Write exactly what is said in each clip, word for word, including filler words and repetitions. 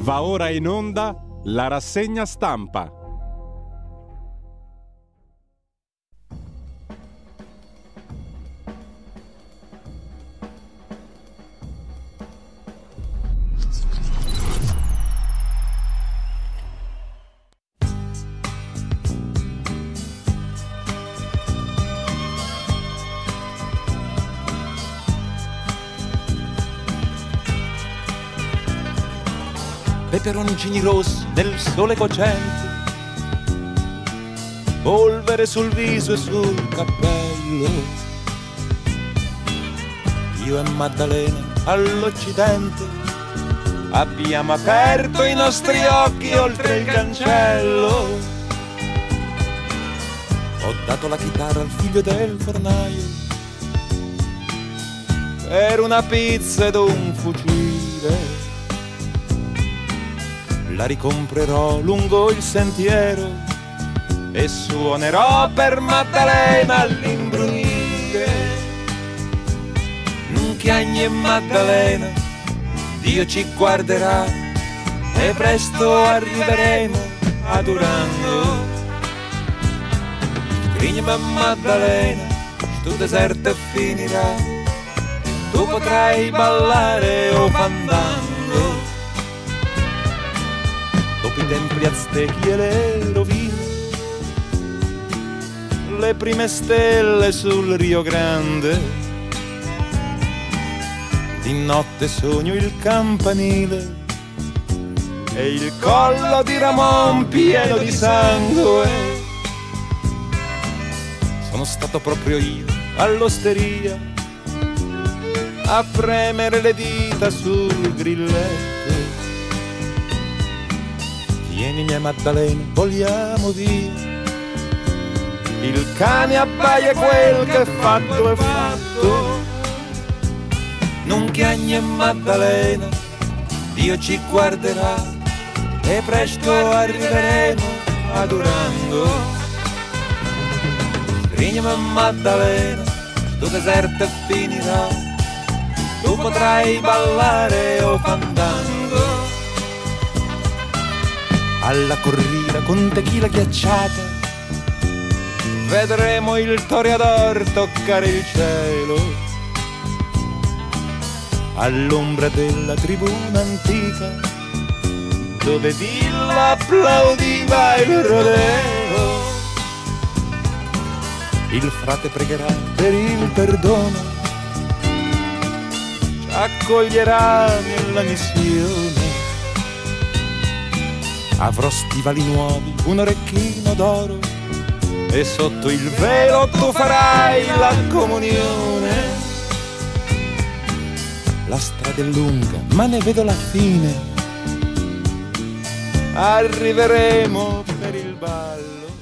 Va ora in onda la rassegna stampa. Peperoncini rossi nel sole cocente, polvere sul viso e sul cappello. Io e Maddalena all'Occidente abbiamo aperto i nostri occhi oltre il cancello. Ho dato la chitarra al figlio del fornaio per una pizza ed un fucile. La ricomprerò lungo il sentiero e suonerò per Maddalena all'imbrunire. Chiagni e Maddalena, Dio ci guarderà e presto arriveremo a Durango. Scrignami a Maddalena, sto deserto finirà, tu potrai ballare o fandango. Dopo i templi aztechi e le rovine, le prime stelle sul Rio Grande, di notte sogno il campanile e il collo di Ramon pieno di sangue. Sono stato proprio io all'osteria a premere le dita sul grilletto. Vieni mia Maddalena, vogliamo via, il cane abbaia, quel che è fatto è fatto. Non chiagni e Maddalena, Dio ci guarderà e presto arriveremo a Durango. Scrignami a Maddalena, sto deserto finirà, tu potrai ballare o fandango. Alla corrida con tequila ghiacciata vedremo il toreador toccare il cielo. All'ombra della tribuna antica dove Villa applaudiva il rodeo, il frate pregherà per il perdono, ci accoglierà nella missione. Avrò stivali nuovi, un orecchino d'oro e sotto il velo tu farai la comunione. La strada è lunga, ma ne vedo la fine. Arriveremo per il ballo.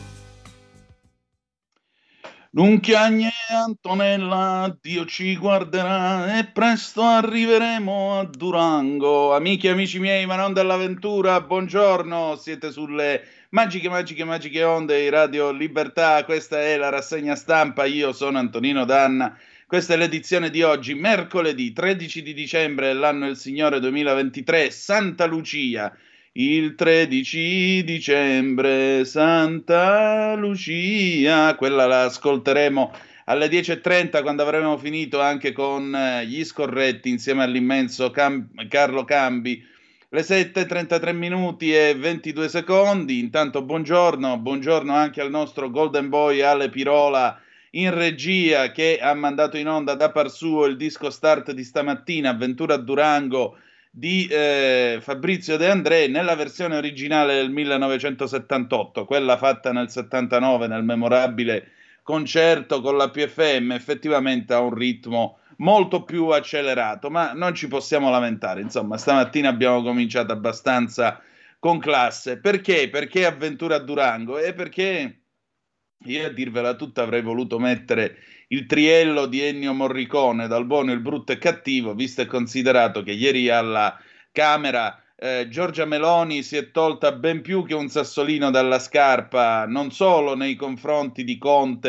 Non chiagni Antonella, Dio ci guarderà e presto arriveremo a Durango. Amici e amici miei, ma non dell'avventura, buongiorno. Siete sulle magiche, magiche, magiche onde di Radio Libertà. Questa è la rassegna stampa. Io sono Antonino Danna. Questa è l'edizione di oggi, mercoledì tredici di dicembre dell'anno del Signore duemilaventitré, Santa Lucia. Il tredici dicembre, Santa Lucia, quella la ascolteremo alle dieci e trenta quando avremo finito anche con gli scorretti insieme all'immenso Cam- Carlo Cambi. Le sette e trentatré minuti e ventidue secondi. Intanto buongiorno, buongiorno anche al nostro Golden Boy Ale Pirola in regia, che ha mandato in onda da par suo il disco start di stamattina, Avventura a Durango, di eh, Fabrizio De André, nella versione originale del millenovecentosettantotto, quella fatta nel settantanove nel memorabile concerto con la P F M. Effettivamente ha un ritmo molto più accelerato, ma non ci possiamo lamentare. Insomma, stamattina abbiamo cominciato abbastanza con classe. Perché? Perché Avventura a Durango? E perché io, a dirvela tutta, avrei voluto mettere il triello di Ennio Morricone, Dal buono, il brutto e cattivo, visto e considerato che ieri alla Camera eh, Giorgia Meloni si è tolta ben più che un sassolino dalla scarpa, non solo nei confronti di Conte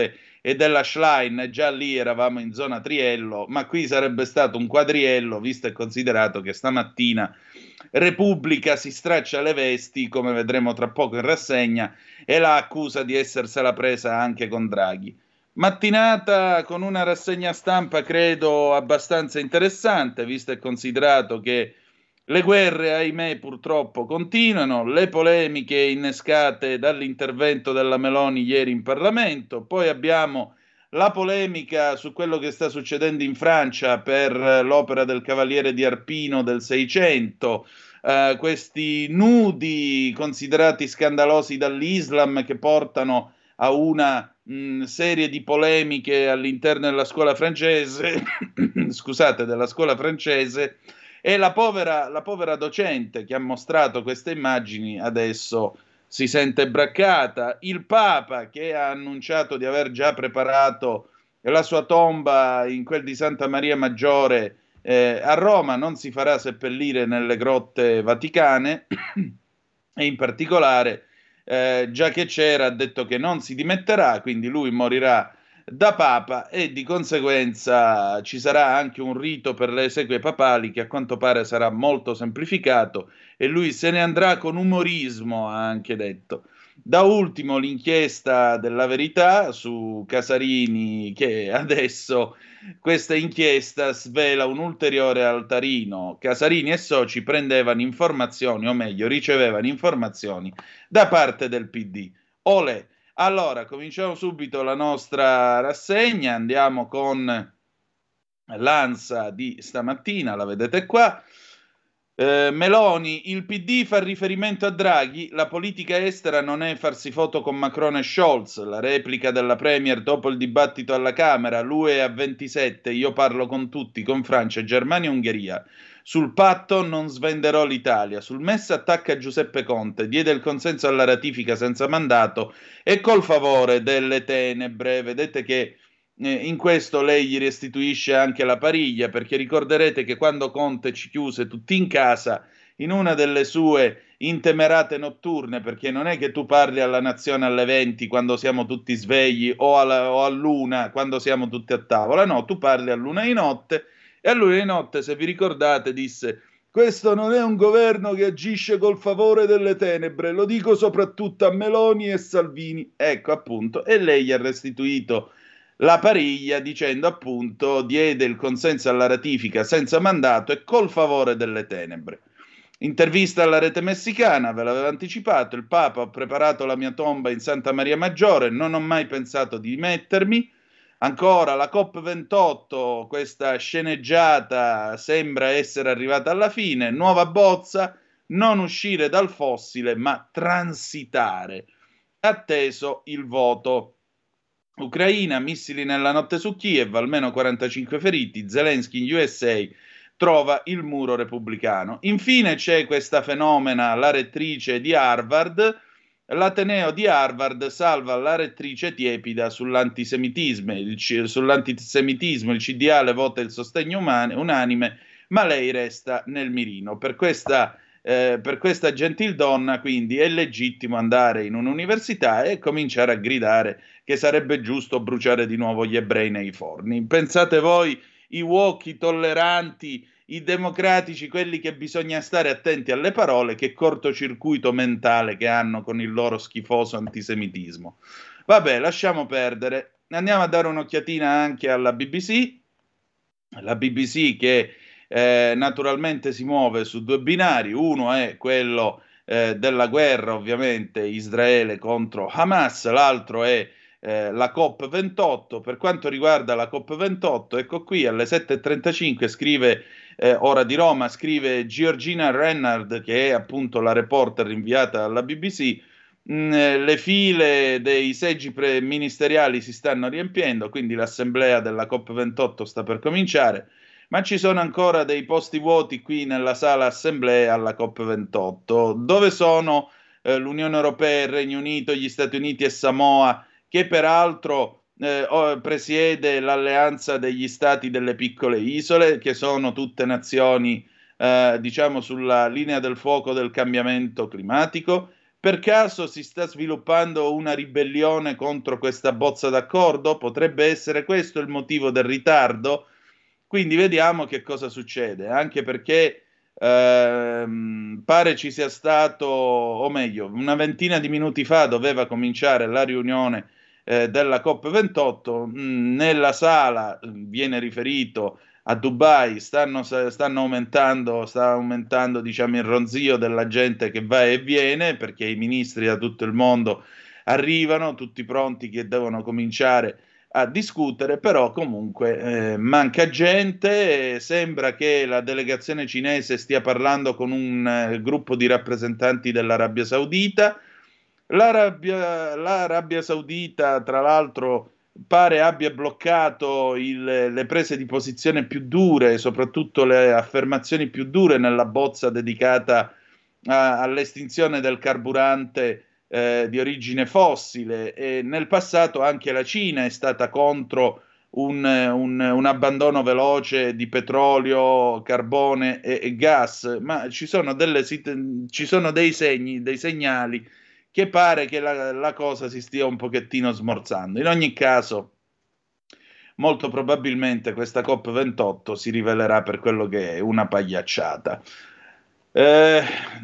e della Schlein, già lì eravamo in zona triello, ma qui sarebbe stato un quadriello, visto e considerato che stamattina Repubblica si straccia le vesti, come vedremo tra poco in rassegna, e la accusa di essersela presa anche con Draghi. Mattinata con una rassegna stampa credo abbastanza interessante, visto e considerato che le guerre, ahimè, purtroppo continuano, le polemiche innescate dall'intervento della Meloni ieri in Parlamento, poi abbiamo la polemica su quello che sta succedendo in Francia per l'opera del Cavaliere di Arpino del Seicento, eh, questi nudi considerati scandalosi dall'Islam che portano a una mh, serie di polemiche all'interno della scuola francese, scusate, della scuola francese, e la povera, la povera docente che ha mostrato queste immagini adesso si sente braccata. Il Papa che ha annunciato di aver già preparato la sua tomba in quel di Santa Maria Maggiore eh, a Roma, non si farà seppellire nelle grotte vaticane e in particolare eh, già che c'era ha detto che non si dimetterà, quindi lui morirà da Papa e di conseguenza ci sarà anche un rito per le esequie papali che a quanto pare sarà molto semplificato e lui se ne andrà con umorismo, ha anche detto. Da ultimo l'inchiesta della Verità su Casarini, che adesso questa inchiesta svela un ulteriore altarino. Casarini e soci prendevano informazioni, o meglio ricevevano informazioni da parte del P D. Olè. Allora, cominciamo subito la nostra rassegna, andiamo con l'Ansa di stamattina, la vedete qua. Eh, Meloni, il P D fa riferimento a Draghi, la politica estera non è farsi foto con Macron e Scholz, la replica della Premier dopo il dibattito alla Camera, l'U E a ventisette, io parlo con tutti, con Francia, Germania e Ungheria. Sul patto non svenderò l'Italia, sul M E S attacca Giuseppe Conte, diede il consenso alla ratifica senza mandato e col favore delle tenebre. Vedete che eh, in questo lei gli restituisce anche la pariglia, perché ricorderete che quando Conte ci chiuse tutti in casa, in una delle sue intemerate notturne, perché non è che tu parli alla nazione alle venti quando siamo tutti svegli o, alla, o all'una quando siamo tutti a tavola, no, tu parli all'una di notte. E a lui di notte, se vi ricordate, disse: questo non è un governo che agisce col favore delle tenebre, lo dico soprattutto a Meloni e Salvini. Ecco appunto, e lei gli ha restituito la pariglia dicendo appunto diede il consenso alla ratifica senza mandato e col favore delle tenebre. Intervista alla rete messicana, ve l'avevo anticipato, il Papa: ho preparato la mia tomba in Santa Maria Maggiore, non ho mai pensato di mettermi. Ancora la COP ventotto, questa sceneggiata sembra essere arrivata alla fine, nuova bozza, non uscire dal fossile ma transitare, atteso il voto. Ucraina, missili nella notte su Kiev, almeno quarantacinque feriti, Zelensky in U S A trova il muro repubblicano. Infine c'è questa fenomena, la rettrice di Harvard. L'ateneo di Harvard salva la rettrice tiepida sull'antisemitismo, il, sull'antisemitismo, il C D A le vota il sostegno umane, unanime, ma lei resta nel mirino. Per questa, eh, per questa gentildonna, quindi, è legittimo andare in un'università e cominciare a gridare che sarebbe giusto bruciare di nuovo gli ebrei nei forni. Pensate voi, i woke, i tolleranti, i democratici, quelli che bisogna stare attenti alle parole, che cortocircuito mentale che hanno con il loro schifoso antisemitismo. Vabbè, lasciamo perdere. Andiamo a dare un'occhiatina anche alla B B C. La B B C che eh, naturalmente si muove su due binari. Uno è quello eh, della guerra, ovviamente, Israele contro Hamas, l'altro è Eh, la COP ventotto. Per quanto riguarda la COP ventotto, ecco qui alle sette e trentacinque scrive, eh, ora di Roma, scrive Georgina Rennard, che è appunto la reporter inviata dalla B B C, mh, le file dei seggi pre- ministeriali si stanno riempiendo, quindi l'assemblea della COP ventotto sta per cominciare, ma ci sono ancora dei posti vuoti qui nella sala assemblea alla COP ventotto. Dove sono eh, l'Unione Europea, il Regno Unito, gli Stati Uniti e Samoa, che peraltro eh, presiede l'alleanza degli stati delle piccole isole, che sono tutte nazioni, eh, diciamo, sulla linea del fuoco del cambiamento climatico? Per caso si sta sviluppando una ribellione contro questa bozza d'accordo? Potrebbe essere questo il motivo del ritardo? Quindi vediamo che cosa succede, anche perché ehm, pare ci sia stato, o meglio, una ventina di minuti fa doveva cominciare la riunione eh, della COP ventotto, mh, nella sala viene riferito a Dubai, stanno, stanno aumentando, sta aumentando diciamo, il ronzio della gente che va e viene, perché i ministri da tutto il mondo arrivano, tutti pronti che devono cominciare a discutere, però comunque eh, manca gente, eh, sembra che la delegazione cinese stia parlando con un eh, gruppo di rappresentanti dell'Arabia Saudita. L'Arabia, L'Arabia Saudita, tra l'altro, pare abbia bloccato il, le prese di posizione più dure, soprattutto le affermazioni più dure nella bozza dedicata a, all'estinzione del carburante eh, di origine fossile. E nel passato anche la Cina è stata contro un, un, un abbandono veloce di petrolio, carbone e, e gas, ma ci sono, delle, ci sono dei segni, dei segnali che pare che la, la cosa si stia un pochettino smorzando. In ogni caso, molto probabilmente questa COP ventotto si rivelerà per quello che è una pagliacciata. Eh,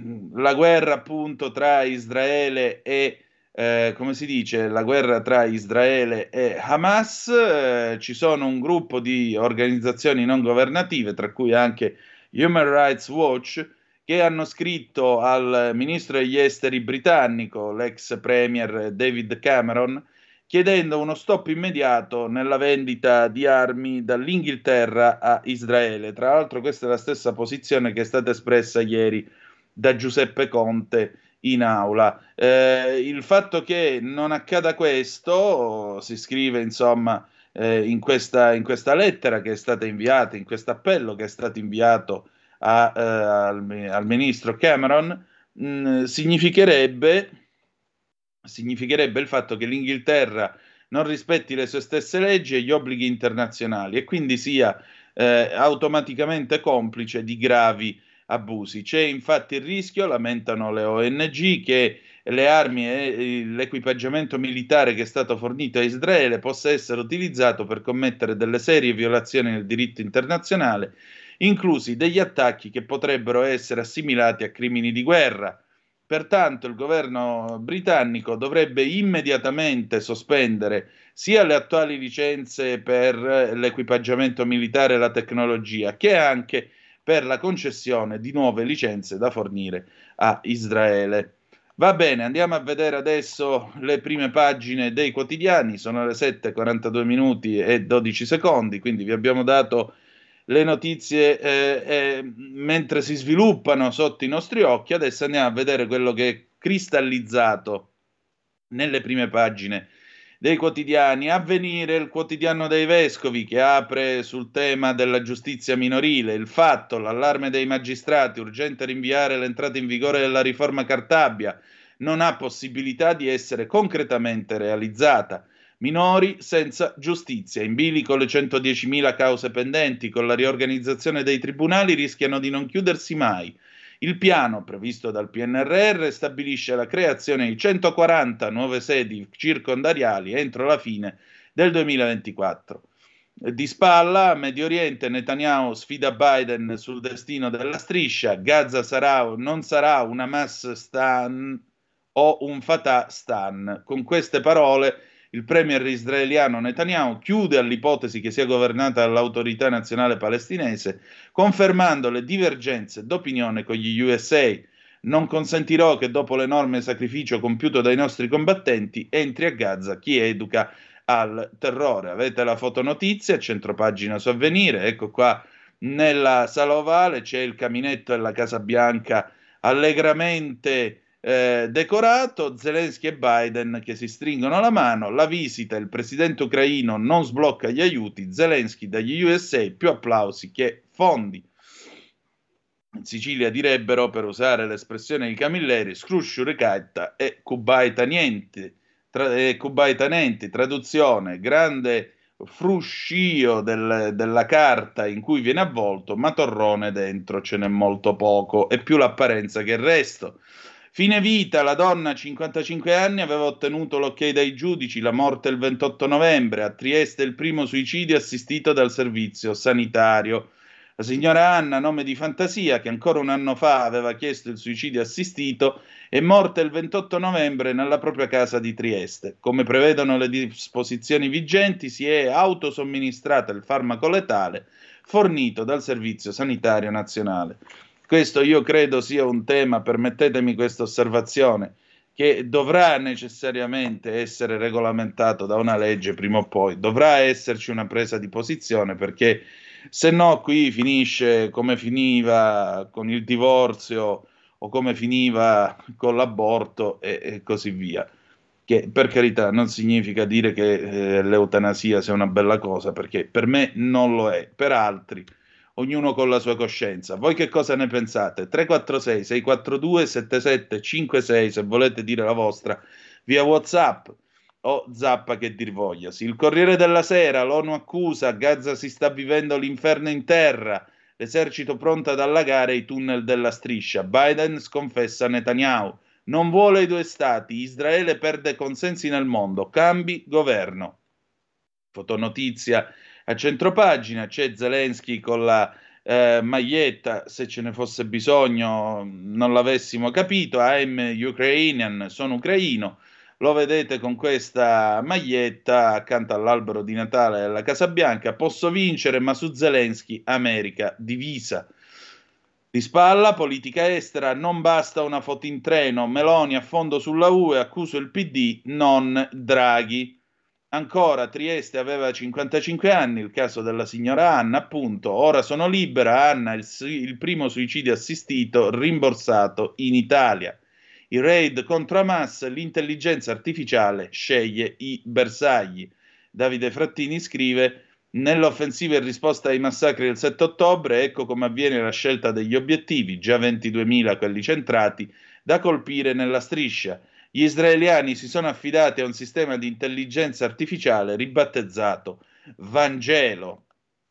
la guerra appunto tra Israele e eh, come si dice, la guerra tra Israele e Hamas, eh, ci sono un gruppo di organizzazioni non governative, tra cui anche Human Rights Watch, che hanno scritto al ministro degli esteri britannico, l'ex premier David Cameron, chiedendo uno stop immediato nella vendita di armi dall'Inghilterra a Israele. Tra l'altro questa è la stessa posizione che è stata espressa ieri da Giuseppe Conte in aula. Eh, il fatto che non accada questo, si scrive insomma eh, in questa, in questa lettera che è stata inviata, in questo appello che è stato inviato a, eh, al, al ministro Cameron, mh, significherebbe, significherebbe il fatto che l'Inghilterra non rispetti le sue stesse leggi e gli obblighi internazionali e quindi sia eh, automaticamente complice di gravi abusi. C'è infatti il rischio, lamentano le O N G, che le armi e l'equipaggiamento militare che è stato fornito a Israele possa essere utilizzato per commettere delle serie violazioni del diritto internazionale, inclusi degli attacchi che potrebbero essere assimilati a crimini di guerra. Pertanto il governo britannico dovrebbe immediatamente sospendere sia le attuali licenze per l'equipaggiamento militare e la tecnologia, che anche per la concessione di nuove licenze da fornire a Israele. Va bene, andiamo a vedere adesso le prime pagine dei quotidiani, sono le sette e quarantadue minuti e dodici secondi, quindi vi abbiamo dato le notizie eh, eh, mentre si sviluppano sotto i nostri occhi. Adesso andiamo a vedere quello che è cristallizzato nelle prime pagine dei quotidiani. Avvenire, il quotidiano dei vescovi, che apre sul tema della giustizia minorile. Il Fatto, l'allarme dei magistrati, urgente rinviare l'entrata in vigore della riforma Cartabia, non ha possibilità di essere concretamente realizzata. Minori senza giustizia, in bilico le centodiecimila cause pendenti, con la riorganizzazione dei tribunali rischiano di non chiudersi mai. Il piano, previsto dal P N R R, stabilisce la creazione di centoquaranta nuove sedi circondariali entro la fine del duemilaventiquattro. Di spalla, Medio Oriente, Netanyahu sfida Biden sul destino della striscia, Gaza sarà, non sarà una Hamas Stan o un Fatah Stan. Con queste parole il premier israeliano Netanyahu chiude all'ipotesi che sia governata dall'autorità nazionale palestinese, confermando le divergenze d'opinione con gli U S A. Non consentirò che dopo l'enorme sacrificio compiuto dai nostri combattenti entri a Gaza chi educa al terrore. Avete la fotonotizia, centropagina su Avvenire, ecco qua nella sala ovale c'è il caminetto della Casa Bianca allegramente Eh, decorato, Zelensky e Biden che si stringono la mano, la visita, il presidente ucraino non sblocca gli aiuti, Zelensky dagli U S A più applausi che fondi. In Sicilia direbbero, per usare l'espressione di Camilleri, scrusciuricetta e cubaita niente, tra, eh, cubaita niente, traduzione, grande fruscio del, della carta in cui viene avvolto, ma torrone dentro ce n'è molto poco, e più l'apparenza che il resto. Fine vita, la donna, cinquantacinque anni, aveva ottenuto l'ok dai giudici, la morte il ventotto novembre, a Trieste il primo suicidio assistito dal servizio sanitario. La signora Anna, nome di fantasia, che ancora un anno fa aveva chiesto il suicidio assistito, è morta il ventotto novembre nella propria casa di Trieste. Come prevedono le disposizioni vigenti, si è autosomministrata il farmaco letale fornito dal Servizio Sanitario Nazionale. Questo io credo sia un tema, permettetemi questa osservazione, che dovrà necessariamente essere regolamentato da una legge prima o poi. Dovrà esserci una presa di posizione, perché se no qui finisce come finiva con il divorzio o come finiva con l'aborto e, e così via. Che per carità non significa dire che eh, l'eutanasia sia una bella cosa, perché per me non lo è, per altri, ognuno con la sua coscienza. Voi che cosa ne pensate? tre quattro sei sei quattro due sette sette cinque sei se volete dire la vostra via WhatsApp o zappa che dir vogliasi. Il Corriere della Sera, l'ONU accusa, Gaza si sta vivendo l'inferno in terra, l'esercito pronto ad allagare i tunnel della striscia, Biden sconfessa Netanyahu. Non vuole i due stati, Israele perde consensi nel mondo, cambi governo. Fotonotizia a centropagina, c'è Zelensky con la eh, maglietta, se ce ne fosse bisogno non l'avessimo capito, I'm Ukrainian, sono ucraino, lo vedete con questa maglietta accanto all'albero di Natale alla Casa Bianca, posso vincere ma su Zelensky America divisa. Di spalla, politica estera, non basta una foto in treno, Meloni a fondo sulla U E, accuso il P D, non Draghi. Ancora, Trieste aveva cinquantacinque anni, il caso della signora Anna, appunto, ora sono libera, Anna, il, il primo suicidio assistito rimborsato in Italia. Il raid contro Hamas, l'intelligenza artificiale sceglie i bersagli. Davide Frattini scrive: nell'offensiva in risposta ai massacri del sette ottobre, ecco come avviene la scelta degli obiettivi, già ventiduemila quelli centrati, da colpire nella striscia. Gli israeliani si sono affidati a un sistema di intelligenza artificiale ribattezzato Vangelo.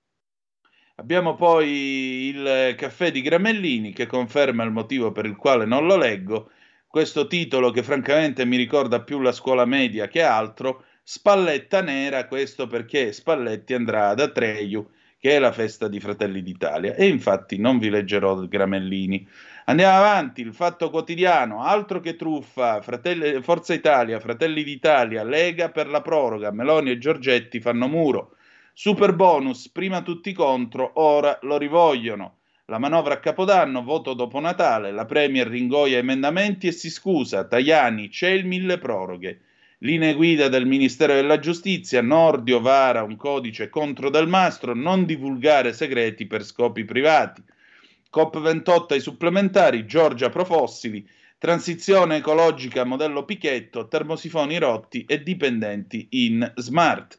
Abbiamo poi il caffè di Gramellini che conferma il motivo per il quale non lo leggo. Questo titolo che francamente mi ricorda più la scuola media che altro. Spalletta nera, questo perché Spalletti andrà ad Atreju, che è la festa di Fratelli d'Italia, e infatti non vi leggerò Gramellini. Andiamo avanti, il Fatto Quotidiano, altro che truffa, Fratelli, Forza Italia, Fratelli d'Italia, Lega per la proroga, Meloni e Giorgetti fanno muro, super bonus, prima tutti contro, ora lo rivogliono. La manovra a Capodanno, voto dopo Natale, la Premier ringoia emendamenti e si scusa, Tajani, c'è il mille proroghe. Linee guida del Ministero della Giustizia, Nordio vara un codice contro Del Mastro, non divulgare segreti per scopi privati. COP ventotto ai supplementari, Giorgia Profossili, transizione ecologica modello Pichetto, termosifoni rotti e dipendenti in smart.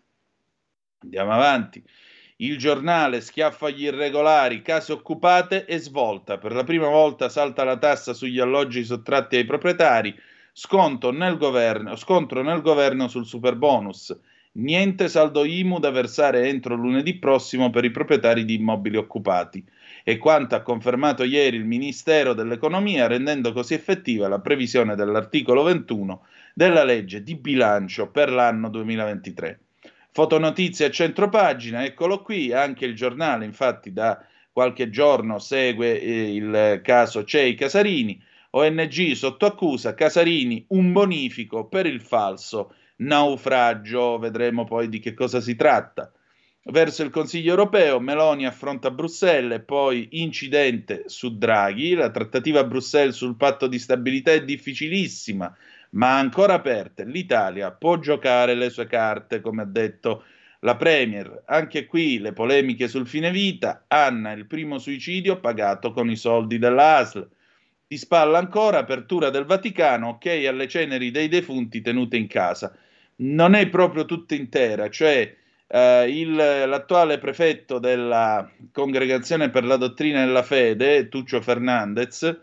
Andiamo avanti. Il Giornale, schiaffo agli irregolari, case occupate e svolta. Per la prima volta salta la tassa sugli alloggi sottratti ai proprietari. Sconto nel governo, scontro nel governo sul superbonus. Niente saldo I M U da versare entro lunedì prossimo per i proprietari di immobili occupati. E quanto ha confermato ieri il Ministero dell'Economia, rendendo così effettiva la previsione dell'articolo ventuno della legge di bilancio per l'anno duemilaventitré. Fotonotizia a centropagina, eccolo qui, anche il Giornale infatti da qualche giorno segue eh, il caso Cei Casarini, O N G sotto accusa, Casarini un bonifico per il falso naufragio, vedremo poi di che cosa si tratta. Verso il Consiglio europeo, Meloni affronta Bruxelles, poi incidente su Draghi, la trattativa a Bruxelles sul patto di stabilità è difficilissima, ma ancora aperte. L'Italia può giocare le sue carte, come ha detto la Premier. Anche qui le polemiche sul fine vita, Anna il primo suicidio pagato con i soldi della A S L. Di spalla ancora, apertura del Vaticano, ok alle ceneri dei defunti tenute in casa. Non è proprio tutta intera, cioè eh, il, l'attuale prefetto della Congregazione per la Dottrina e la Fede, Tuccio Fernandez,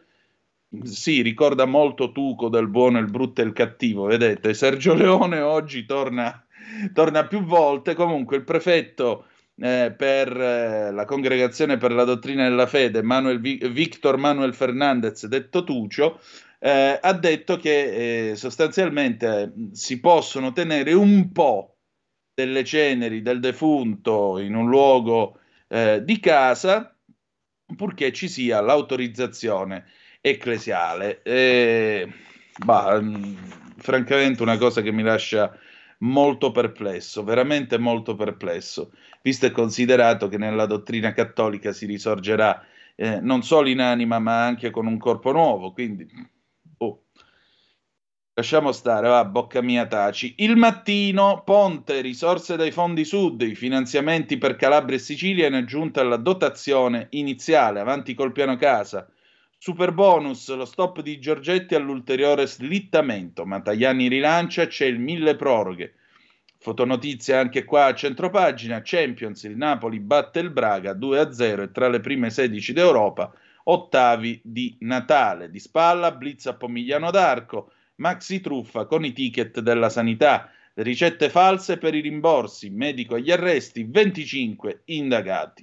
sì, ricorda molto Tuco del buono, il brutto e il cattivo, vedete, Sergio Leone oggi torna, torna più volte, comunque il prefetto eh, per eh, la Congregazione per la Dottrina e la Fede, Manuel, Victor Manuel Fernandez, detto Tuccio, eh, ha detto che eh, sostanzialmente eh, si possono tenere un po' delle ceneri del defunto in un luogo eh, di casa, purché ci sia l'autorizzazione ecclesiale. Eh, bah, mh, francamente una cosa che mi lascia molto perplesso, veramente molto perplesso, visto e considerato che nella dottrina cattolica si risorgerà eh, non solo in anima ma anche con un corpo nuovo, quindi oh, lasciamo stare, va, bocca mia taci. Il Mattino, Ponte, risorse dai fondi sud, i finanziamenti per Calabria e Sicilia in aggiunta alla dotazione iniziale, avanti col piano casa. Super bonus, lo stop di Giorgetti all'ulteriore slittamento, ma Tajani rilancia, c'è il mille proroghe. Fotonotizia anche qua a centropagina, Champions, il Napoli batte il Braga due a zero e tra le prime sedici d'Europa, ottavi di Natale. Di spalla, blitz a Pomigliano d'Arco, maxi truffa con i ticket della sanità, ricette false per i rimborsi, medico agli arresti, venticinque indagati.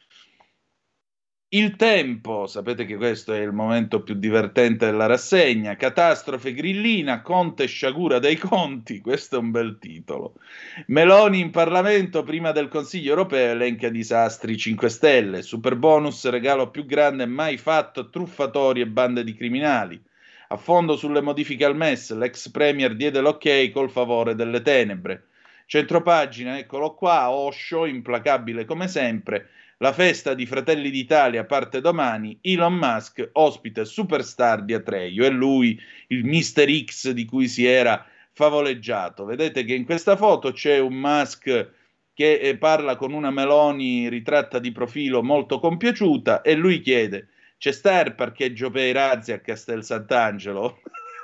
Il Tempo, sapete che questo è il momento più divertente della rassegna, catastrofe grillina, Conte sciagura dei conti, questo è un bel titolo. Meloni in Parlamento prima del Consiglio europeo elenca disastri cinque Stelle, super bonus regalo più grande mai fatto, truffatori e bande di criminali. A fondo sulle modifiche al M E S, l'ex premier diede l'ok col favore delle tenebre. Centropagina, eccolo qua, Osho, implacabile come sempre. La festa di Fratelli d'Italia parte domani, Elon Musk ospite superstar di Atreio, è lui il mister X di cui si era favoleggiato. Vedete che in questa foto c'è un Musk che eh, parla con una Meloni ritratta di profilo molto compiaciuta e lui chiede: c'è sta il parcheggio per i razzi a Castel Sant'Angelo?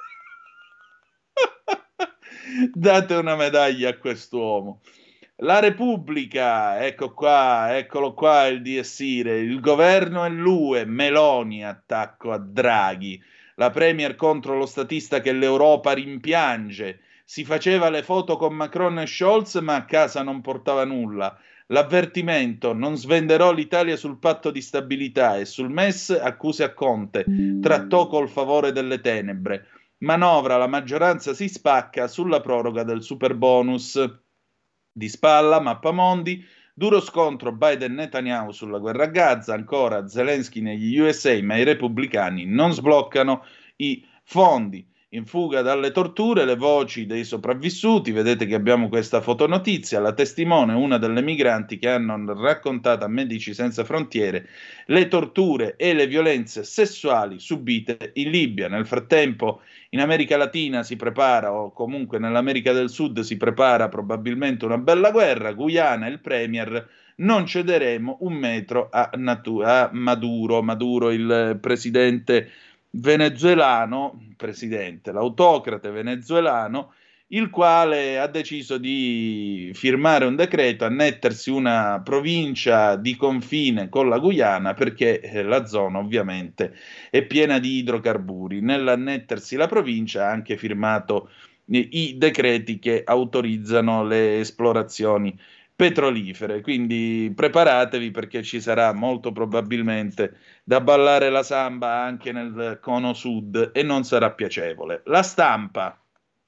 Date una medaglia a quest'uomo. La Repubblica, ecco qua, eccolo qua il D S I R E, il governo e l'U E, Meloni, attacco a Draghi, la Premier contro lo statista che l'Europa rimpiange, si faceva le foto con Macron e Scholz ma a casa non portava nulla, l'avvertimento, non svenderò l'Italia sul patto di stabilità e sul M E S accuse a Conte, trattò col favore delle tenebre, manovra, la maggioranza si spacca sulla proroga del super bonus. Di spalla, mappamondi, duro scontro Biden-Netanyahu sulla guerra a Gaza, ancora Zelensky negli U S A, ma i repubblicani non sbloccano i fondi. In fuga dalle torture, le voci dei sopravvissuti, vedete che abbiamo questa fotonotizia, la testimone, una delle migranti che hanno raccontato a Medici Senza Frontiere le torture e le violenze sessuali subite in Libia. Nel frattempo in America Latina si prepara, o comunque nell'America del Sud si prepara probabilmente una bella guerra, Guyana, il premier, non cederemo un metro a, Natu- a Maduro, Maduro il presidente venezuelano, presidente, l'autocrate venezuelano, il quale ha deciso di firmare un decreto, annettersi una provincia di confine con la Guyana perché eh, la zona ovviamente è piena di idrocarburi. Nell'annettersi la provincia ha anche firmato eh, i decreti che autorizzano le esplorazioni petrolifere, quindi preparatevi perché ci sarà molto probabilmente da ballare la samba anche nel cono sud e non sarà piacevole. La Stampa.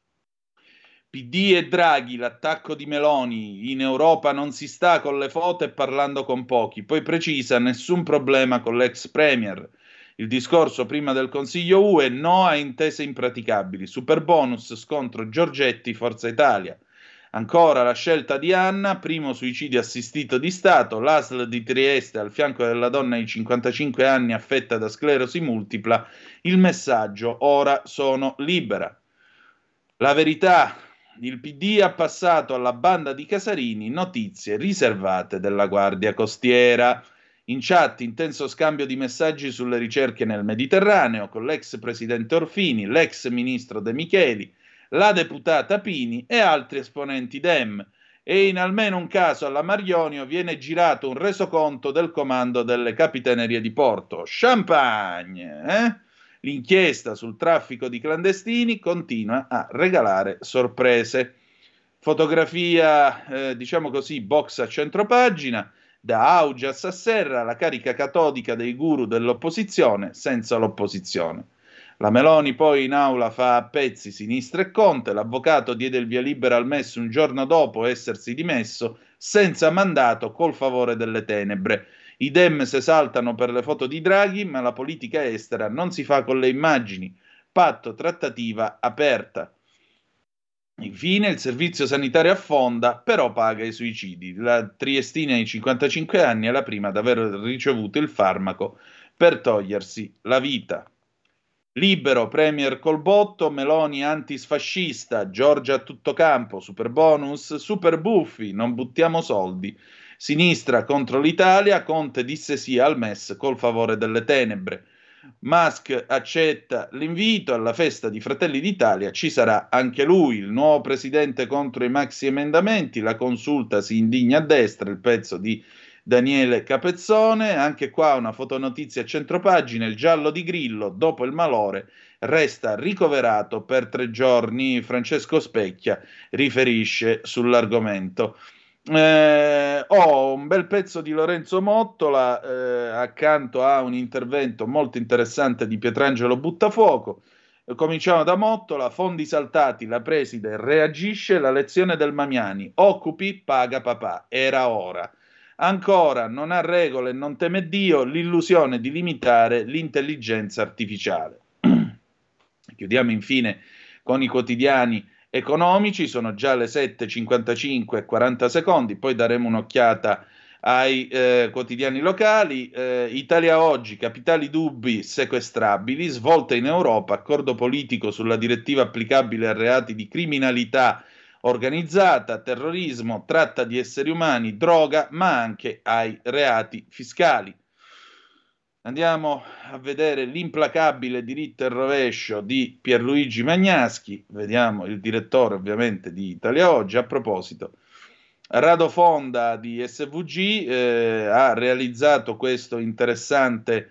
P D e Draghi, l'attacco di Meloni, in Europa non si sta con le foto e parlando con pochi, poi precisa nessun problema con l'ex premier. Il discorso prima del Consiglio U E, no a intese impraticabili, super bonus, scontro Giorgetti, Forza Italia. Ancora la scelta di Anna, primo suicidio assistito di Stato, l'A S L di Trieste al fianco della donna di cinquantacinque anni affetta da sclerosi multipla, il messaggio, ora sono libera. La Verità, il P D ha passato alla banda di Casarini notizie riservate della Guardia Costiera. In chat intenso scambio di messaggi sulle ricerche nel Mediterraneo con l'ex presidente Orfini, l'ex ministro De Micheli, la deputata Pini e altri esponenti Dem. E in almeno un caso alla Marionio viene girato un resoconto del comando delle capitanerie di porto. Champagne, eh? L'inchiesta sul traffico di clandestini continua a regalare sorprese. Fotografia, eh, diciamo così, box a centropagina, da Augias a Serra, la carica catodica dei guru dell'opposizione senza l'opposizione. La Meloni poi in aula fa a pezzi Sinistra e Conte, l'avvocato diede il via libera al M E S un giorno dopo essersi dimesso, senza mandato, col favore delle tenebre. I Dem si esaltano per le foto di Draghi, ma la politica estera non si fa con le immagini. Patto, trattativa aperta. Infine il servizio sanitario affonda, però paga i suicidi. La triestina di cinquantacinque anni è la prima ad aver ricevuto il farmaco per togliersi la vita. Libero, Premier col botto, Meloni antisfascista, Giorgia a tutto campo, super bonus, super buffi, non buttiamo soldi. Sinistra contro l'Italia, Conte disse sì al M E S col favore delle tenebre. Musk accetta l'invito alla festa di Fratelli d'Italia, ci sarà anche lui, il nuovo presidente contro i maxi emendamenti, la consulta si indigna a destra, il pezzo di Daniele Capezzone, anche qua una fotonotizia a centropagina, il giallo di Grillo, dopo il malore, resta ricoverato per tre giorni, Francesco Specchia riferisce sull'argomento. Eh, ho un bel pezzo di Lorenzo Mottola eh, accanto a un intervento molto interessante di Pietrangelo Buttafuoco. Cominciamo da Mottola, fondi saltati, la preside reagisce, la lezione del Mamiani, occupi, paga papà, era ora. Ancora, non ha regole, non teme Dio, l'illusione di limitare l'intelligenza artificiale. Chiudiamo infine con i quotidiani economici, sono già le sette e cinquantacinque e quaranta secondi, poi daremo un'occhiata ai eh, quotidiani locali. eh, Italia Oggi, capitali dubbi sequestrabili, svolta in Europa, accordo politico sulla direttiva applicabile a reati di criminalità organizzata, terrorismo, tratta di esseri umani, droga, ma anche ai reati fiscali. Andiamo a vedere l'implacabile diritto e rovescio di Pierluigi Magnaschi, vediamo il direttore ovviamente di Italia Oggi. A proposito, Rado Fonda di S V G eh, ha realizzato questo interessante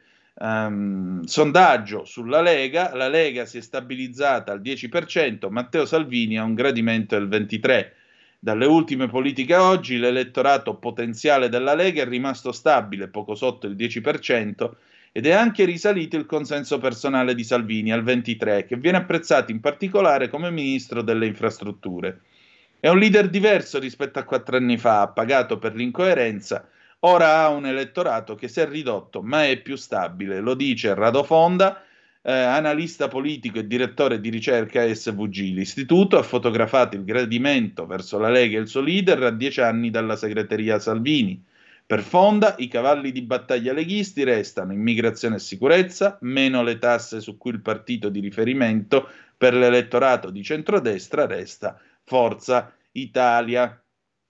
um, sondaggio sulla Lega. La Lega si è stabilizzata al dieci per cento, Matteo Salvini ha un gradimento del ventitré per cento. Dalle ultime politiche a oggi l'elettorato potenziale della Lega è rimasto stabile, poco sotto il dieci per cento, ed è anche risalito il consenso personale di Salvini al ventitré per cento, che viene apprezzato in particolare come ministro delle infrastrutture. È un leader diverso rispetto a quattro anni fa, ha pagato per l'incoerenza, ora ha un elettorato che si è ridotto, ma è più stabile, lo dice Rado Fonda, eh, analista politico e direttore di ricerca a S V G. L'istituto ha fotografato il gradimento verso la Lega e il suo leader a dieci anni dalla segreteria Salvini. Per Fonda, i cavalli di battaglia leghisti restano immigrazione e sicurezza, meno le tasse su cui il partito di riferimento per l'elettorato di centrodestra resta Forza Italia.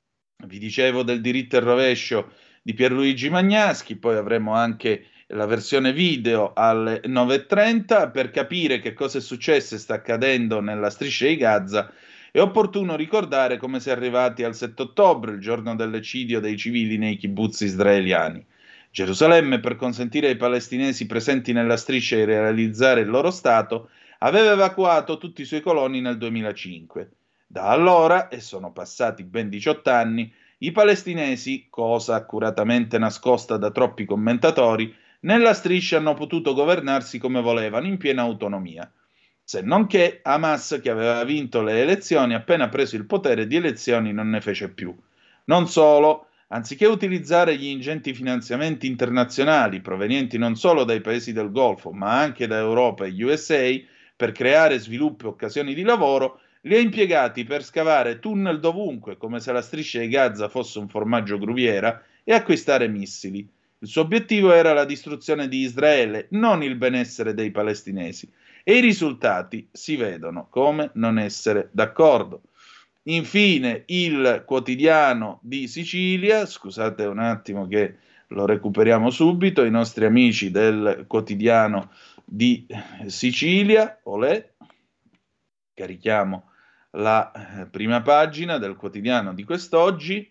Vi dicevo del diritto e rovescio di Pierluigi Magnaschi, poi avremo anche la versione video alle nove e trenta. Per capire che cosa è successo e sta accadendo nella striscia di Gaza è opportuno ricordare come si è arrivati al sette ottobre, il giorno dell'eccidio dei civili nei kibbutz israeliani. Gerusalemme, per consentire ai palestinesi presenti nella striscia di realizzare il loro Stato, aveva evacuato tutti i suoi coloni nel duemilacinque. Da allora, e sono passati ben diciotto anni, i palestinesi, cosa accuratamente nascosta da troppi commentatori, nella striscia hanno potuto governarsi come volevano, in piena autonomia. Se non che Hamas, che aveva vinto le elezioni, appena preso il potere di elezioni non ne fece più. Non solo, anziché utilizzare gli ingenti finanziamenti internazionali provenienti non solo dai paesi del Golfo, ma anche da Europa e U S A, per creare sviluppo e occasioni di lavoro, li ha impiegati per scavare tunnel dovunque, come se la striscia di Gaza fosse un formaggio gruviera, e acquistare missili. Il suo obiettivo era la distruzione di Israele, non il benessere dei palestinesi. E i risultati si vedono, come non essere d'accordo. Infine, il quotidiano di Sicilia, scusate un attimo che lo recuperiamo subito, i nostri amici del quotidiano di Sicilia, olè, carichiamo la prima pagina del quotidiano di quest'oggi.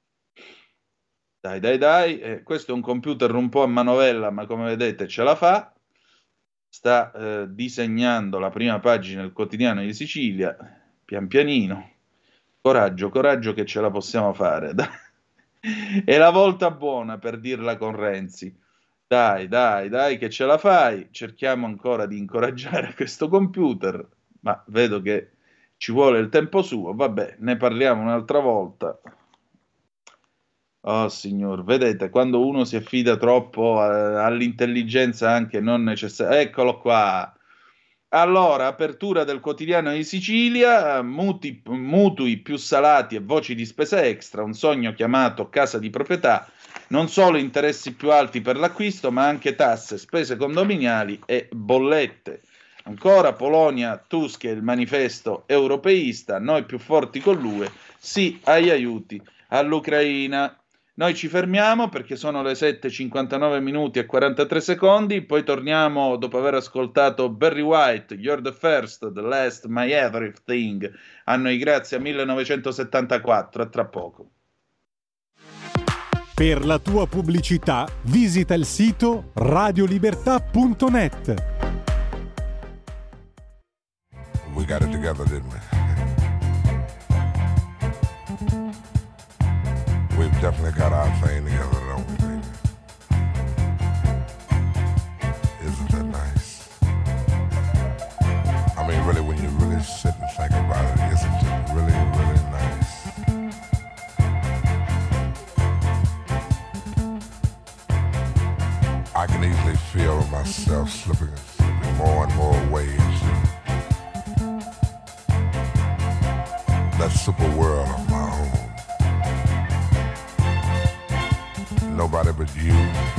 Dai, dai, dai, eh, questo è un computer un po' a manovella, ma come vedete ce la fa. Sta eh, disegnando la prima pagina del quotidiano di Sicilia, pian pianino. Coraggio, coraggio che ce la possiamo fare. È la volta buona, per dirla con Renzi. Dai, dai, dai, che ce la fai. Cerchiamo ancora di incoraggiare questo computer, ma vedo che ci vuole il tempo suo. Vabbè, ne parliamo un'altra volta. Oh signor, vedete, quando uno si affida troppo a- all'intelligenza anche non necessaria. Eccolo qua. Allora, apertura del quotidiano di Sicilia, muti- mutui più salati e voci di spesa extra, un sogno chiamato casa di proprietà, non solo interessi più alti per l'acquisto, ma anche tasse, spese condominiali e bollette. Ancora Polonia, Tusk e il manifesto europeista, noi più forti con l'U E, sì agli aiuti all'Ucraina. Noi ci fermiamo perché sono le sette e cinquantanove minuti e quarantatré secondi, poi torniamo dopo aver ascoltato Barry White, You're the First, The Last, My Everything, anno di grazia millenovecentosettantaquattro, a tra poco. Per la tua pubblicità visita il sito radiolibertà punto net. We got it together, didn't we? We've definitely got our thing together, don't we, baby? Isn't that nice? I mean, really, when you really sit and think about it, isn't it really, really nice? I can easily feel myself slipping, slipping more and more away into that super world of my own. Nobody but you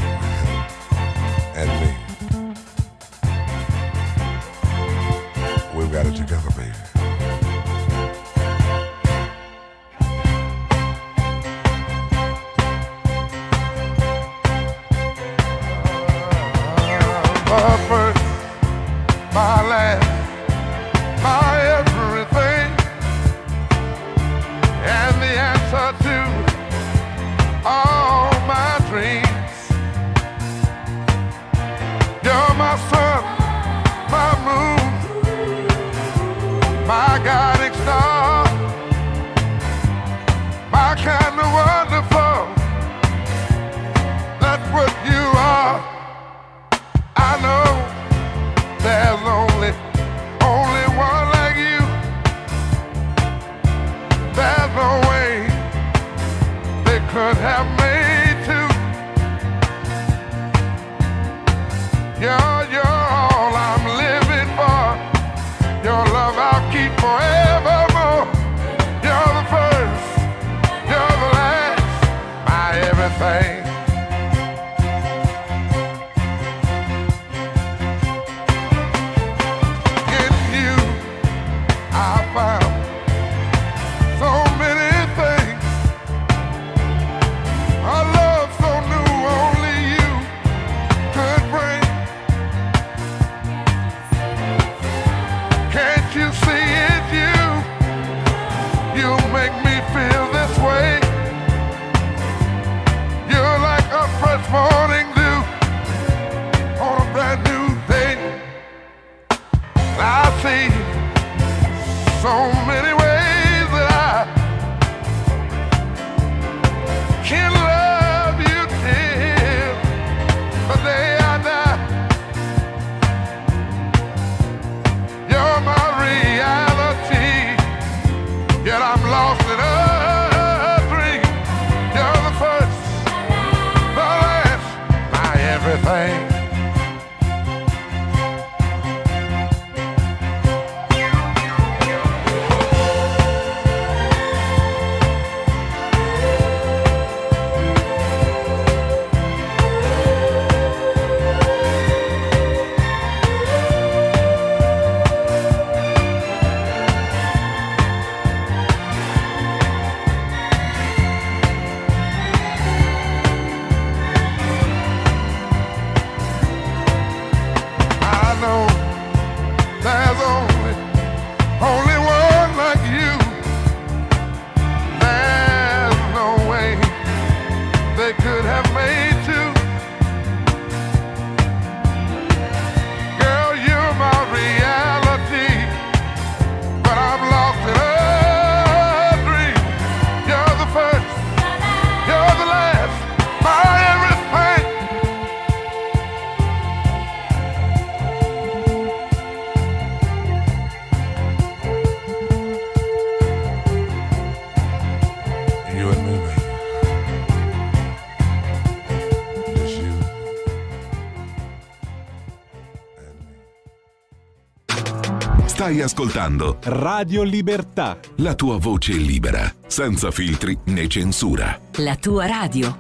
and me. We've got it together, baby. My first, my last, my everything, and the answer to all my dreams. You're my sun, my moon, my guiding star, my kind of wonderful. That's what you are. I know there's only, only one like you. There's no way they could have made two. You're, you're all I'm living for. Your love I'll keep forevermore. You're the first, you're the last, my everything. In you I found so many things. A love so new only you could bring. Can't you see it's you? You make me feel this way. You're like a fresh morning dew on a brand new day. I see so many ways that I can love you till the day I die. You're my reality, yet I'm lost in a dream. You're the first, the last, my everything. Stai ascoltando Radio Libertà. la tua voce libera, senza filtri né censura. La tua radio.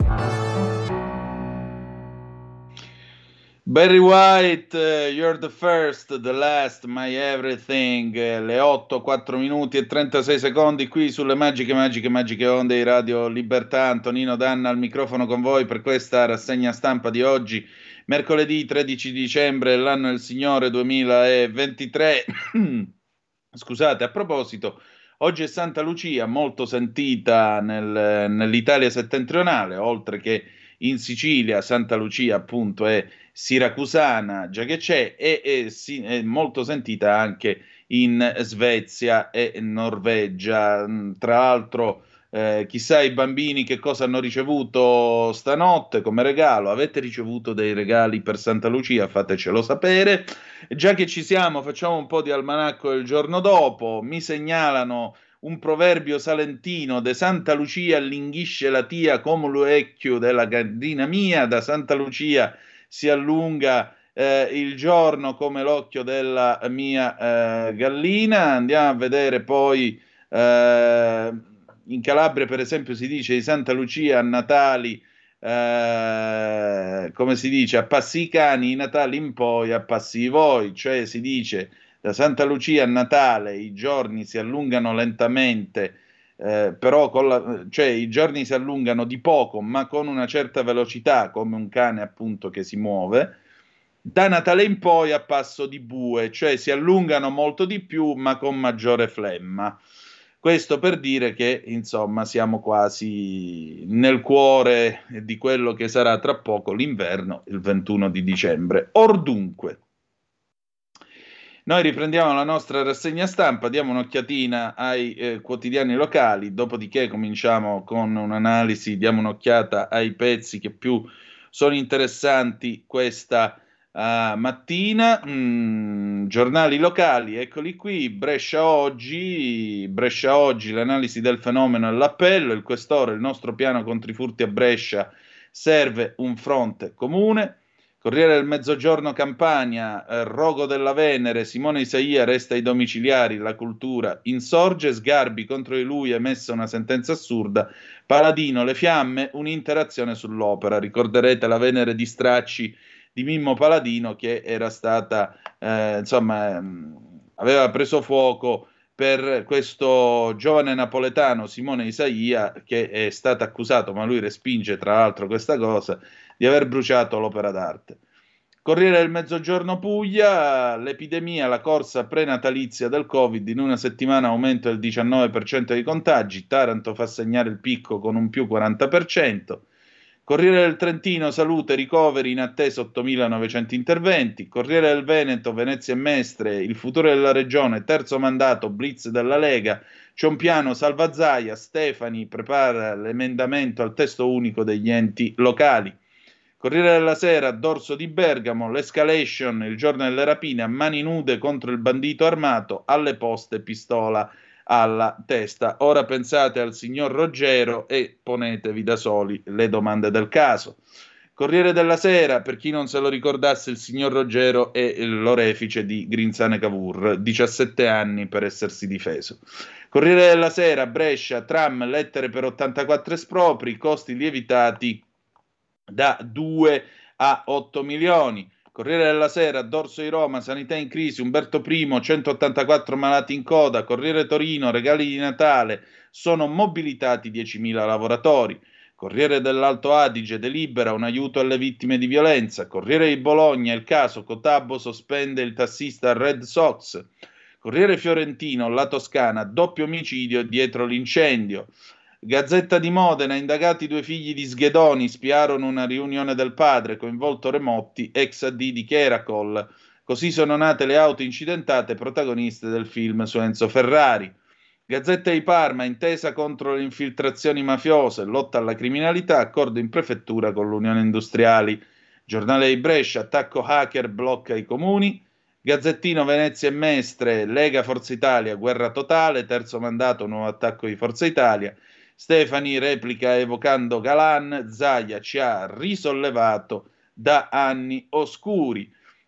Barry White, uh, You're the First, The Last, My Everything, eh, le otto, quattro minuti e trentasei secondi qui sulle magiche, magiche, magiche onde di Radio Libertà. Antonino Danna al microfono con voi per questa rassegna stampa di oggi, mercoledì tredici dicembre, l'anno del Signore duemilaventitré. Scusate, a proposito, oggi è Santa Lucia, molto sentita nel, nell'Italia settentrionale, oltre che in Sicilia. Santa Lucia appunto è siracusana, già che c'è, e è, è molto sentita anche in Svezia e Norvegia. Tra l'altro, eh, chissà i bambini che cosa hanno ricevuto stanotte come regalo. Avete ricevuto dei regali per Santa Lucia? Fatecelo sapere. Già che ci siamo, facciamo un po' di almanacco il giorno dopo. Mi segnalano un proverbio salentino: de Santa Lucia allinghisce la tia come lo ecchio della gardina mia. Da Santa Lucia si allunga eh, il giorno come l'occhio della mia eh, gallina. Andiamo a vedere poi, eh, in Calabria per esempio si dice di Santa Lucia a Natali, eh, come si dice, a passi i cani, i Natali in poi a passi voi, cioè si dice da Santa Lucia a Natale i giorni si allungano lentamente, eh, però con la, cioè i giorni si allungano di poco, ma con una certa velocità, come un cane appunto che si muove. Da Natale in poi a passo di bue, cioè si allungano molto di più, ma con maggiore flemma. Questo per dire che, insomma, siamo quasi nel cuore di quello che sarà tra poco l'inverno, il ventuno di dicembre. Or dunque, noi riprendiamo la nostra rassegna stampa, diamo un'occhiatina ai eh, quotidiani locali, dopodiché cominciamo con un'analisi, diamo un'occhiata ai pezzi che più sono interessanti questa uh, mattina. Mm, giornali locali, eccoli qui. Brescia Oggi, Brescia Oggi, l'analisi del fenomeno e l'appello. Il questore, il nostro piano contro i furti a Brescia, serve un fronte comune. Corriere del Mezzogiorno Campania, eh, Rogo della Venere, Simone Isaia resta ai domiciliari, la cultura insorge, Sgarbi contro di lui emessa una sentenza assurda, Paladino, le fiamme, un'interazione sull'opera. Ricorderete la Venere di Stracci di Mimmo Paladino che era stata, eh, insomma, ehm, aveva preso fuoco per questo giovane napoletano Simone Isaia che è stato accusato, ma lui respinge tra l'altro questa cosa, di aver bruciato l'opera d'arte. Corriere del Mezzogiorno Puglia, l'epidemia, la corsa prenatalizia del Covid, in una settimana aumento del diciannove per cento dei contagi, Taranto fa segnare il picco con un più quaranta per cento. Corriere del Trentino, salute, ricoveri, in attesa ottomilanovecento interventi. Corriere del Veneto, Venezia e Mestre, il futuro della regione, terzo mandato, blitz della Lega, Ciompiano salva Zaia, Stefani prepara l'emendamento al testo unico degli enti locali. Corriere della Sera, Dorso di Bergamo, l'escalation, il giorno delle rapine, a mani nude contro il bandito armato, alle poste pistola alla testa. Ora pensate al signor Roggero e ponetevi da soli le domande del caso. Corriere della Sera, per chi non se lo ricordasse, il signor Roggero è l'orefice di Grinzane Cavour, diciassette anni per essersi difeso. Corriere della Sera, Brescia, tram, lettere per ottantaquattro espropri, costi lievitati da due a otto milioni. Corriere della Sera, Dorso di Roma, sanità in crisi, Umberto I, centottantaquattro malati in coda. Corriere Torino, regali di Natale, sono mobilitati diecimila lavoratori. Corriere dell'Alto Adige, delibera un aiuto alle vittime di violenza. Corriere di Bologna, il caso Cotabbo sospende il tassista Red Sox. Corriere Fiorentino, la Toscana, doppio omicidio dietro l'incendio. Gazzetta di Modena, indagati due figli di Sghedoni, spiarono una riunione del padre, coinvolto Remotti, ex A D di Cheracol. Così sono nate le auto incidentate protagoniste del film su Enzo Ferrari. Gazzetta di Parma, intesa contro le infiltrazioni mafiose, lotta alla criminalità, accordo in prefettura con l'Unione Industriali. Giornale di Brescia, attacco hacker blocca i comuni. Gazzettino Venezia e Mestre, Lega Forza Italia, guerra totale, terzo mandato, nuovo attacco di Forza Italia. Stefani replica evocando Galan, Zaia ci ha risollevato da anni oscuri.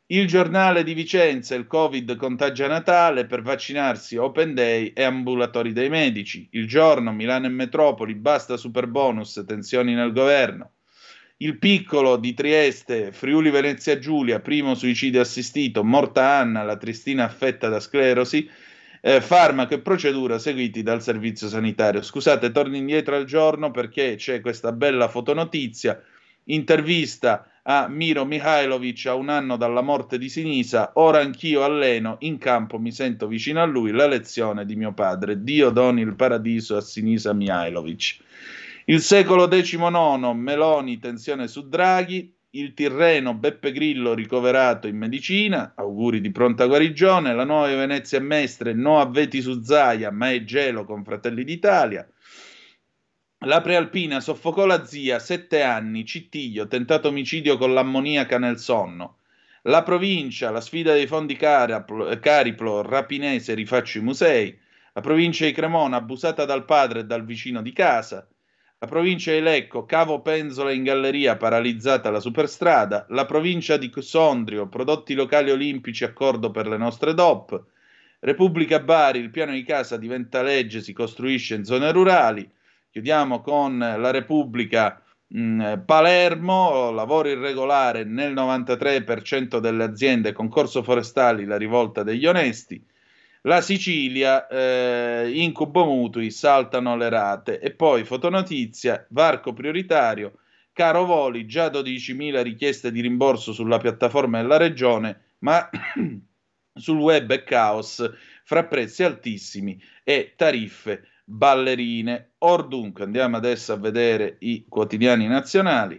Il Giornale di Vicenza, il Covid contagia Natale, per vaccinarsi open day e ambulatori dei medici. Il Giorno, Milano e metropoli, basta superbonus, tensioni nel governo. Il Piccolo di Trieste, Friuli Venezia Giulia, primo suicidio assistito, morta Anna, la tristina affetta da sclerosi, eh, farmaco e procedura seguiti dal servizio sanitario. Scusate, torno indietro al Giorno perché c'è questa bella fotonotizia, intervista a Miro Mihajlovic a un anno dalla morte di Sinisa, ora anch'io alleno, in campo mi sento vicino a lui, la lezione di mio padre, Dio doni il paradiso a Sinisa Mihajlovic. Il Secolo diciannove, Meloni, tensione su Draghi, il Tirreno, Beppe Grillo ricoverato in medicina, auguri di pronta guarigione, la Nuova Venezia e Mestre, no a veti su Zaia, ma è gelo con Fratelli d'Italia. La Prealpina soffocò la zia, sette anni, Cittiglio, tentato omicidio con l'ammoniaca nel sonno. La Provincia, la sfida dei fondi Cariplo, Cariplo Rapinese, rifaccio i musei. La Provincia di Cremona, abusata dal padre e dal vicino di casa. La Provincia di Lecco, cavo penzola in galleria, paralizzata la superstrada. La Provincia di Sondrio, prodotti locali olimpici, accordo per le nostre D O P. Repubblica Bari, il piano di casa diventa legge, si costruisce in zone rurali. Chiudiamo con la Repubblica, mh, Palermo, lavoro irregolare nel novantatré per cento delle aziende, concorso forestali, la rivolta degli onesti. La Sicilia, eh, incubo mutui, saltano le rate. E poi fotonotizia, varco prioritario, caro voli, già dodicimila richieste di rimborso sulla piattaforma della regione, ma sul web è caos, fra prezzi altissimi e tariffe ballerine. Or dunque, andiamo adesso a vedere i quotidiani nazionali.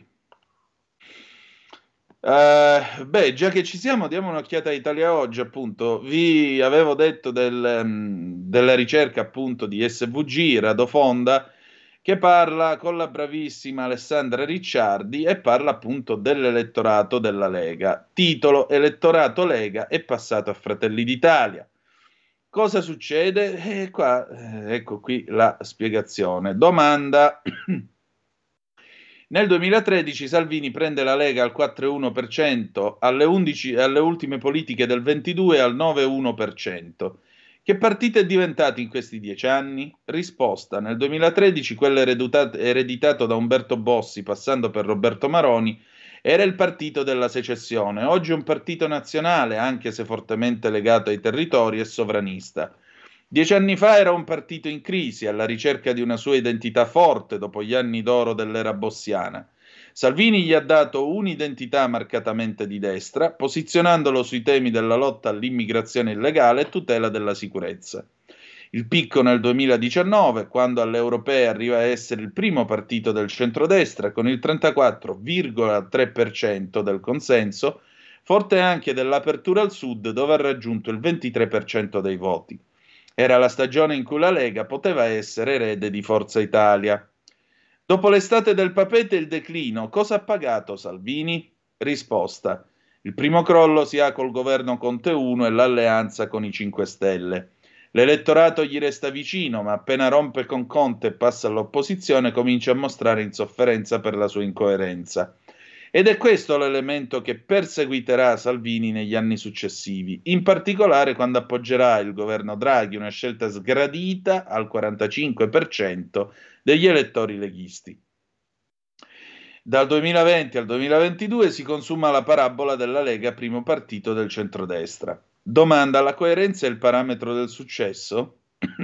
Uh, beh, già che ci siamo, diamo un'occhiata a Italia Oggi, appunto. Vi avevo detto del, um, della ricerca, appunto, di S V G, Radofonda, che parla con la bravissima Alessandra Ricciardi e parla appunto dell'elettorato della Lega. Titolo: Elettorato Lega è passato a Fratelli d'Italia. Cosa succede? Eh, qua, eh, ecco qui la spiegazione. Domanda: nel duemilatredici Salvini prende la Lega al quattro virgola uno per cento, alle, undici, alle ultime politiche del ventidue al nove virgola uno per cento. Che partito è diventato in questi dieci anni? Risposta: nel duemilatredici quello ereditato da Umberto Bossi, passando per Roberto Maroni, era il partito della secessione. Oggi è un partito nazionale, anche se fortemente legato ai territori e sovranista. Dieci anni fa era un partito in crisi, alla ricerca di una sua identità forte dopo gli anni d'oro dell'era bossiana. Salvini gli ha dato un'identità marcatamente di destra, posizionandolo sui temi della lotta all'immigrazione illegale e tutela della sicurezza. Il picco nel duemiladiciannove, quando alle europee arriva a essere il primo partito del centrodestra, con il trentaquattro virgola tre per cento del consenso, forte anche dell'apertura al sud, dove ha raggiunto il ventitré per cento dei voti. Era la stagione in cui la Lega poteva essere erede di Forza Italia. Dopo l'estate del Papete e il declino, cosa ha pagato Salvini? Risposta: il primo crollo si ha col governo Conte uno e l'alleanza con i cinque Stelle. L'elettorato gli resta vicino, ma appena rompe con Conte e passa all'opposizione comincia a mostrare insofferenza per la sua incoerenza. Ed è questo l'elemento che perseguiterà Salvini negli anni successivi, in particolare quando appoggerà il governo Draghi, una scelta sgradita al quarantacinque per cento degli elettori leghisti. Dal duemilaventi al duemilaventidue si consuma la parabola della Lega, primo partito del centrodestra. Domanda: la coerenza è il parametro del successo?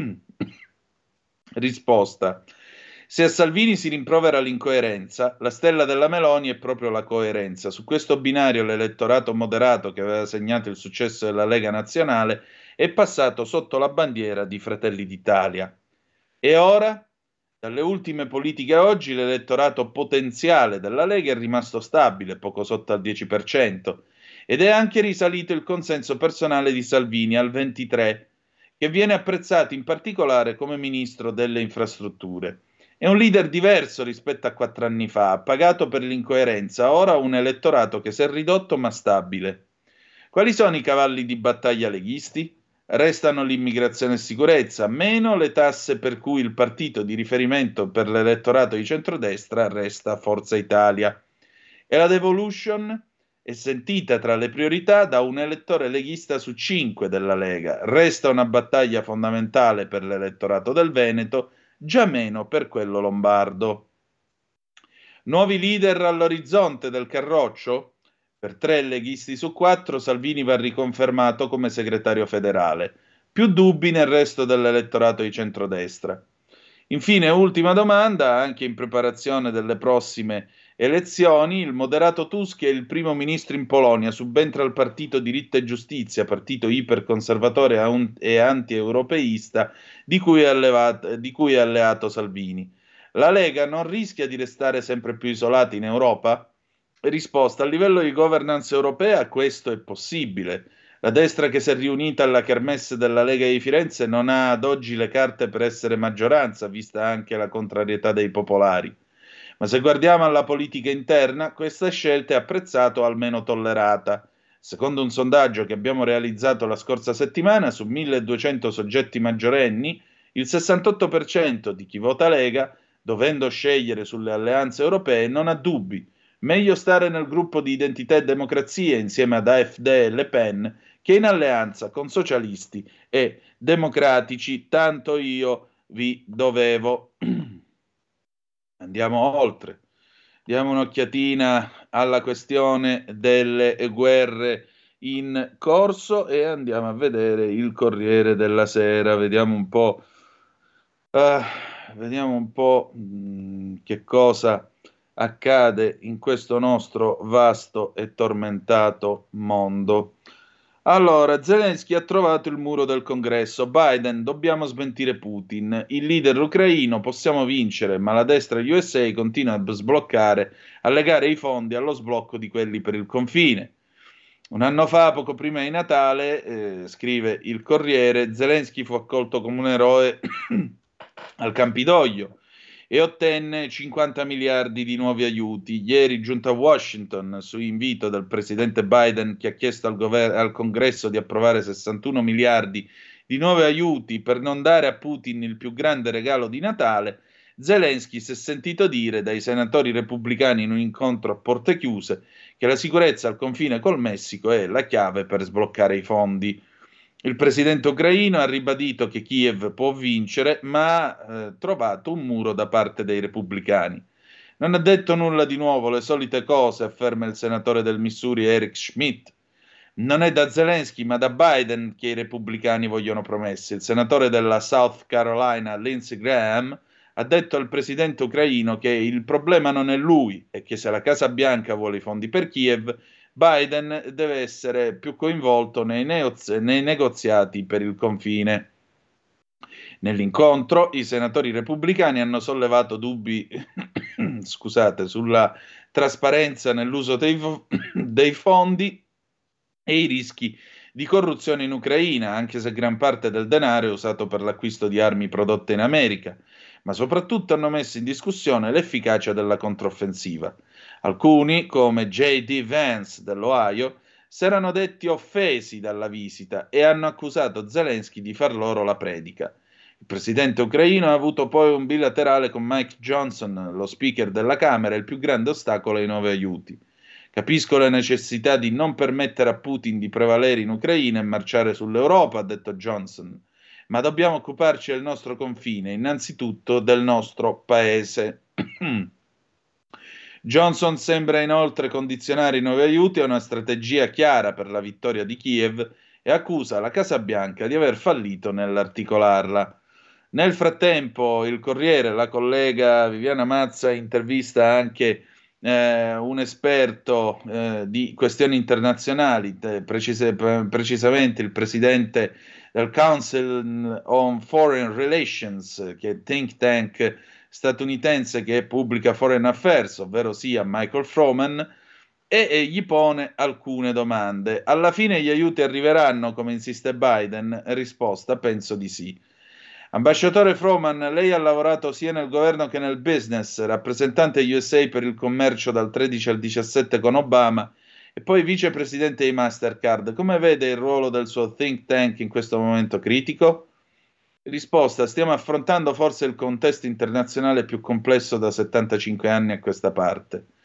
Risposta: se a Salvini si rimprovera l'incoerenza, la stella della Meloni è proprio la coerenza. Su questo binario l'elettorato moderato che aveva segnato il successo della Lega nazionale è passato sotto la bandiera di Fratelli d'Italia. E ora? Dalle ultime politiche a oggi l'elettorato potenziale della Lega è rimasto stabile, poco sotto al dieci per cento, ed è anche risalito il consenso personale di Salvini al ventitré per cento, che viene apprezzato in particolare come ministro delle infrastrutture. È un leader diverso rispetto a quattro anni fa, pagato per l'incoerenza, ora un elettorato che si è ridotto ma stabile. Quali sono i cavalli di battaglia leghisti? Restano l'immigrazione e sicurezza, meno le tasse, per cui il partito di riferimento per l'elettorato di centrodestra resta Forza Italia. E la devolution? è sentita tra le priorità da un elettore leghista su cinque della Lega. Resta una battaglia fondamentale per l'elettorato del Veneto, già meno per quello lombardo. Nuovi leader all'orizzonte del Carroccio? Per tre leghisti su quattro Salvini va riconfermato come segretario federale. Più dubbi nel resto dell'elettorato di centrodestra. Infine, ultima domanda, anche in preparazione delle prossime elezioni, il moderato Tusk è il primo ministro in Polonia, subentra al partito Diritto e Giustizia, partito iperconservatore e anti-europeista di cui è allevato, di cui è alleato Salvini. La Lega non rischia di restare sempre più isolata in Europa? Risposta: a livello di governance europea questo è possibile. La destra che si è riunita alla kermesse della Lega di Firenze non ha ad oggi le carte per essere maggioranza, vista anche la contrarietà dei popolari. Ma se guardiamo alla politica interna, questa scelta è apprezzata o almeno tollerata. Secondo un sondaggio che abbiamo realizzato la scorsa settimana, su milleduecento soggetti maggiorenni, il sessantotto per cento di chi vota Lega, dovendo scegliere sulle alleanze europee, non ha dubbi. Meglio stare nel gruppo di Identità e Democrazia insieme ad A F D e Le Pen che in alleanza con socialisti e democratici, tanto io vi dovevo. Andiamo oltre. Diamo un'occhiatina alla questione delle guerre in corso e andiamo a vedere il Corriere della Sera. Vediamo un po', uh, vediamo un po' mh, che cosa accade in questo nostro vasto e tormentato mondo. Allora, Zelensky ha trovato il muro del congresso. Biden, dobbiamo smentire Putin. Il leader ucraino, possiamo vincere, ma la destra U S A continua a sbloccare, a legare i fondi allo sblocco di quelli per il confine. Un anno fa, poco prima di Natale, eh, scrive il Corriere, Zelensky fu accolto come un eroe al Campidoglio e ottenne cinquanta miliardi di nuovi aiuti. Ieri giunto a Washington su invito del presidente Biden, che ha chiesto al, gover- al Congresso di approvare sessantuno miliardi di nuovi aiuti per non dare a Putin il più grande regalo di Natale, Zelensky si è sentito dire dai senatori repubblicani in un incontro a porte chiuse che la sicurezza al confine col Messico è la chiave per sbloccare i fondi. Il presidente ucraino ha ribadito che Kiev può vincere, ma ha eh, trovato un muro da parte dei repubblicani. Non ha detto nulla di nuovo, le solite cose, afferma il senatore del Missouri Eric Schmidt. Non è da Zelensky, ma da Biden che i repubblicani vogliono promesse. Il senatore della South Carolina, Lindsey Graham, ha detto al presidente ucraino che il problema non è lui e che se la Casa Bianca vuole i fondi per Kiev, Biden deve essere più coinvolto nei, neoz- nei negoziati per il confine. Nell'incontro i senatori repubblicani hanno sollevato dubbi scusate, sulla trasparenza nell'uso dei, fo- dei fondi e i rischi di corruzione in Ucraina, anche se gran parte del denaro è usato per l'acquisto di armi prodotte in America, ma soprattutto hanno messo in discussione l'efficacia della controffensiva. Alcuni, come J D Vance dell'Ohio, si erano detti offesi dalla visita e hanno accusato Zelensky di far loro la predica. Il presidente ucraino ha avuto poi un bilaterale con Mike Johnson, lo speaker della Camera, il più grande ostacolo ai nuovi aiuti. Capisco la necessità di non permettere a Putin di prevalere in Ucraina e marciare sull'Europa, ha detto Johnson, ma dobbiamo occuparci del nostro confine, innanzitutto del nostro paese. Johnson sembra inoltre condizionare i nuovi aiuti a una strategia chiara per la vittoria di Kiev e accusa la Casa Bianca di aver fallito nell'articolarla. Nel frattempo, il Corriere, la collega Viviana Mazza, intervista anche eh, un esperto eh, di questioni internazionali, eh, precise, precisamente il presidente del Council on Foreign Relations, che è think tank statunitense che pubblica Foreign Affairs, ovvero sia Michael Froman, e, e gli pone alcune domande. Alla fine gli aiuti arriveranno, come insiste Biden? Risposta: penso di sì. Ambasciatore Froman, lei ha lavorato sia nel governo che nel business, rappresentante U S A per il commercio dal tredici al diciassette con Obama e poi vicepresidente di Mastercard. Come vede il ruolo del suo think tank in questo momento critico? Risposta: stiamo affrontando forse il contesto internazionale più complesso da settantacinque anni a questa parte.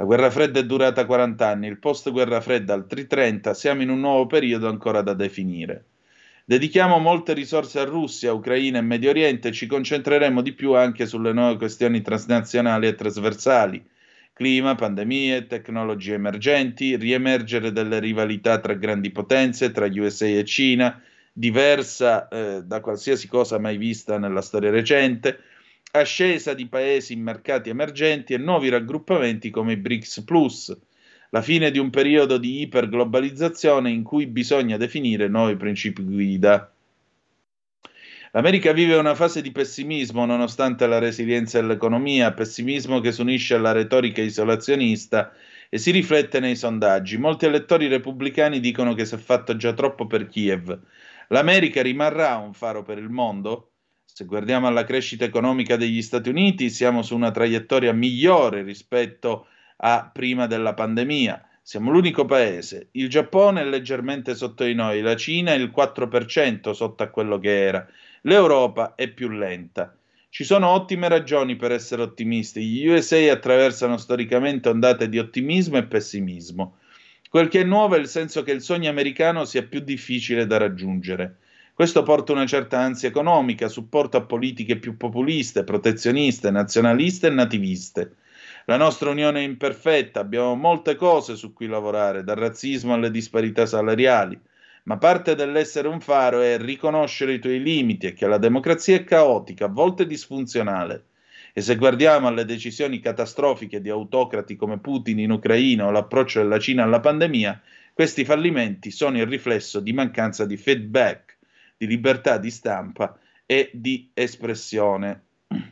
La guerra fredda è durata quaranta anni, il post guerra fredda altri trenta, siamo in un nuovo periodo ancora da definire. Dedichiamo molte risorse a Russia, Ucraina e Medio Oriente, ci concentreremo di più anche sulle nuove questioni transnazionali e trasversali. Clima, pandemie, tecnologie emergenti, riemergere delle rivalità tra grandi potenze, tra U S A e Cina, diversa eh, da qualsiasi cosa mai vista nella storia recente, ascesa di paesi in mercati emergenti e nuovi raggruppamenti come i BRICS Plus, la fine di un periodo di iperglobalizzazione in cui bisogna definire nuovi principi guida. L'America vive una fase di pessimismo nonostante la resilienza dell'economia, pessimismo che si unisce alla retorica isolazionista e si riflette nei sondaggi. Molti elettori repubblicani dicono che si è fatto già troppo per Kiev. L'America rimarrà un faro per il mondo? Se guardiamo alla crescita economica degli Stati Uniti, siamo su una traiettoria migliore rispetto a prima della pandemia. Siamo l'unico paese. Il Giappone è leggermente sotto di noi, la Cina è il quattro per cento sotto a quello che era. L'Europa è più lenta. Ci sono ottime ragioni per essere ottimisti. Gli U S A attraversano storicamente ondate di ottimismo e pessimismo. Quel che è nuovo è il senso che il sogno americano sia più difficile da raggiungere. Questo porta una certa ansia economica, supporto a politiche più populiste, protezioniste, nazionaliste e nativiste. La nostra Unione è imperfetta, abbiamo molte cose su cui lavorare, dal razzismo alle disparità salariali, ma parte dell'essere un faro è riconoscere i tuoi limiti e che la democrazia è caotica, a volte disfunzionale. E se guardiamo alle decisioni catastrofiche di autocrati come Putin in Ucraina o l'approccio della Cina alla pandemia, questi fallimenti sono il riflesso di mancanza di feedback, di libertà di stampa e di espressione.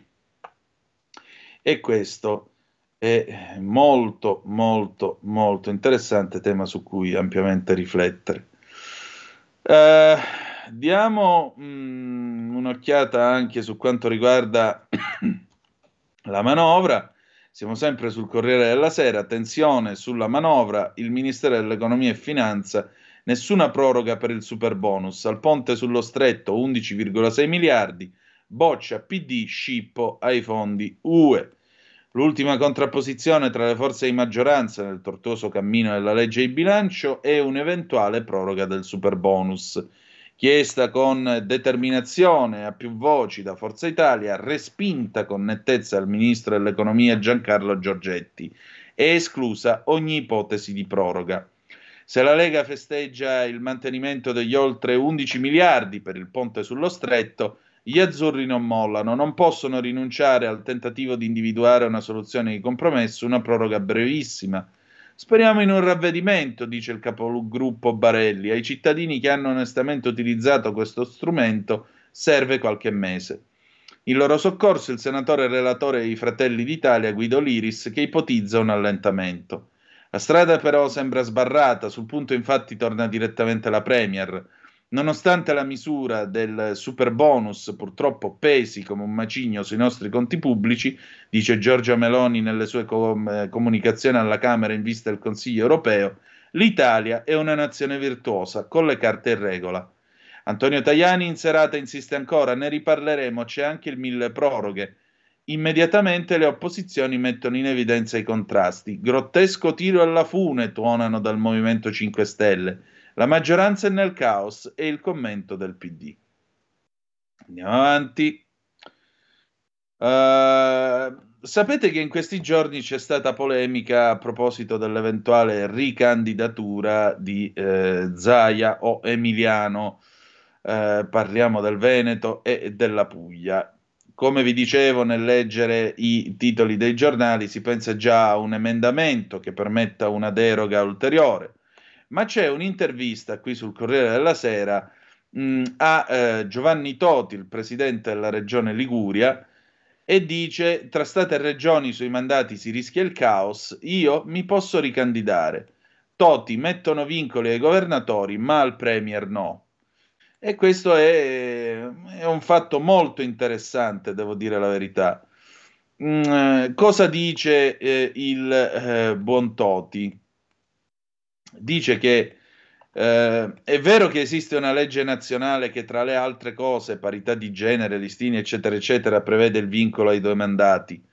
E questo è molto, molto, molto interessante, tema su cui ampiamente riflettere. Uh, diamo mh, un'occhiata anche su quanto riguarda la manovra. Siamo sempre sul Corriere della Sera. Attenzione sulla manovra, il Ministero dell'Economia e Finanza, nessuna proroga per il super bonus, al ponte sullo stretto undici virgola sei miliardi, boccia P D, scippo ai fondi U E. L'ultima contrapposizione tra le forze di maggioranza nel tortuoso cammino della legge di bilancio è un'eventuale proroga del superbonus, chiesta con determinazione a più voci da Forza Italia, respinta con nettezza dal ministro dell'economia Giancarlo Giorgetti e esclusa ogni ipotesi di proroga. Se la Lega festeggia il mantenimento degli oltre undici miliardi per il ponte sullo stretto, gli azzurri non mollano, non possono rinunciare al tentativo di individuare una soluzione di compromesso, una proroga brevissima. Speriamo in un ravvedimento, dice il capogruppo Barelli. Ai cittadini che hanno onestamente utilizzato questo strumento serve qualche mese. In loro soccorso il senatore relatore dei Fratelli d'Italia Guido Liris che ipotizza un allentamento. La strada però sembra sbarrata, sul punto infatti torna direttamente la Premier. Nonostante la misura del super bonus purtroppo pesi come un macigno sui nostri conti pubblici, dice Giorgia Meloni nelle sue com- comunicazioni alla Camera in vista del Consiglio europeo, l'Italia è una nazione virtuosa, con le carte in regola. Antonio Tajani in serata insiste ancora, ne riparleremo, c'è anche il mille proroghe. Immediatamente le opposizioni mettono in evidenza i contrasti. Grottesco tiro alla fune, tuonano dal Movimento cinque Stelle. La maggioranza è nel caos e il commento del P D. Andiamo avanti. Uh, sapete che in questi giorni c'è stata polemica a proposito dell'eventuale ricandidatura di eh, Zaia o Emiliano, uh, parliamo del Veneto e della Puglia. Come vi dicevo nel leggere i titoli dei giornali, si pensa già a un emendamento che permetta una deroga ulteriore. Ma c'è un'intervista qui sul Corriere della Sera mh, a eh, Giovanni Toti, il presidente della regione Liguria, e dice: tra Stato e regioni sui mandati si rischia il caos, io mi posso ricandidare. Toti, mettono vincoli ai governatori, ma al premier no. E questo è, è un fatto molto interessante, devo dire la verità. Mm, cosa dice eh, il eh, buon Toti? Dice che eh, è vero che esiste una legge nazionale che tra le altre cose, parità di genere, listini eccetera eccetera, prevede il vincolo ai due mandati,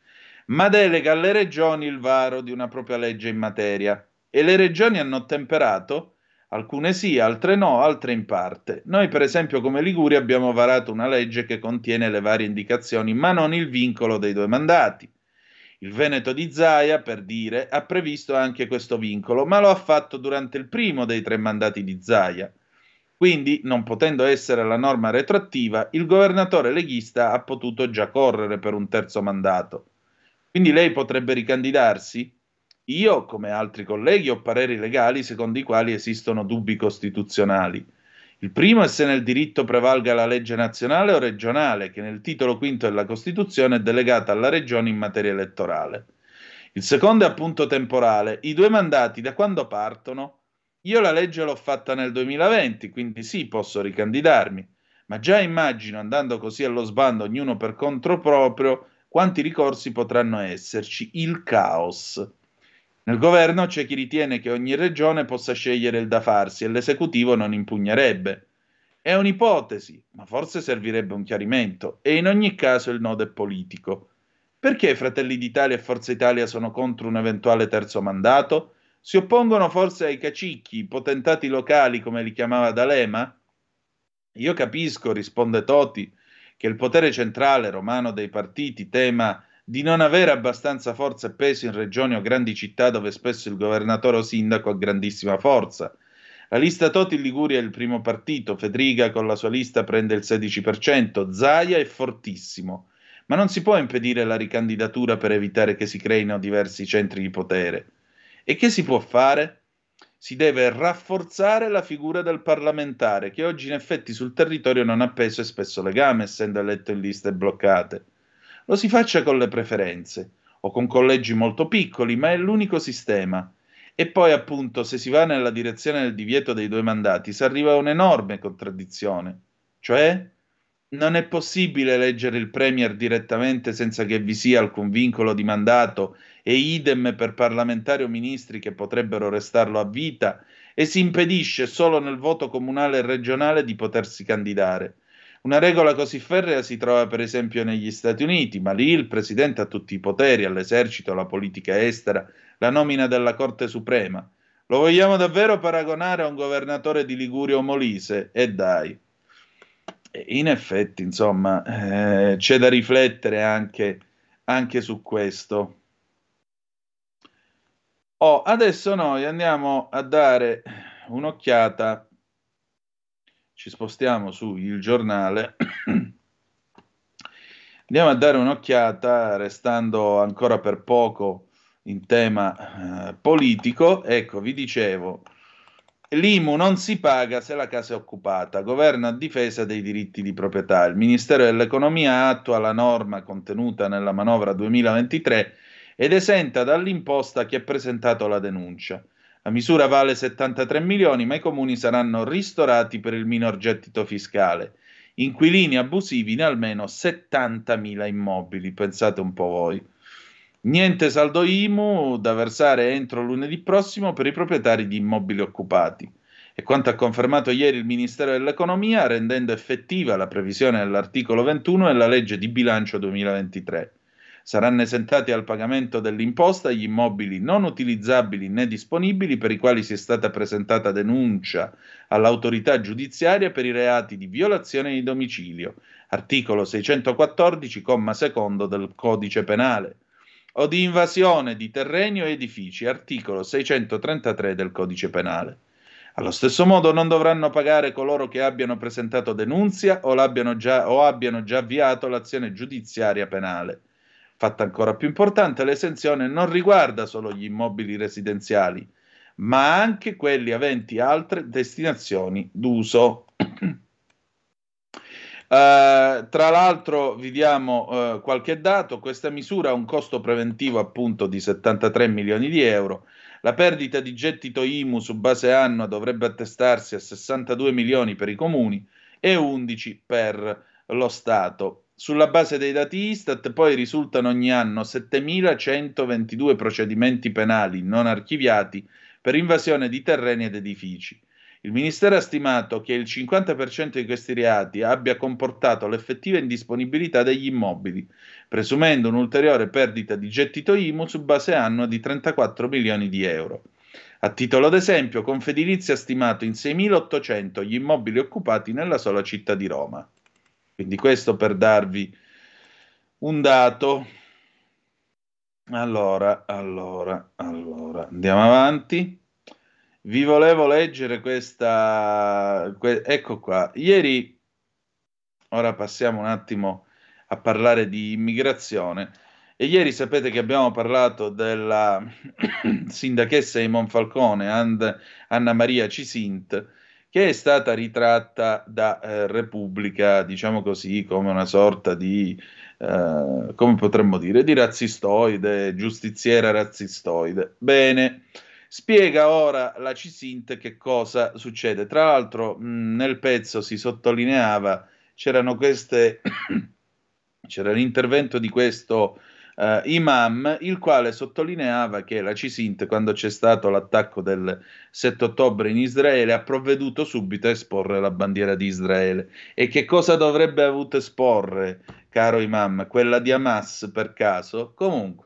ma delega alle regioni il varo di una propria legge in materia. E le regioni hanno ottemperato, alcune sì, altre no, altre in parte. Noi, per esempio, come Liguria abbiamo varato una legge che contiene le varie indicazioni, ma non il vincolo dei due mandati. Il Veneto di Zaia, per dire, ha previsto anche questo vincolo, ma lo ha fatto durante il primo dei tre mandati di Zaia. Quindi, non potendo essere la norma retroattiva, il governatore leghista ha potuto già correre per un terzo mandato. Quindi lei potrebbe ricandidarsi? Io, come altri colleghi, ho pareri legali secondo i quali esistono dubbi costituzionali. Il primo è se nel diritto prevalga la legge nazionale o regionale, che nel titolo quinto della Costituzione è delegata alla regione in materia elettorale. Il secondo è appunto temporale. I due mandati da quando partono? Io la legge l'ho fatta nel duemilaventi, quindi sì, posso ricandidarmi, ma già immagino, andando così allo sbando, ognuno per conto proprio, quanti ricorsi potranno esserci. Il caos. Nel governo c'è chi ritiene che ogni regione possa scegliere il da farsi e l'esecutivo non impugnerebbe. È un'ipotesi, ma forse servirebbe un chiarimento, e in ogni caso il nodo è politico. Perché Fratelli d'Italia e Forza Italia sono contro un eventuale terzo mandato? Si oppongono forse ai cacicchi, potentati locali, come li chiamava D'Alema? Io capisco, risponde Toti, che il potere centrale romano dei partiti tema di non avere abbastanza forza e peso in regioni o grandi città dove spesso il governatore o sindaco ha grandissima forza. La lista Toti in Liguria è il primo partito, Fedriga con la sua lista prende il sedici per cento, Zaia è fortissimo, ma non si può impedire la ricandidatura per evitare che si creino diversi centri di potere. E che si può fare? Si deve rafforzare la figura del parlamentare, che oggi in effetti sul territorio non ha peso e spesso legame, essendo eletto in liste bloccate. Lo si faccia con le preferenze, o con collegi molto piccoli, ma è l'unico sistema. E poi, appunto, se si va nella direzione del divieto dei due mandati, si arriva a un'enorme contraddizione. Cioè, non è possibile eleggere il premier direttamente senza che vi sia alcun vincolo di mandato, e idem per parlamentari o ministri che potrebbero restarlo a vita, e si impedisce solo nel voto comunale e regionale di potersi candidare. Una regola così ferrea si trova per esempio negli Stati Uniti, ma lì il presidente ha tutti i poteri, all'esercito, alla politica estera, la nomina della Corte Suprema. Lo vogliamo davvero paragonare a un governatore di Liguria o Molise? E dai. E in effetti, insomma, eh, c'è da riflettere anche, anche su questo. Oh, adesso noi andiamo a dare un'occhiata, ci spostiamo su Il Giornale, andiamo a dare un'occhiata, restando ancora per poco in tema eh, politico. Ecco, vi dicevo, l'I M U non si paga se la casa è occupata, governo a difesa dei diritti di proprietà. Il Ministero dell'Economia attua la norma contenuta nella manovra duemilaventitré ed esenta dall'imposta chi ha presentato la denuncia. La misura vale settantatré milioni, ma i comuni saranno ristorati per il minor gettito fiscale. Inquilini abusivi in almeno settantamila immobili, pensate un po' voi. Niente saldo I M U da versare entro lunedì prossimo per i proprietari di immobili occupati. E quanto ha confermato ieri il Ministero dell'Economia, rendendo effettiva la previsione dell'articolo ventuno della legge di bilancio duemilaventitré. Saranno esentati dal pagamento dell'imposta gli immobili non utilizzabili né disponibili per i quali sia stata presentata denuncia all'autorità giudiziaria per i reati di violazione di domicilio, articolo seicentoquattordici, comma secondo del Codice Penale, o di invasione di terreni o edifici, articolo seicentotrentatré del Codice Penale. Allo stesso modo non dovranno pagare coloro che abbiano presentato denunzia o, l'abbiano già, o abbiano già avviato l'azione giudiziaria penale. Fatta ancora più importante, l'esenzione non riguarda solo gli immobili residenziali, ma anche quelli aventi altre destinazioni d'uso. Uh, tra l'altro vi diamo uh, qualche dato. Questa misura ha un costo preventivo appunto di settantatré milioni di euro. La perdita di gettito I M U su base annua dovrebbe attestarsi a sessantadue milioni per i comuni e undici per lo Stato. Sulla base dei dati Istat poi risultano ogni anno settemilacentoventidue procedimenti penali non archiviati per invasione di terreni ed edifici. Il Ministero ha stimato che il cinquanta per cento di questi reati abbia comportato l'effettiva indisponibilità degli immobili, presumendo un'ulteriore perdita di gettito I M U su base annua di trentaquattro milioni di euro. A titolo d'esempio, Confedilizia ha stimato in seimilaottocento gli immobili occupati nella sola città di Roma. Quindi questo per darvi un dato. Allora, allora, allora, andiamo avanti. Vi volevo leggere questa, que- ecco qua. Ieri, ora passiamo un attimo a parlare di immigrazione. E ieri sapete che abbiamo parlato della sindachessa di Monfalcone, And- Anna Maria Cisint, che è stata ritratta da eh, Repubblica, diciamo così, come una sorta di, eh, come potremmo dire, di razzistoide, giustiziera razzistoide. Bene. Spiega ora la Cisint che cosa succede. Tra l'altro, mh, nel pezzo si sottolineava, c'erano queste, c'era l'intervento di questo uh, imam, il quale sottolineava che la Cisint, quando c'è stato l'attacco del sette ottobre in Israele, ha provveduto subito a esporre la bandiera di Israele. E che cosa dovrebbe avuto esporre, caro imam? Quella di Hamas, per caso? Comunque.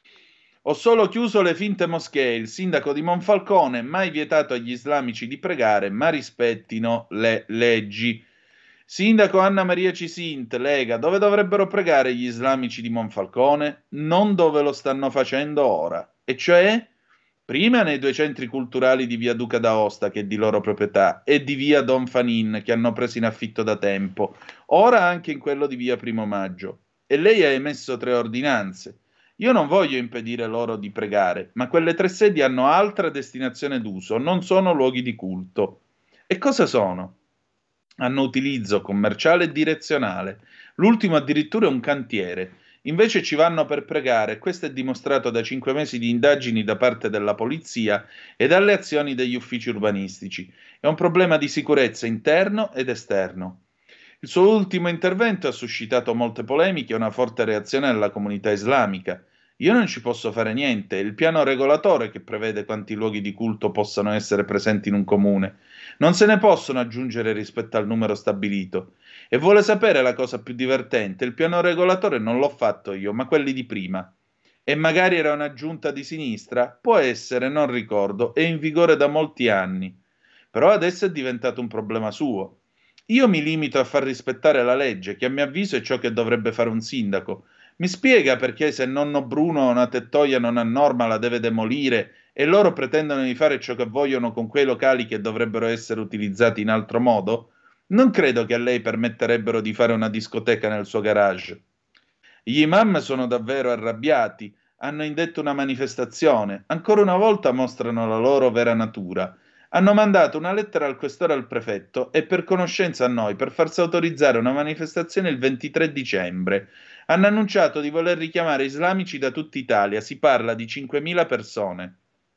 Ho solo chiuso le finte moschee, il sindaco di Monfalcone, mai vietato agli islamici di pregare, ma rispettino le leggi. Sindaco Anna Maria Cisint, Lega, dove dovrebbero pregare gli islamici di Monfalcone? Non dove lo stanno facendo ora, e cioè prima nei due centri culturali di via Duca d'Aosta, che è di loro proprietà, e di via Don Fanin, che hanno preso in affitto da tempo, ora anche in quello di via Primo Maggio. E lei ha emesso tre ordinanze. Io non voglio impedire loro di pregare, ma quelle tre sedi hanno altra destinazione d'uso, non sono luoghi di culto. E cosa sono? Hanno utilizzo commerciale e direzionale. L'ultimo addirittura è un cantiere. Invece ci vanno per pregare, questo è dimostrato da cinque mesi di indagini da parte della polizia e dalle azioni degli uffici urbanistici. È un problema di sicurezza interno ed esterno. Il suo ultimo intervento ha suscitato molte polemiche e una forte reazione della comunità islamica. Io non ci posso fare niente, è il piano regolatore che prevede quanti luoghi di culto possano essere presenti in un comune. Non se ne possono aggiungere rispetto al numero stabilito. E vuole sapere la cosa più divertente? Il piano regolatore non l'ho fatto io, ma quelli di prima. E magari era una giunta di sinistra? Può essere, non ricordo, è in vigore da molti anni. Però adesso è diventato un problema suo. Io mi limito a far rispettare la legge, che a mio avviso è ciò che dovrebbe fare un sindaco. Mi spiega perché se nonno Bruno una tettoia non ha norma la deve demolire e loro pretendono di fare ciò che vogliono con quei locali che dovrebbero essere utilizzati in altro modo? Non credo che a lei permetterebbero di fare una discoteca nel suo garage. Gli imam sono davvero arrabbiati, hanno indetto una manifestazione, ancora una volta mostrano la loro vera natura. Hanno mandato una lettera al questore e al prefetto e per conoscenza a noi per farsi autorizzare una manifestazione il ventitré dicembre. Hanno annunciato di voler richiamare islamici da tutta Italia, si parla di cinquemila persone.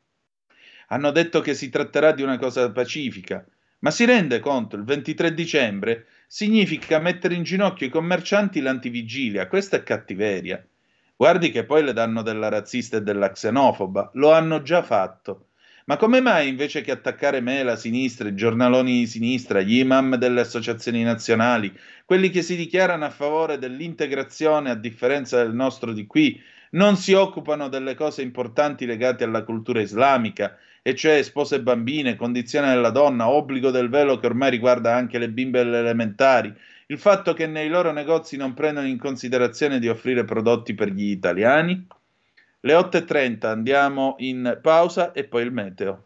Hanno detto che si tratterà di una cosa pacifica. Ma si rende conto, il ventitré dicembre significa mettere in ginocchio i commercianti l'antivigilia, questa è cattiveria. Guardi che poi le danno della razzista e della xenofoba, lo hanno già fatto. Ma come mai invece che attaccare me, la sinistra, i giornaloni di sinistra, gli imam delle associazioni nazionali, quelli che si dichiarano a favore dell'integrazione a differenza del nostro di qui, non si occupano delle cose importanti legate alla cultura islamica, e cioè spose e bambine, condizione della donna, obbligo del velo che ormai riguarda anche le bimbe delle elementari, il fatto che nei loro negozi non prendono in considerazione di offrire prodotti per gli italiani? Le otto e trenta andiamo in pausa e poi il meteo.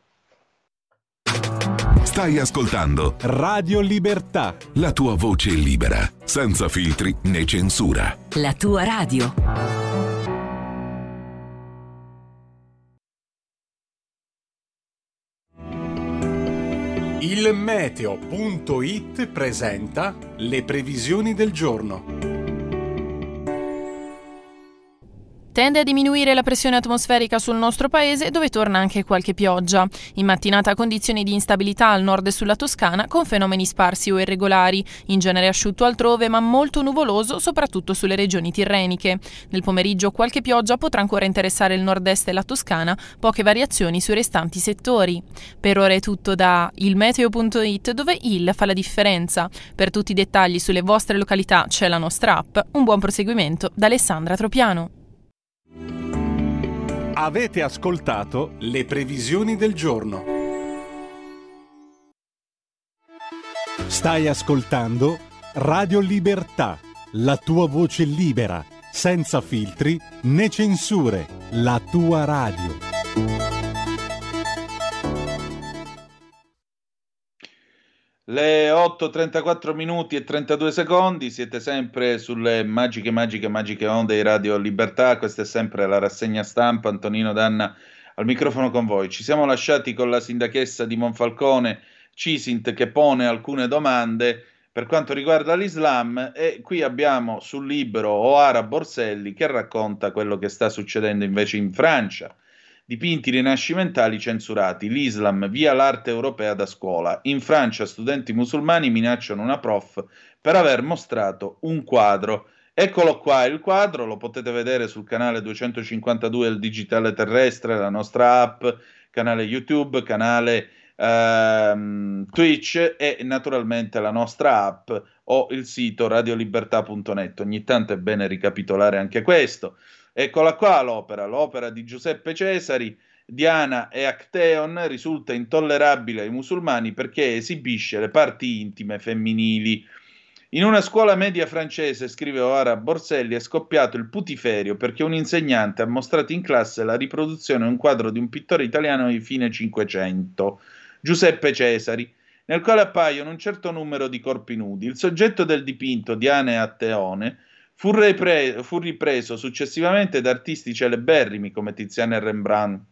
Stai ascoltando Radio Libertà, la tua voce libera, senza filtri né censura. La tua radio. Il meteo punto it presenta le previsioni del giorno. Tende a diminuire la pressione atmosferica sul nostro paese, dove torna anche qualche pioggia. In mattinata condizioni di instabilità al nord e sulla Toscana, con fenomeni sparsi o irregolari. In genere asciutto altrove, ma molto nuvoloso, soprattutto sulle regioni tirreniche. Nel pomeriggio qualche pioggia potrà ancora interessare il nord-est e la Toscana, poche variazioni sui restanti settori. Per ora è tutto da ilmeteo punto it, dove il fa la differenza. Per tutti i dettagli sulle vostre località c'è la nostra app. Un buon proseguimento da Alessandra Tropiano. Avete ascoltato le previsioni del giorno. Stai ascoltando Radio Libertà, la tua voce libera, senza filtri né censure, la tua radio. Le otto e trentaquattro minuti e trentadue secondi, siete sempre sulle magiche, magiche, magiche onde di Radio Libertà. Questa è sempre la rassegna stampa. Antonino Danna al microfono con voi. Ci siamo lasciati con la sindachessa di Monfalcone, Cisint, che pone alcune domande per quanto riguarda l'Islam, e qui abbiamo sul Libero Oara Borselli che racconta quello che sta succedendo invece in Francia. Dipinti rinascimentali censurati, l'Islam via l'arte europea da scuola. In Francia studenti musulmani minacciano una prof per aver mostrato un quadro. Eccolo qua il quadro, lo potete vedere sul canale duecentocinquantadue del Digitale Terrestre, la nostra app, canale YouTube, canale ehm, Twitch e naturalmente la nostra app o il sito radiolibertà punto net. Ogni tanto è bene ricapitolare anche questo. Eccola qua l'opera, l'opera di Giuseppe Cesari, Diana e Acteon, risulta intollerabile ai musulmani perché esibisce le parti intime femminili. In una scuola media francese, scrive Oara Borselli, è scoppiato il putiferio perché un insegnante ha mostrato in classe la riproduzione di un quadro di un pittore italiano di fine Cinquecento, Giuseppe Cesari, nel quale appaiono un certo numero di corpi nudi. Il soggetto del dipinto, Diana e Acteone, Fu, ripre- fu ripreso successivamente da artisti celeberrimi come Tiziano e Rembrandt.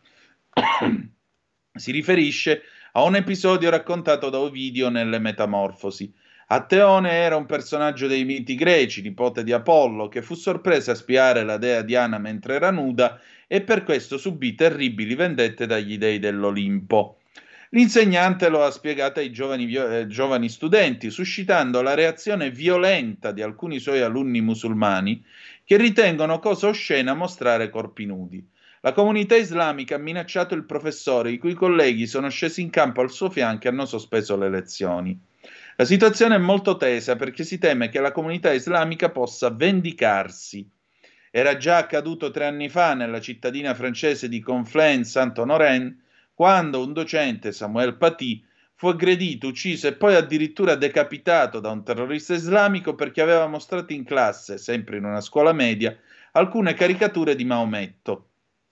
Si riferisce a un episodio raccontato da Ovidio nelle Metamorfosi. Atteone era un personaggio dei miti greci, nipote di Apollo, che fu sorpreso a spiare la dea Diana mentre era nuda e per questo subì terribili vendette dagli dei dell'Olimpo. L'insegnante lo ha spiegato ai giovani, eh, giovani studenti, suscitando la reazione violenta di alcuni suoi alunni musulmani che ritengono cosa oscena mostrare corpi nudi. La comunità islamica ha minacciato il professore, i cui colleghi sono scesi in campo al suo fianco e hanno sospeso le lezioni. La situazione è molto tesa perché si teme che la comunità islamica possa vendicarsi. Era già accaduto tre anni fa nella cittadina francese di Conflans-Saint-Honoré, quando un docente, Samuel Paty, fu aggredito, ucciso e poi addirittura decapitato da un terrorista islamico perché aveva mostrato in classe, sempre in una scuola media, alcune caricature di Maometto.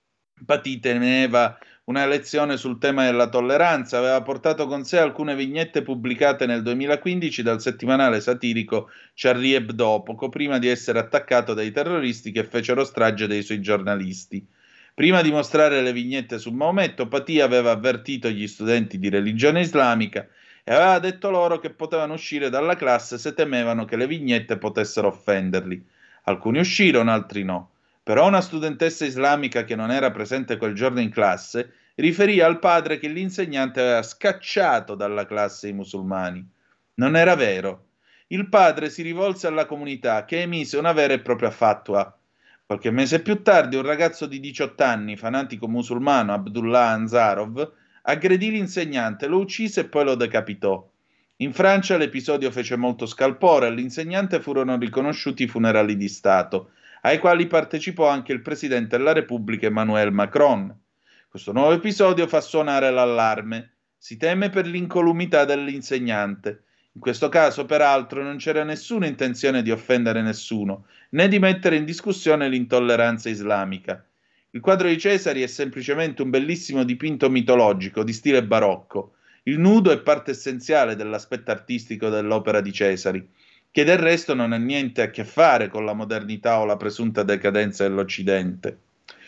Paty teneva una lezione sul tema della tolleranza, aveva portato con sé alcune vignette pubblicate nel duemilaquindici dal settimanale satirico Charlie Hebdo, poco prima di essere attaccato dai terroristi che fecero strage dei suoi giornalisti. Prima di mostrare le vignette su Maometto, Paty aveva avvertito gli studenti di religione islamica e aveva detto loro che potevano uscire dalla classe se temevano che le vignette potessero offenderli. Alcuni uscirono, altri no. Però una studentessa islamica che non era presente quel giorno in classe riferì al padre che l'insegnante aveva scacciato dalla classe i musulmani. Non era vero. Il padre si rivolse alla comunità che emise una vera e propria fatwa. Qualche mese più tardi un ragazzo di diciotto anni, fanatico musulmano, Abdullah Ansarov, aggredì l'insegnante, lo uccise e poi lo decapitò. In Francia l'episodio fece molto scalpore, all'insegnante furono riconosciuti i funerali di Stato, ai quali partecipò anche il presidente della Repubblica Emmanuel Macron. Questo nuovo episodio fa suonare l'allarme. Si teme per l'incolumità dell'insegnante. In questo caso, peraltro, non c'era nessuna intenzione di offendere nessuno, né di mettere in discussione l'intolleranza islamica. Il quadro di Cesari è semplicemente un bellissimo dipinto mitologico di stile barocco. Il nudo è parte essenziale dell'aspetto artistico dell'opera di Cesari, che del resto non ha niente a che fare con la modernità o la presunta decadenza dell'Occidente.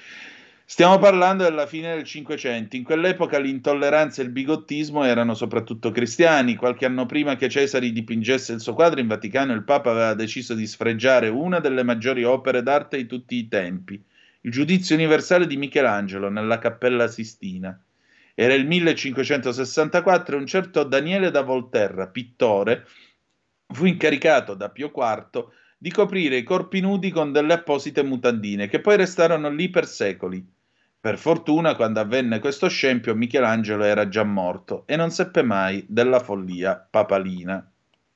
Stiamo parlando della fine del Cinquecento. In quell'epoca l'intolleranza e il bigottismo erano soprattutto cristiani. Qualche anno prima che Cesari dipingesse il suo quadro in Vaticano, il Papa aveva deciso di sfregiare una delle maggiori opere d'arte di tutti i tempi, il Giudizio universale di Michelangelo nella Cappella Sistina. Era il millecinquecentosessantaquattro e un certo Daniele da Volterra, pittore, fu incaricato da Pio quarto di coprire i corpi nudi con delle apposite mutandine, che poi restarono lì per secoli. Per fortuna, quando avvenne questo scempio, Michelangelo era già morto e non seppe mai della follia papalina.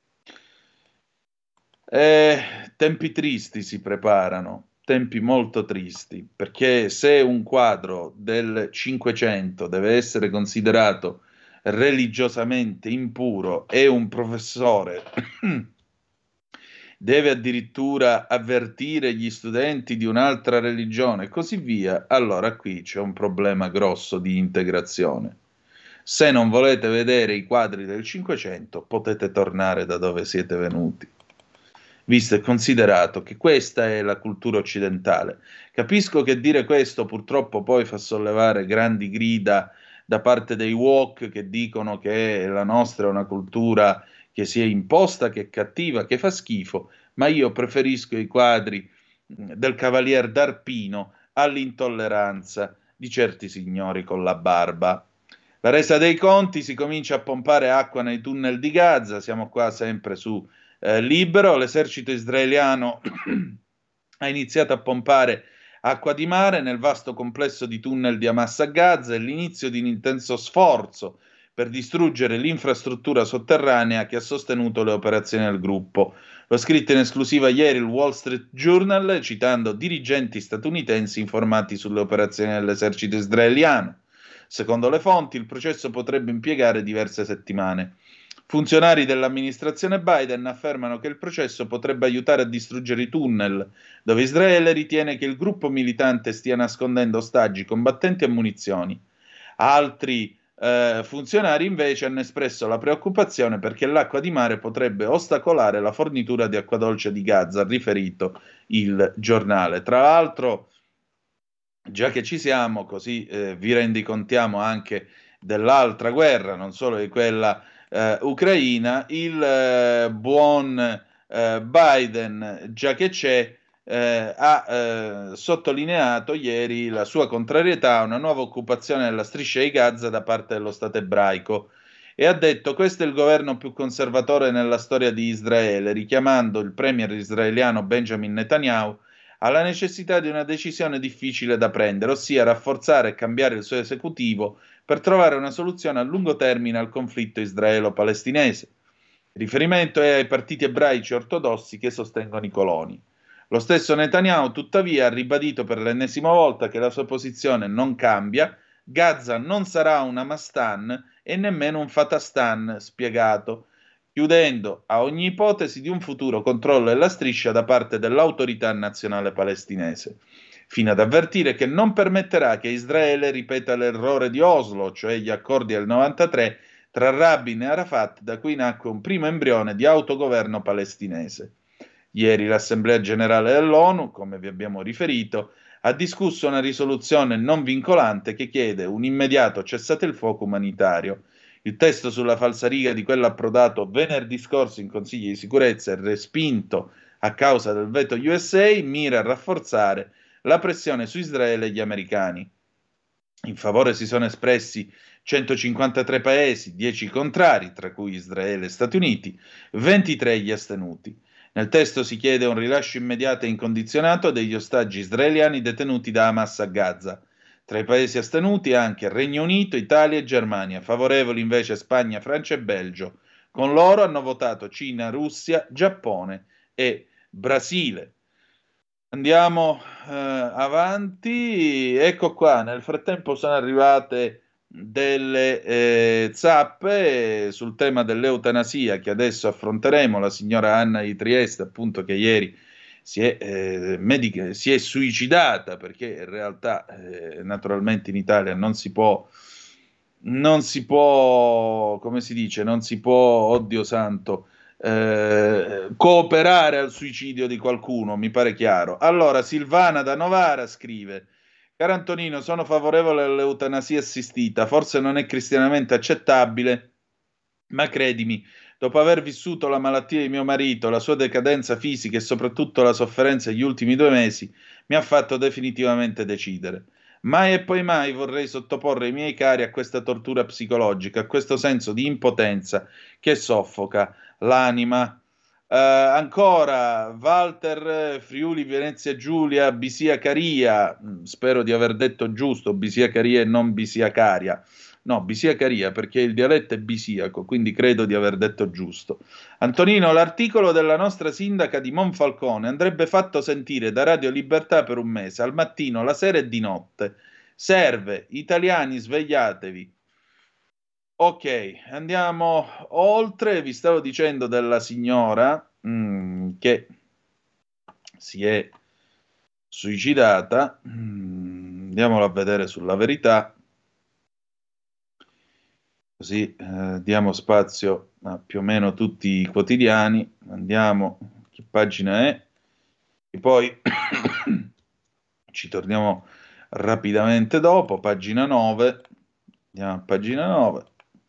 Eh, tempi tristi si preparano, tempi molto tristi, perché se un quadro del Cinquecento deve essere considerato religiosamente impuro e un professore deve addirittura avvertire gli studenti di un'altra religione e così via, allora qui c'è un problema grosso di integrazione. Se non volete vedere i quadri del Cinquecento, potete tornare da dove siete venuti. Visto e considerato che questa è la cultura occidentale. Capisco che dire questo purtroppo poi fa sollevare grandi grida da parte dei woke che dicono che la nostra è una cultura che si è imposta, che è cattiva, che fa schifo, ma io preferisco i quadri del Cavalier d'Arpino all'intolleranza di certi signori con la barba. La resa dei conti: si comincia a pompare acqua nei tunnel di Gaza, siamo qua sempre su eh, Libero, l'esercito israeliano ha iniziato a pompare acqua di mare nel vasto complesso di tunnel di Hamas a Gaza, e l'inizio di un intenso sforzo per distruggere l'infrastruttura sotterranea che ha sostenuto le operazioni del gruppo. Lo ha scritto in esclusiva ieri il Wall Street Journal, citando dirigenti statunitensi informati sulle operazioni dell'esercito israeliano. Secondo le fonti, il processo potrebbe impiegare diverse settimane. Funzionari dell'amministrazione Biden affermano che il processo potrebbe aiutare a distruggere i tunnel, dove Israele ritiene che il gruppo militante stia nascondendo ostaggi, combattenti e munizioni. Altri eh, funzionari invece hanno espresso la preoccupazione perché l'acqua di mare potrebbe ostacolare la fornitura di acqua dolce di Gaza, ha riferito il giornale. Tra l'altro, già che ci siamo, così eh, vi rendicontiamo anche dell'altra guerra, non solo di quella eh, ucraina, il eh, buon eh, Biden, già che c'è, eh, ha eh, sottolineato ieri la sua contrarietà a una nuova occupazione della striscia di Gaza da parte dello Stato ebraico e ha detto: questo è il governo più conservatore nella storia di Israele, richiamando il premier israeliano Benjamin Netanyahu alla necessità di una decisione difficile da prendere, ossia rafforzare e cambiare il suo esecutivo per trovare una soluzione a lungo termine al conflitto israelo-palestinese. Il riferimento è ai partiti ebraici ortodossi che sostengono i coloni. Lo stesso Netanyahu, tuttavia, ha ribadito per l'ennesima volta che la sua posizione non cambia: Gaza non sarà un Hamastan e nemmeno un Fatastan, spiegato, chiudendo a ogni ipotesi di un futuro controllo della striscia da parte dell'autorità nazionale palestinese, fino ad avvertire che non permetterà che Israele ripeta l'errore di Oslo, cioè gli accordi del novantatré tra Rabin e Arafat, da cui nacque un primo embrione di autogoverno palestinese. Ieri l'Assemblea Generale dell'ONU, come vi abbiamo riferito, ha discusso una risoluzione non vincolante che chiede un immediato cessate il fuoco umanitario. Il testo sulla falsariga di quello approdato venerdì scorso in Consiglio di Sicurezza e respinto a causa del veto U S A mira a rafforzare la pressione su Israele e gli americani. In favore si sono espressi centocinquantatré paesi, dieci contrari, tra cui Israele e Stati Uniti, ventitré gli astenuti. Nel testo si chiede un rilascio immediato e incondizionato degli ostaggi israeliani detenuti da Hamas a Gaza. Tra i paesi astenuti anche Regno Unito, Italia e Germania, favorevoli invece Spagna, Francia e Belgio. Con loro hanno votato Cina, Russia, Giappone e Brasile. Andiamo eh, avanti. Ecco qua, nel frattempo sono arrivate delle eh, zappe sul tema dell'eutanasia che adesso affronteremo. La signora Anna di Trieste, appunto, che ieri si è, eh, medica, si è suicidata perché in realtà eh, naturalmente in Italia non si può non si può, come si dice, non si può, oddio santo, eh, cooperare al suicidio di qualcuno, mi pare chiaro. Allora Silvana da Novara scrive: caro Antonino, sono favorevole all'eutanasia assistita, forse non è cristianamente accettabile, ma credimi, Dopo aver vissuto la malattia di mio marito, la sua decadenza fisica e soprattutto la sofferenza degli ultimi due mesi, mi ha fatto definitivamente decidere. Mai e poi mai vorrei sottoporre i miei cari a questa tortura psicologica, a questo senso di impotenza che soffoca l'anima. Uh, ancora Walter Friuli Venezia Giulia Bisia Caria, spero di aver detto giusto Bisia Caria e non Bisia Caria. No, Bisia Caria, perché il dialetto è bisiaco, quindi credo di aver detto giusto. Antonino, l'articolo della nostra sindaca di Monfalcone andrebbe fatto sentire da Radio Libertà per un mese, al mattino, la sera e di notte. Serve, italiani, svegliatevi. Ok, andiamo oltre. Vi stavo dicendo della signora mm, che si è suicidata. Mm, andiamola a vedere sulla Verità. Così eh, diamo spazio a più o meno tutti i quotidiani. Andiamo, che pagina è? E poi ci torniamo rapidamente dopo. Pagina nove. Andiamo a pagina nove.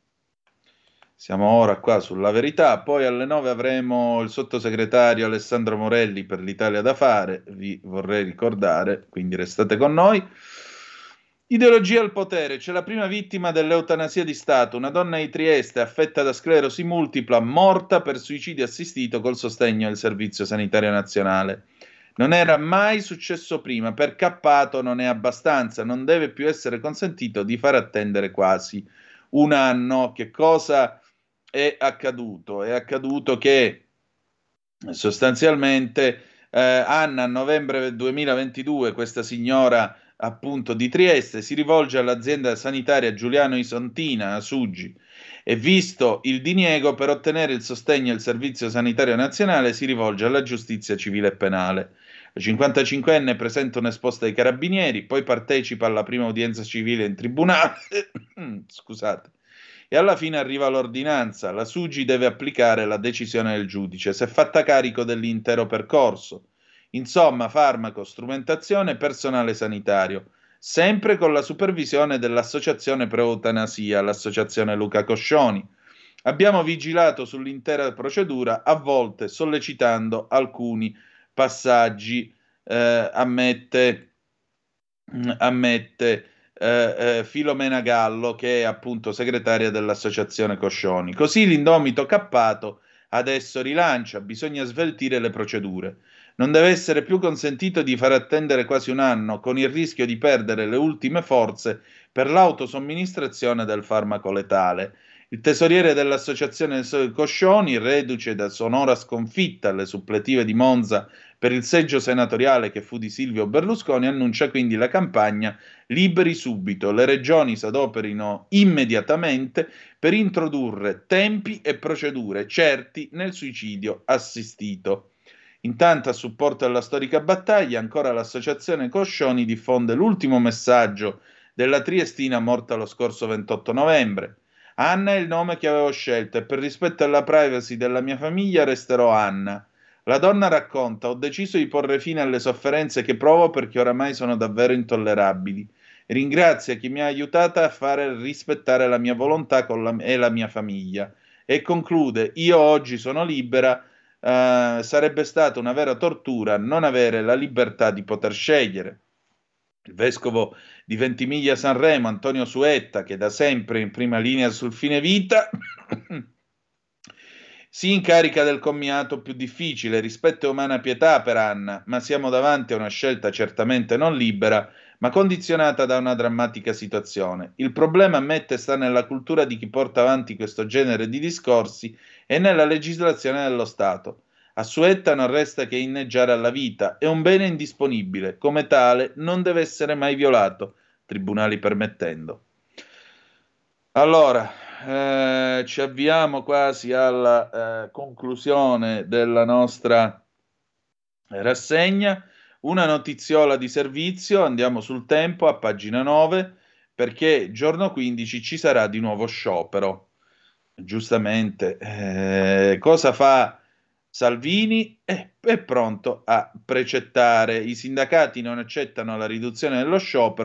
Siamo ora qua sulla Verità. Poi alle nove avremo il sottosegretario Alessandro Morelli per l'Italia da fare. Vi vorrei ricordare, quindi restate con noi. Ideologia al potere, c'è la prima vittima dell'eutanasia di Stato, una donna di Trieste affetta da sclerosi multipla, morta per suicidio assistito col sostegno del Servizio Sanitario Nazionale. Non era mai successo prima, per cappato non è abbastanza, non deve più essere consentito di far attendere quasi un anno. Che cosa è accaduto? È accaduto che sostanzialmente eh, Anna, a novembre duemilaventidue, questa signora appunto di Trieste, si rivolge all'azienda sanitaria Giuliano Isontina, a Suggi, e visto il diniego per ottenere il sostegno del Servizio Sanitario Nazionale si rivolge alla giustizia civile e penale. La cinquantacinquenne presenta un'esposta ai carabinieri, poi partecipa alla prima udienza civile in tribunale, scusate, e alla fine arriva l'ordinanza. La Suggi deve applicare la decisione del giudice, si è fatta carico dell'intero percorso. Insomma, farmaco, strumentazione, personale sanitario, sempre con la supervisione dell'associazione pro-eutanasia, l'associazione Luca Coscioni. Abbiamo vigilato sull'intera procedura, a volte sollecitando alcuni passaggi, eh, ammette, ammette eh, eh, Filomena Gallo, che è appunto segretaria dell'associazione Coscioni. Così l'indomito cappato adesso rilancia, bisogna sveltire le procedure. Non deve essere più consentito di far attendere quasi un anno, con il rischio di perdere le ultime forze per l'autosomministrazione del farmaco letale. Il tesoriere dell'associazione Coscioni, reduce da sonora sconfitta alle suppletive di Monza per il seggio senatoriale che fu di Silvio Berlusconi, annuncia quindi la campagna Liberi subito. Le regioni si adoperino immediatamente per introdurre tempi e procedure certi nel suicidio assistito. Intanto, a supporto della storica battaglia, ancora l'associazione Coscioni diffonde l'ultimo messaggio della triestina morta lo scorso ventotto novembre. Anna è il nome che avevo scelto e per rispetto alla privacy della mia famiglia resterò Anna. La donna racconta: ho deciso di porre fine alle sofferenze che provo perché oramai sono davvero intollerabili. Ringrazio chi mi ha aiutata a fare rispettare la mia volontà con la, e la mia famiglia. E conclude: io oggi sono libera. Uh, sarebbe stata una vera tortura non avere la libertà di poter scegliere. Il vescovo di Ventimiglia Sanremo, Antonio Suetta, che da sempre in prima linea sul fine vita, si incarica del commiato più difficile. Rispetto e umana pietà per Anna, ma siamo davanti a una scelta certamente non libera, ma condizionata da una drammatica situazione. Il problema, ammette, sta nella cultura di chi porta avanti questo genere di discorsi e nella legislazione dello Stato. A Suetta non resta che inneggiare alla vita, è un bene indisponibile, come tale non deve essere mai violato, tribunali permettendo. Allora, eh, ci avviamo quasi alla eh, conclusione della nostra rassegna. Una notiziola di servizio, andiamo sul Tempo a pagina nove, perché giorno quindici ci sarà di nuovo sciopero. Giustamente, eh, cosa fa Salvini? È, è pronto a precettare. I sindacati non accettano la riduzione dello sciopero,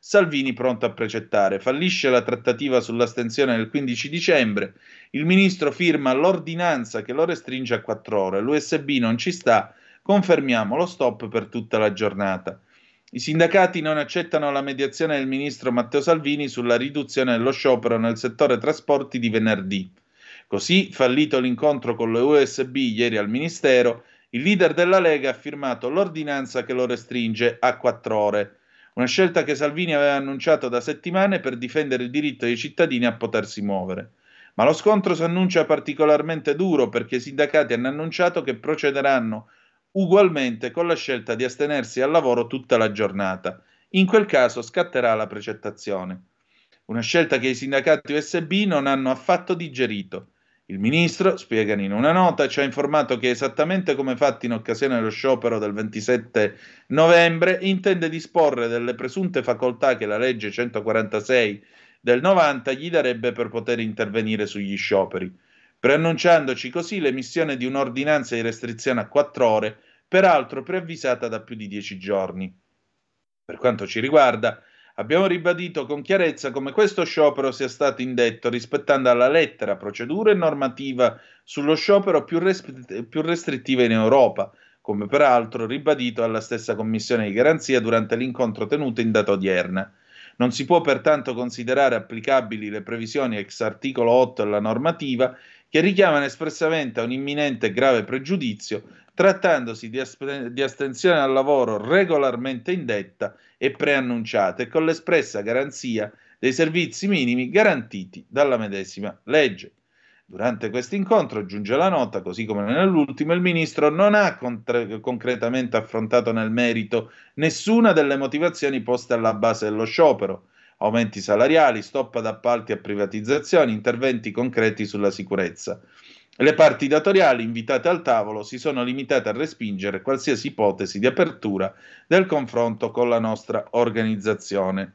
Salvini pronto a precettare. Fallisce la trattativa sull'astensione del quindici dicembre, il ministro firma l'ordinanza che lo restringe a quattro ore, l'U S B non ci sta, confermiamo lo stop per tutta la giornata. I sindacati non accettano la mediazione del ministro Matteo Salvini sulla riduzione dello sciopero nel settore trasporti di venerdì. Così, fallito l'incontro con le U S B ieri al Ministero, il leader della Lega ha firmato l'ordinanza che lo restringe a quattro ore. Una scelta che Salvini aveva annunciato da settimane per difendere il diritto dei cittadini a potersi muovere. Ma lo scontro si annuncia particolarmente duro perché i sindacati hanno annunciato che procederanno ugualmente con la scelta di astenersi al lavoro tutta la giornata. In quel caso scatterà la precettazione. Una scelta che i sindacati U S B non hanno affatto digerito. Il ministro, spiegano in una nota, ci ha informato che esattamente come fatto in occasione dello sciopero del ventisette novembre, intende disporre delle presunte facoltà che la legge centoquarantasei del novanta gli darebbe per poter intervenire sugli scioperi, preannunciandoci così l'emissione di un'ordinanza di restrizione a quattro ore, peraltro preavvisata da più di dieci giorni. Per quanto ci riguarda, abbiamo ribadito con chiarezza come questo sciopero sia stato indetto rispettando alla lettera procedura e normativa sullo sciopero più, res- più restrittiva in Europa, come peraltro ribadito alla stessa Commissione di garanzia durante l'incontro tenuto in data odierna. Non si può pertanto considerare applicabili le previsioni ex articolo otto della normativa che richiamano espressamente a un imminente e grave pregiudizio, trattandosi di, asp- di astensione dal lavoro regolarmente indetta e preannunciata e con l'espressa garanzia dei servizi minimi garantiti dalla medesima legge. Durante questo incontro, giunge la nota, così come nell'ultimo, il ministro non ha contre- concretamente affrontato nel merito nessuna delle motivazioni poste alla base dello sciopero: aumenti salariali, stop ad appalti e privatizzazioni, interventi concreti sulla sicurezza. Le parti datoriali invitate al tavolo si sono limitate a respingere qualsiasi ipotesi di apertura del confronto con la nostra organizzazione.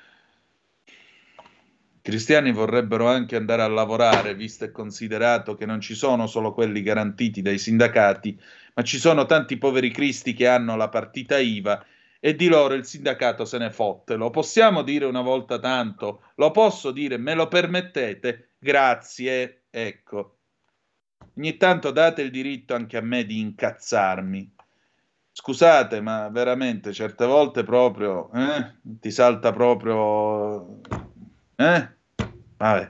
I cristiani vorrebbero anche andare a lavorare, visto e considerato che non ci sono solo quelli garantiti dai sindacati, ma ci sono tanti poveri cristi che hanno la partita I V A e di loro il sindacato se ne fotte. Lo possiamo dire una volta tanto? Lo posso dire? Me lo permettete? Grazie. Ecco. Ogni tanto date il diritto anche a me di incazzarmi. Scusate, ma veramente certe volte proprio eh, ti salta proprio eh? Vabbè.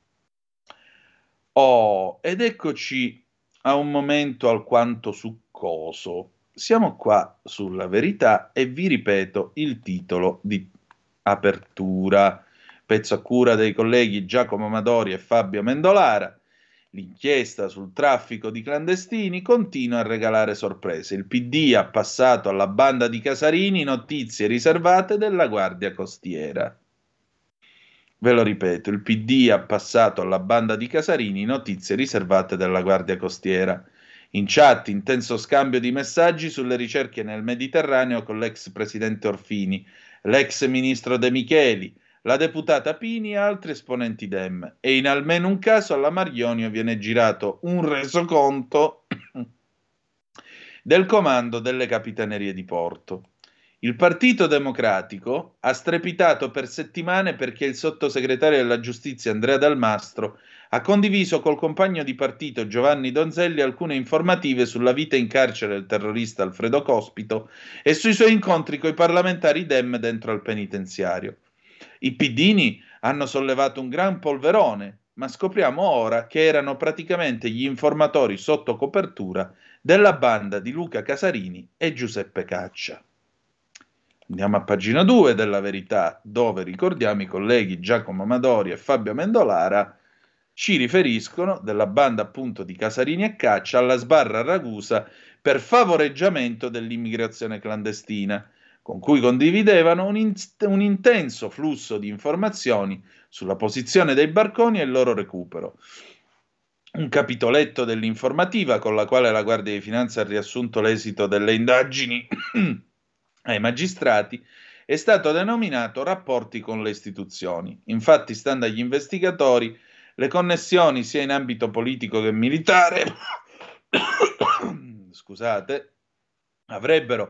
Oh, ed eccoci a un momento alquanto succoso. Siamo qua sulla Verità e vi ripeto il titolo di apertura, pezzo a cura dei colleghi Giacomo Amadori e Fabio Mendolara. L'inchiesta sul traffico di clandestini continua a regalare sorprese. Il P D ha passato alla banda di Casarini notizie riservate della Guardia Costiera. Ve lo ripeto, il P D ha passato alla banda di Casarini notizie riservate della Guardia Costiera. In chat, intenso scambio di messaggi sulle ricerche nel Mediterraneo con l'ex presidente Orfini, l'ex ministro De Micheli, la deputata Pini e altri esponenti Dem. E in almeno un caso alla Marionio viene girato un resoconto del comando delle capitanerie di porto. Il Partito Democratico ha strepitato per settimane perché il sottosegretario della Giustizia Andrea Dal ha condiviso col compagno di partito Giovanni Donzelli alcune informative sulla vita in carcere del terrorista Alfredo Cospito e sui suoi incontri coi parlamentari Dem dentro al penitenziario. I pidini hanno sollevato un gran polverone, ma scopriamo ora che erano praticamente gli informatori sotto copertura della banda di Luca Casarini e Giuseppe Caccia. Andiamo a pagina due della Verità, dove ricordiamo i colleghi Giacomo Amadori e Fabio Mendolara ci riferiscono della banda appunto di Casarini e Caccia alla sbarra Ragusa per favoreggiamento dell'immigrazione clandestina, con cui condividevano un, in- un intenso flusso di informazioni sulla posizione dei barconi e il loro recupero. Un capitoletto dell'informativa con la quale la Guardia di Finanza ha riassunto l'esito delle indagini ai magistrati è stato denominato rapporti con le istituzioni. Infatti, stando agli investigatori, le connessioni sia in ambito politico che militare scusate, avrebbero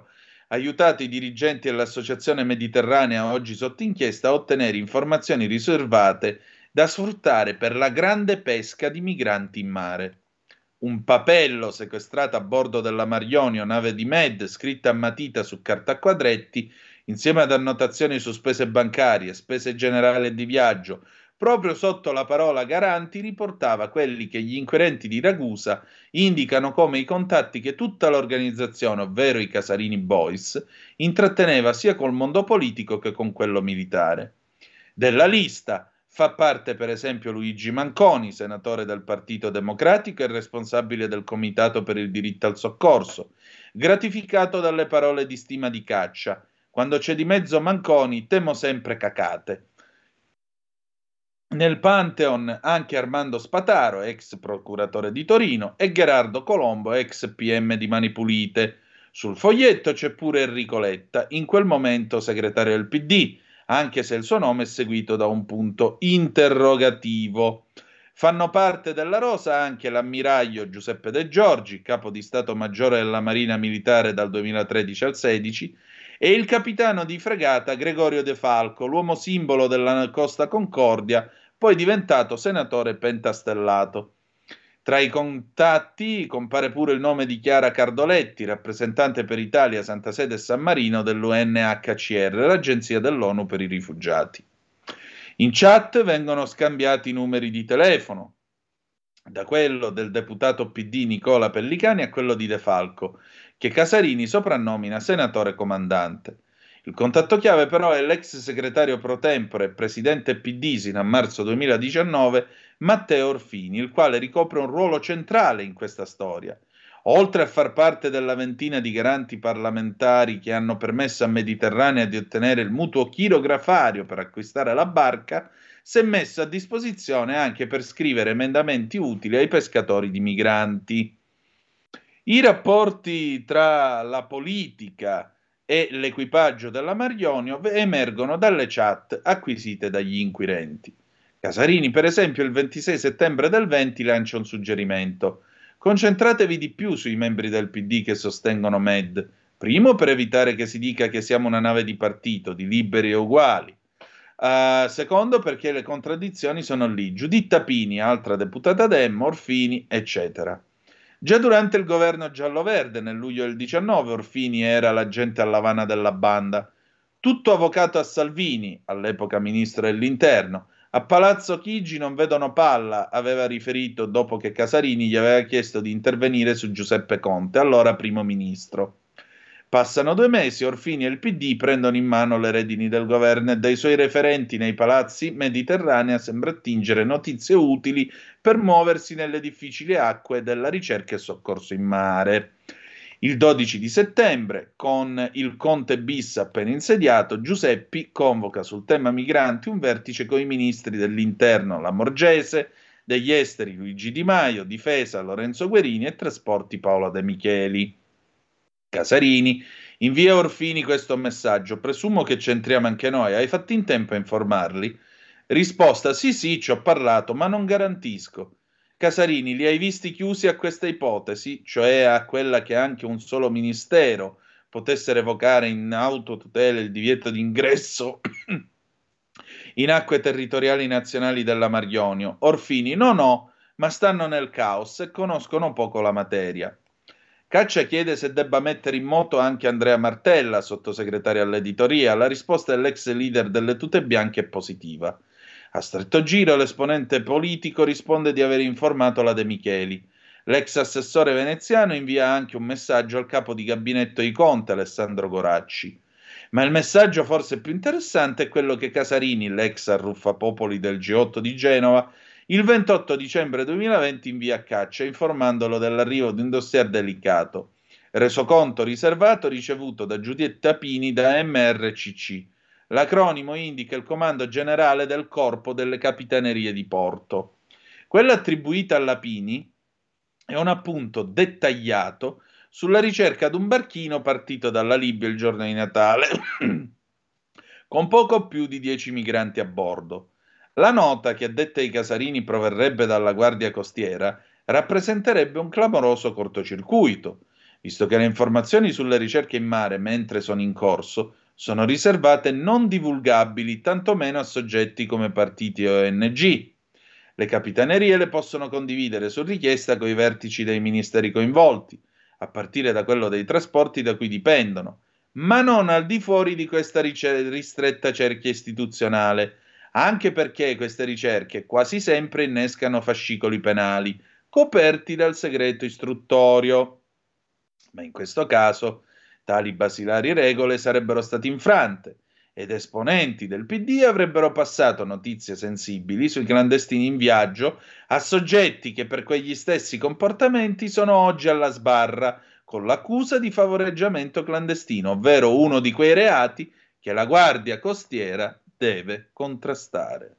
aiutato i dirigenti dell'Associazione Mediterranea, oggi sotto inchiesta, a ottenere informazioni riservate da sfruttare per la grande pesca di migranti in mare. Un papello sequestrato a bordo della Marionio, nave di Med, scritta a matita su carta a quadretti, insieme ad annotazioni su spese bancarie, spese generali di viaggio, proprio sotto la parola garanti, riportava quelli che gli inquirenti di Ragusa indicano come i contatti che tutta l'organizzazione, ovvero i Casarini Boys, intratteneva sia col mondo politico che con quello militare. Della lista fa parte per esempio Luigi Manconi, senatore del Partito Democratico e responsabile del Comitato per il diritto al soccorso, gratificato dalle parole di stima di Caccia: quando c'è di mezzo Manconi temo sempre cacate. Nel Pantheon anche Armando Spataro, ex procuratore di Torino, e Gherardo Colombo, ex P M di Mani Pulite. Sul foglietto c'è pure Enrico Letta, in quel momento segretario del P D, anche se il suo nome è seguito da un punto interrogativo. Fanno parte della rosa anche l'ammiraglio Giuseppe De Giorgi, capo di Stato Maggiore della Marina Militare dal duemilatredici al sedici, e il capitano di fregata Gregorio De Falco, l'uomo simbolo della Costa Concordia, poi diventato senatore pentastellato. Tra i contatti compare pure il nome di Chiara Cardoletti, rappresentante per Italia, Santa Sede e San Marino dell'U N H C R, l'agenzia dell'ONU per i rifugiati. In chat vengono scambiati i numeri di telefono, da quello del deputato P D Nicola Pellicani a quello di De Falco, che Casarini soprannomina senatore comandante. Il contatto chiave però è l'ex segretario pro tempore e presidente P D sino a marzo duemiladiciannove, Matteo Orfini, il quale ricopre un ruolo centrale in questa storia. Oltre a far parte della ventina di garanti parlamentari che hanno permesso a Mediterranea di ottenere il mutuo chirografario per acquistare la barca, si è messo a disposizione anche per scrivere emendamenti utili ai pescatori di migranti. I rapporti tra la politica e l'equipaggio della Marionio emergono dalle chat acquisite dagli inquirenti. Casarini, per esempio, il ventisei settembre del venti lancia un suggerimento: concentratevi di più sui membri del P D che sostengono Med, primo per evitare che si dica che siamo una nave di partito, di liberi e uguali, uh, secondo perché le contraddizioni sono lì, Giuditta Pini, altra deputata Dem, Orfini, eccetera. Già durante il governo giallo-verde, nel luglio del diciannove, Orfini era l'agente all'Avana della banda. Tutto avvocato a Salvini, all'epoca ministro dell'Interno. A Palazzo Chigi non vedono palla, aveva riferito dopo che Casarini gli aveva chiesto di intervenire su Giuseppe Conte, allora primo ministro. Passano due mesi, Orfini e il P D prendono in mano le redini del governo e dai suoi referenti nei palazzi Mediterranea sembra attingere notizie utili per muoversi nelle difficili acque della ricerca e soccorso in mare. Il dodici di settembre, con il Conte bis appena insediato, Giuseppi convoca sul tema migranti un vertice con i ministri dell'Interno Lamorgese, degli Esteri Luigi Di Maio, Difesa Lorenzo Guerini e Trasporti Paola De Micheli. Casarini invia a Orfini questo messaggio: presumo che c'entriamo anche noi, hai fatto in tempo a informarli? Risposta: sì sì, ci ho parlato, ma non garantisco. Casarini, li hai visti chiusi a questa ipotesi, cioè a quella che anche un solo ministero potesse revocare in autotutela il divieto di ingresso in acque territoriali nazionali della Marionio? Orfini: no no, ma stanno nel caos e conoscono poco la materia. Caccia chiede se debba mettere in moto anche Andrea Martella, sottosegretario all'editoria. La risposta dell'ex leader delle Tute Bianche è positiva. A stretto giro l'esponente politico risponde di aver informato la De Micheli. L'ex assessore veneziano invia anche un messaggio al capo di gabinetto di Conte, Alessandro Goracci. Ma il messaggio forse più interessante è quello che Casarini, l'ex arruffapopoli del G otto di Genova, il ventotto dicembre duemilaventi invia a Caccia informandolo dell'arrivo di un dossier delicato, resoconto riservato ricevuto da Giudietta Pini da M R C C. L'acronimo indica il comando generale del corpo delle capitanerie di porto. Quella attribuita alla Pini è un appunto dettagliato sulla ricerca di un barchino partito dalla Libia il giorno di Natale, con poco più di dieci migranti a bordo. La nota, che a detta ai Casarini proverrebbe dalla Guardia Costiera, rappresenterebbe un clamoroso cortocircuito. visto che le informazioni sulle ricerche in mare mentre sono in corso sono riservate non divulgabili, tantomeno a soggetti come partiti o O N G. Le capitanerie le possono condividere su richiesta coi vertici dei ministeri coinvolti, a partire da quello dei trasporti da cui dipendono, ma non al di fuori di questa ricer- ristretta cerchia istituzionale, anche perché queste ricerche quasi sempre innescano fascicoli penali, coperti dal segreto istruttorio. Ma in questo caso tali basilari regole sarebbero state infrante ed esponenti del P D avrebbero passato notizie sensibili sui clandestini in viaggio a soggetti che per quegli stessi comportamenti sono oggi alla sbarra con l'accusa di favoreggiamento clandestino, ovvero uno di quei reati che la Guardia Costiera deve contrastare.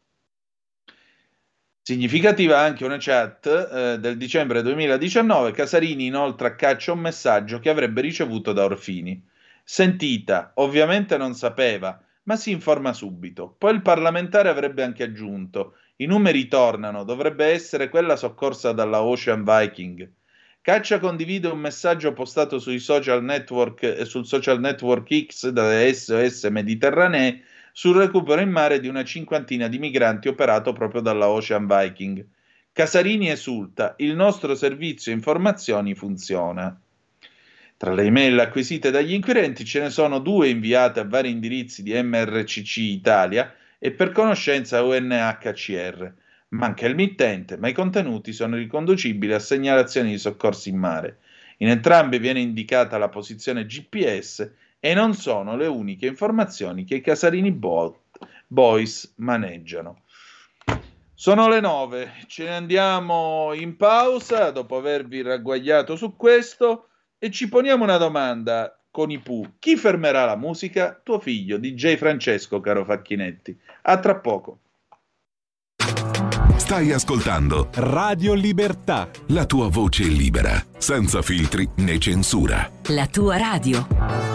Significativa anche una chat eh, del dicembre duemiladiciannove. Casarini inoltre caccia un messaggio che avrebbe ricevuto da Orfini. Sentita, ovviamente non sapeva, ma si informa subito. Poi il parlamentare avrebbe anche aggiunto: i numeri tornano, dovrebbe essere quella soccorsa dalla Ocean Viking. Caccia condivide un messaggio postato sui social network e sul social network X da S O S Mediterranee sul recupero in mare di una cinquantina di migranti operato proprio dalla Ocean Viking. Casarini esulta: il nostro servizio informazioni funziona. Tra le email acquisite dagli inquirenti ce ne sono due inviate a vari indirizzi di M R C C Italia e per conoscenza U N H C R. Manca il mittente, ma i contenuti sono riconducibili a segnalazioni di soccorsi in mare. In entrambi viene indicata la posizione G P S e non sono le uniche informazioni che i Casarini Boys maneggiano. Sono le nove, ce ne andiamo in pausa dopo avervi ragguagliato su questo e ci poniamo una domanda con i Pooh. Chi fermerà la musica? Tuo figlio, D J Francesco, caro Facchinetti. A tra poco. Stai ascoltando Radio Libertà, la tua voce libera, senza filtri né censura. La tua radio.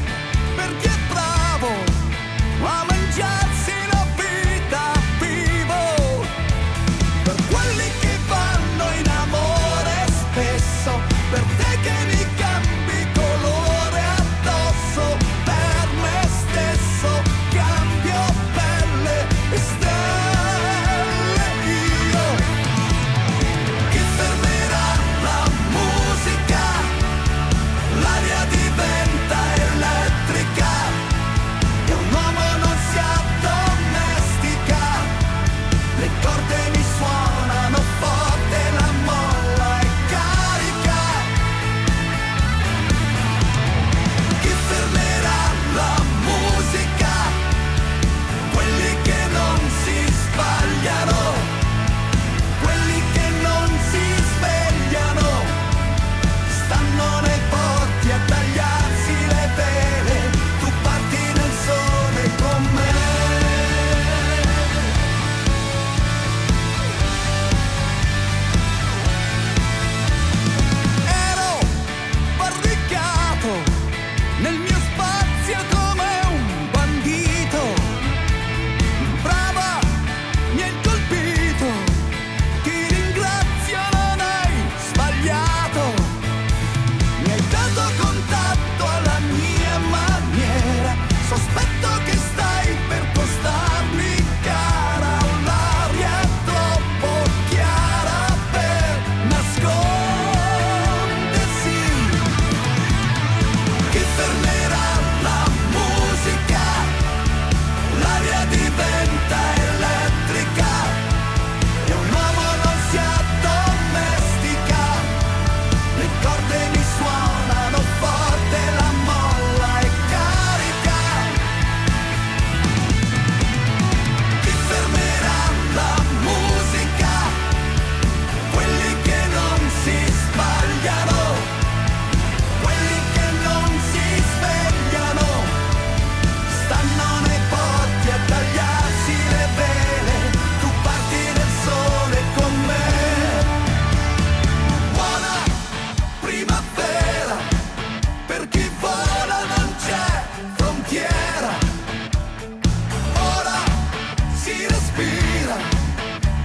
Perché è bravo a mangiarsi la vita viva.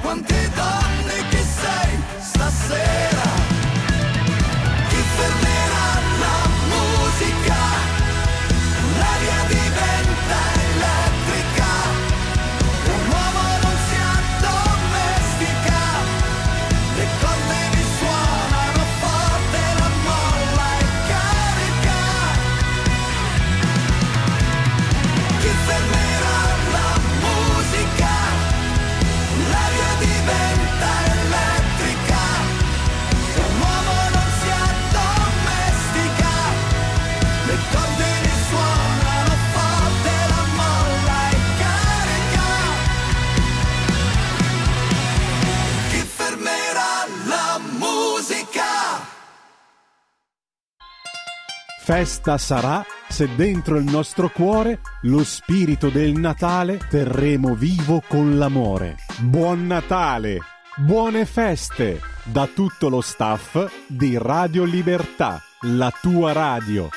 Quante donne che sei stasera? Chi fermerà la musica? L'aria diventa elettrica, un uomo non si addomestica, le corde risuonano forte, la molla è carica. Chi fermerà la musica? L'aria diventa elettrica, un uomo non si addomestica, le corde risuonano forte, la molla è carica. Chi fermerà la musica? Festa sarà se dentro il nostro cuore lo spirito del Natale terremo vivo con l'amore. Buon Natale, buone feste da tutto lo staff di Radio Libertà, la tua radio.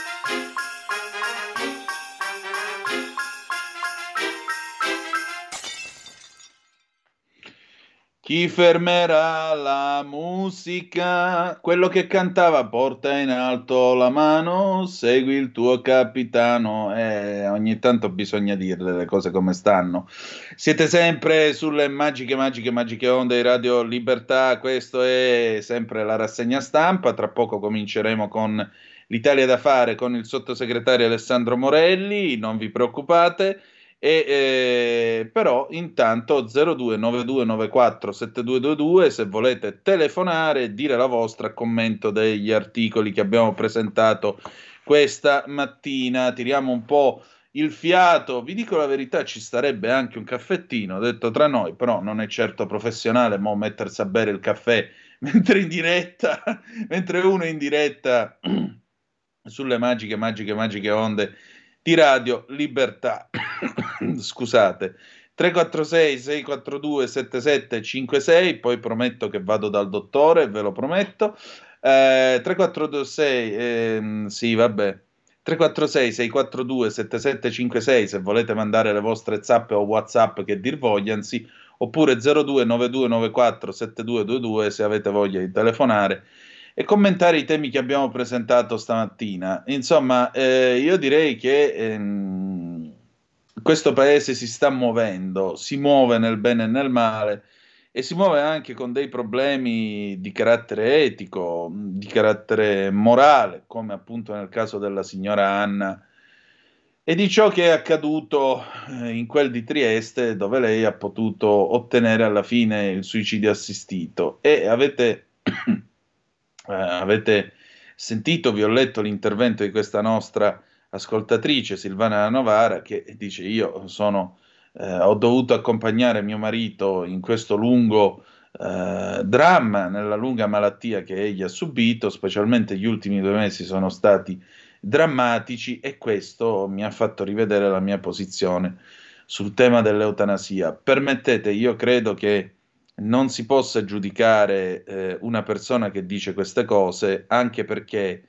Chi fermerà la musica? Quello che cantava porta in alto la mano, segui il tuo capitano. E ogni tanto bisogna dirle le cose come stanno. Siete sempre sulle magiche, magiche, magiche onde di Radio Libertà. Questo è sempre la rassegna stampa. Tra poco cominceremo con l'Italia da fare con il sottosegretario Alessandro Morelli. Non vi preoccupate. E, eh, però intanto zero due nove due nove quattro sette due due due se volete telefonare e dire la vostra a commento degli articoli che abbiamo presentato questa mattina. Tiriamo un po' il fiato, vi dico la verità, ci starebbe anche un caffettino, detto tra noi, però non è certo professionale mo mettersi a bere il caffè mentre in diretta mentre uno è in diretta sulle magiche magiche magiche onde di Radio Libertà. Scusate, tre quattro sei sei quattro due sette sette cinque sei, poi prometto che vado dal dottore, ve lo prometto. eh, tre quattro sei ehm, sì vabbè tre quattro sei sei quattro due sette sette cinque sei se volete mandare le vostre zappe o WhatsApp che dir vogliansi, oppure zero due nove due nove quattro sette due due due se avete voglia di telefonare e commentare i temi che abbiamo presentato stamattina. Insomma, eh, io direi che ehm, questo paese si sta muovendo, si muove nel bene e nel male e si muove anche con dei problemi di carattere etico, di carattere morale, come appunto nel caso della signora Anna e di ciò che è accaduto eh, in quel di Trieste, dove lei ha potuto ottenere alla fine il suicidio assistito. E avete... Uh, avete sentito, vi ho letto l'intervento di questa nostra ascoltatrice Silvana Novara che dice: io sono, eh, ho dovuto accompagnare mio marito in questo lungo eh, dramma, nella lunga malattia che egli ha subito, specialmente gli ultimi due mesi sono stati drammatici e questo mi ha fatto rivedere la mia posizione sul tema dell'eutanasia. Permettete, io credo che non si possa giudicare eh, una persona che dice queste cose, anche perché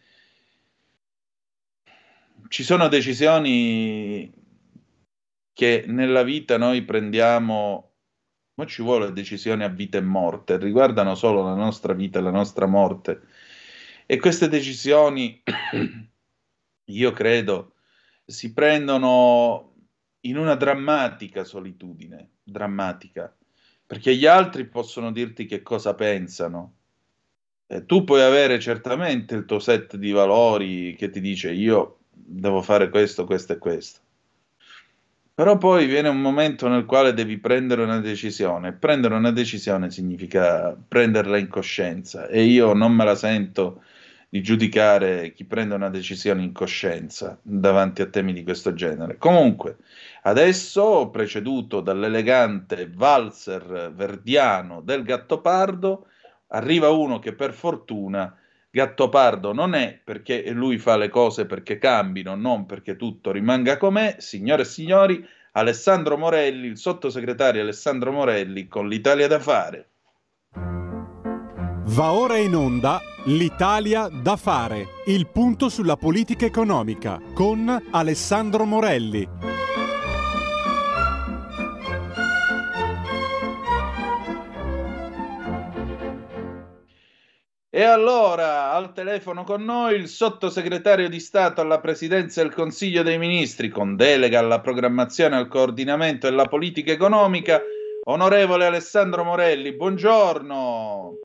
ci sono decisioni che nella vita noi prendiamo, ma ci vuole decisioni a vita e morte, riguardano solo la nostra vita e la nostra morte, e queste decisioni io credo si prendono in una drammatica solitudine, drammatica, perché gli altri possono dirti che cosa pensano. Eh, tu puoi avere certamente il tuo set di valori che ti dice io devo fare questo, questo e questo. Però poi viene un momento nel quale devi prendere una decisione. Prendere una decisione significa prenderla in coscienza e io non me la sento di giudicare chi prende una decisione in coscienza davanti a temi di questo genere. Comunque, adesso, preceduto dall'elegante valzer verdiano del Gattopardo, arriva uno che per fortuna Gattopardo non è, perché lui fa le cose perché cambino, non perché tutto rimanga com'è. Signore e signori, Alessandro Morelli, il sottosegretario Alessandro Morelli con l'Italia da fare. Va ora in onda l'Italia da fare, il punto sulla politica economica con Alessandro Morelli. E allora al telefono con noi il sottosegretario di Stato alla Presidenza del Consiglio dei Ministri con delega alla programmazione, al coordinamento e alla politica economica, onorevole Alessandro Morelli. Buongiorno.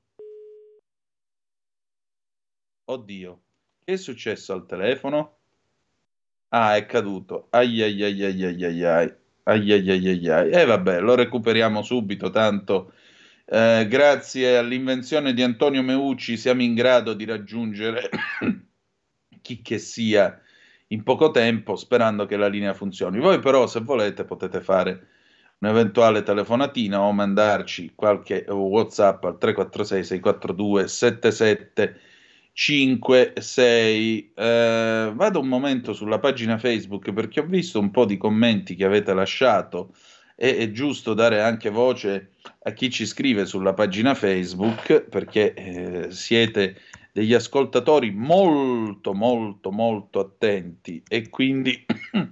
Oddio, che è successo al telefono? Ah, è caduto. Ai ai ai ai ai ai ai. Ai ai ai ai ai. E vabbè, lo recuperiamo subito, tanto eh, grazie all'invenzione di Antonio Meucci siamo in grado di raggiungere chi che sia in poco tempo, sperando che la linea funzioni. Voi però, se volete, potete fare un'eventuale telefonatina o mandarci qualche WhatsApp al tre quattro sei sei quattro due sette sette cinque sei. Eh, vado un momento sulla pagina Facebook perché ho visto un po' di commenti che avete lasciato e è giusto dare anche voce a chi ci scrive sulla pagina Facebook perché eh, siete degli ascoltatori molto molto molto attenti e quindi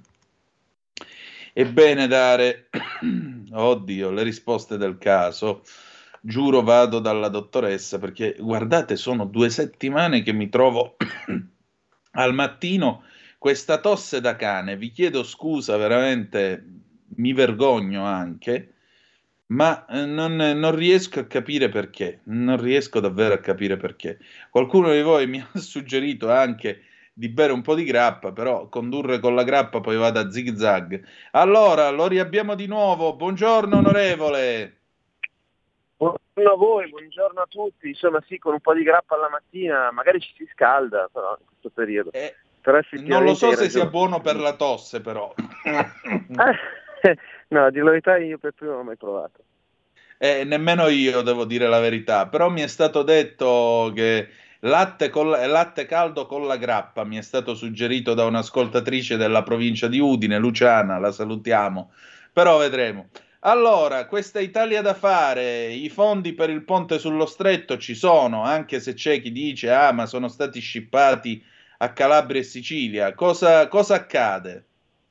è bene dare oddio le risposte del caso. Giuro vado dalla dottoressa perché guardate sono due settimane che mi trovo al mattino questa tosse da cane, vi chiedo scusa veramente, mi vergogno anche, ma eh, non, non riesco a capire perché, non riesco davvero a capire perché. Qualcuno di voi mi ha suggerito anche di bere un po' di grappa, però condurre con la grappa poi vado a zig zag. Allora, lo riabbiamo di nuovo. Buongiorno onorevole. Buongiorno a voi, buongiorno a tutti. Insomma, sì, con un po' di grappa alla mattina, magari ci si scalda però in questo periodo. Eh, però non lo so hai se ragione. sia buono per la tosse, però. Eh, no, a dire la verità io per primo non ho mai provato. Eh, nemmeno io devo dire la verità, però mi è stato detto che latte, con la- latte caldo con la grappa mi è stato suggerito da un'ascoltatrice della provincia di Udine, Luciana, la salutiamo, però vedremo. Allora, questa Italia da fare, i fondi per il ponte sullo stretto ci sono, anche se c'è chi dice, ah, ma sono stati scippati a Calabria e Sicilia. Cosa, cosa accade?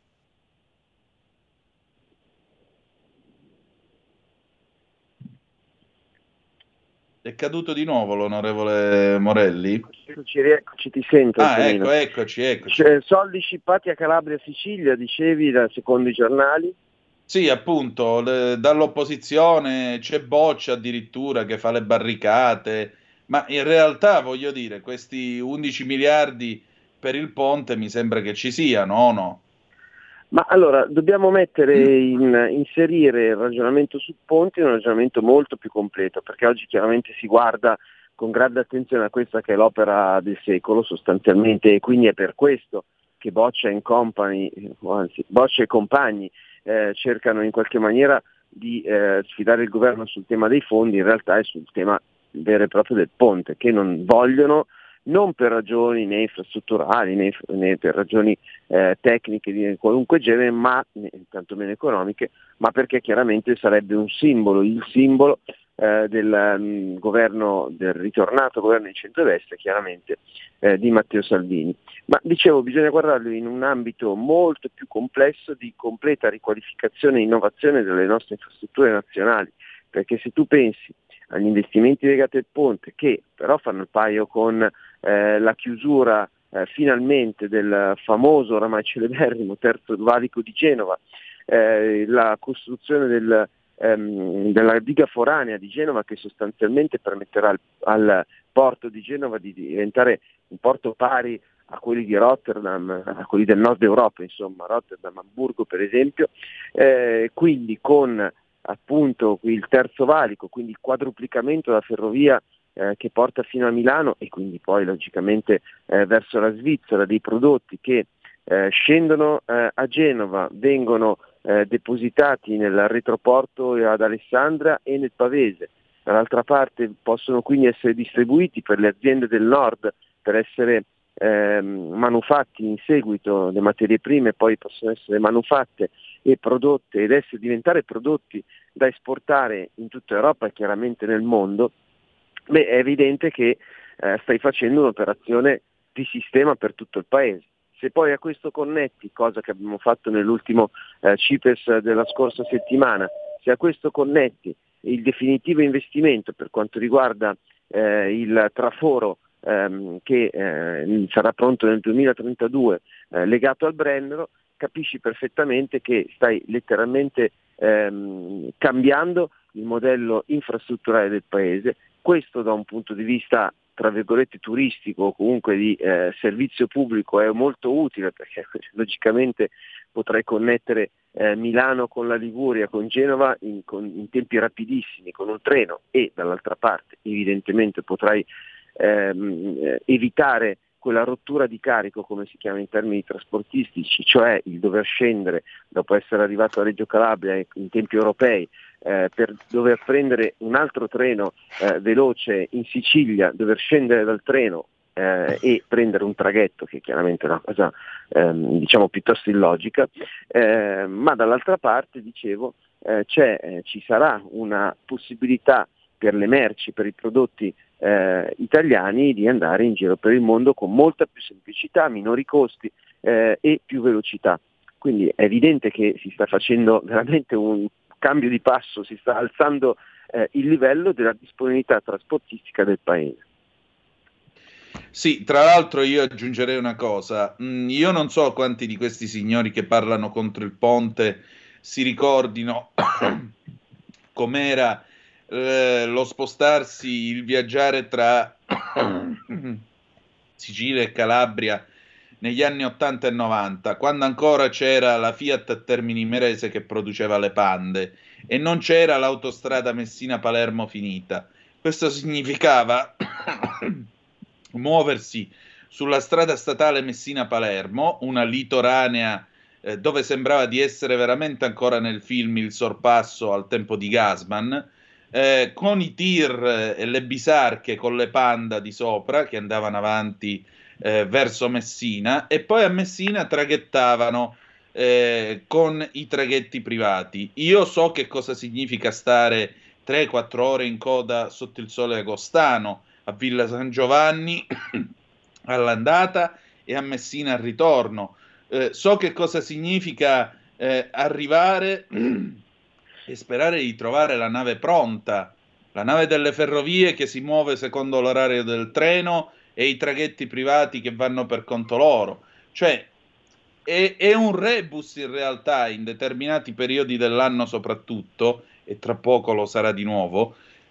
È caduto di nuovo l'onorevole Morelli? Eccoci, rieccoci, ti sento. Ah, Antonino. ecco, eccoci, eccoci. C'è soldi scippati a Calabria e Sicilia, dicevi, da secondo i giornali? Sì, appunto, le- dall'opposizione c'è Boccia addirittura che fa le barricate, ma in realtà voglio dire, questi undici miliardi per il ponte mi sembra che ci siano, o no? Ma allora, dobbiamo mettere in, inserire il ragionamento sul ponte in un ragionamento molto più completo, perché oggi chiaramente si guarda con grande attenzione a questa che è l'opera del secolo sostanzialmente, e quindi è per questo che Boccia and Company, o anzi Boccia e compagni eh, cercano in qualche maniera di eh, sfidare il governo sul tema dei fondi, in realtà è sul tema vero e proprio del ponte, che non vogliono, non per ragioni né infrastrutturali né, né per ragioni eh, tecniche di qualunque genere, ma né, tantomeno economiche, ma perché chiaramente sarebbe un simbolo, il simbolo eh, del um, governo, del ritornato governo di centrodestra, chiaramente eh, di Matteo Salvini. Ma dicevo, bisogna guardarlo in un ambito molto più complesso di completa riqualificazione e innovazione delle nostre infrastrutture nazionali, perché se tu pensi agli investimenti legati al ponte, che però fanno il paio con eh, la chiusura eh, finalmente del famoso, oramai celeberrimo terzo valico di Genova, eh, la costruzione del, ehm, della diga foranea di Genova, che sostanzialmente permetterà al, al porto di Genova di diventare un porto pari a quelli di Rotterdam, a quelli del nord Europa, insomma, Rotterdam, Amburgo per esempio, eh, quindi con appunto il terzo valico, quindi il quadruplicamento della ferrovia eh, che porta fino a Milano e quindi poi logicamente eh, verso la Svizzera, dei prodotti che eh, scendono eh, a Genova, vengono eh, depositati nel retroporto ad Alessandria e nel Pavese, dall'altra parte possono quindi essere distribuiti per le aziende del nord per essere eh, manufatti in seguito, le materie prime poi possono essere manufatte e prodotte ed essere diventare prodotti da esportare in tutta Europa e chiaramente nel mondo. Beh, è evidente che eh, stai facendo un'operazione di sistema per tutto il paese. Se poi a questo connetti, cosa che abbiamo fatto nell'ultimo eh, C I P E S della scorsa settimana, se a questo connetti il definitivo investimento per quanto riguarda eh, il traforo ehm, che eh, sarà pronto nel duemilatrentadue eh, legato al Brennero, capisci perfettamente che stai letteralmente ehm, cambiando il modello infrastrutturale del paese. Questo da un punto di vista tra virgolette turistico o comunque di eh, servizio pubblico è molto utile, perché logicamente potrai connettere eh, Milano con la Liguria, con Genova in, con, in tempi rapidissimi con un treno, e dall'altra parte evidentemente potrai ehm, evitare quella rottura di carico, come si chiama in termini trasportistici, cioè il dover scendere dopo essere arrivato a Reggio Calabria in tempi europei eh, per dover prendere un altro treno eh, veloce in Sicilia, dover scendere dal treno eh, e prendere un traghetto, che chiaramente è una cosa ehm, diciamo piuttosto illogica, eh, ma dall'altra parte, dicevo, eh, c'è, eh, ci sarà una possibilità per le merci, per i prodotti eh, italiani di andare in giro per il mondo con molta più semplicità, minori costi eh, e più velocità. Quindi è evidente che si sta facendo veramente un cambio di passo, si sta alzando eh, il livello della disponibilità trasportistica del paese. Sì, tra l'altro io aggiungerei una cosa, mm, io non so quanti di questi signori che parlano contro il ponte si ricordino com'era eh, lo spostarsi, il viaggiare tra Sicilia e Calabria negli anni ottanta e novanta, quando ancora c'era la Fiat a Termini Imerese che produceva le pande e non c'era l'autostrada Messina-Palermo finita. Questo significava muoversi sulla strada statale Messina-Palermo, una litoranea eh, dove sembrava di essere veramente ancora nel film Il sorpasso al tempo di Gassman, eh, con i tir e le bisarche con le panda di sopra che andavano avanti eh, verso Messina, e poi a Messina traghettavano eh, con i traghetti privati. Io so che cosa significa stare tre quattro ore in coda sotto il sole agostano a Villa San Giovanni all'andata e a Messina al ritorno. Eh, so che cosa significa eh, arrivare e sperare di trovare la nave pronta, la nave delle ferrovie che si muove secondo l'orario del treno e i traghetti privati che vanno per conto loro. Cioè, è, è un rebus in realtà in determinati periodi dell'anno soprattutto, e tra poco lo sarà di nuovo,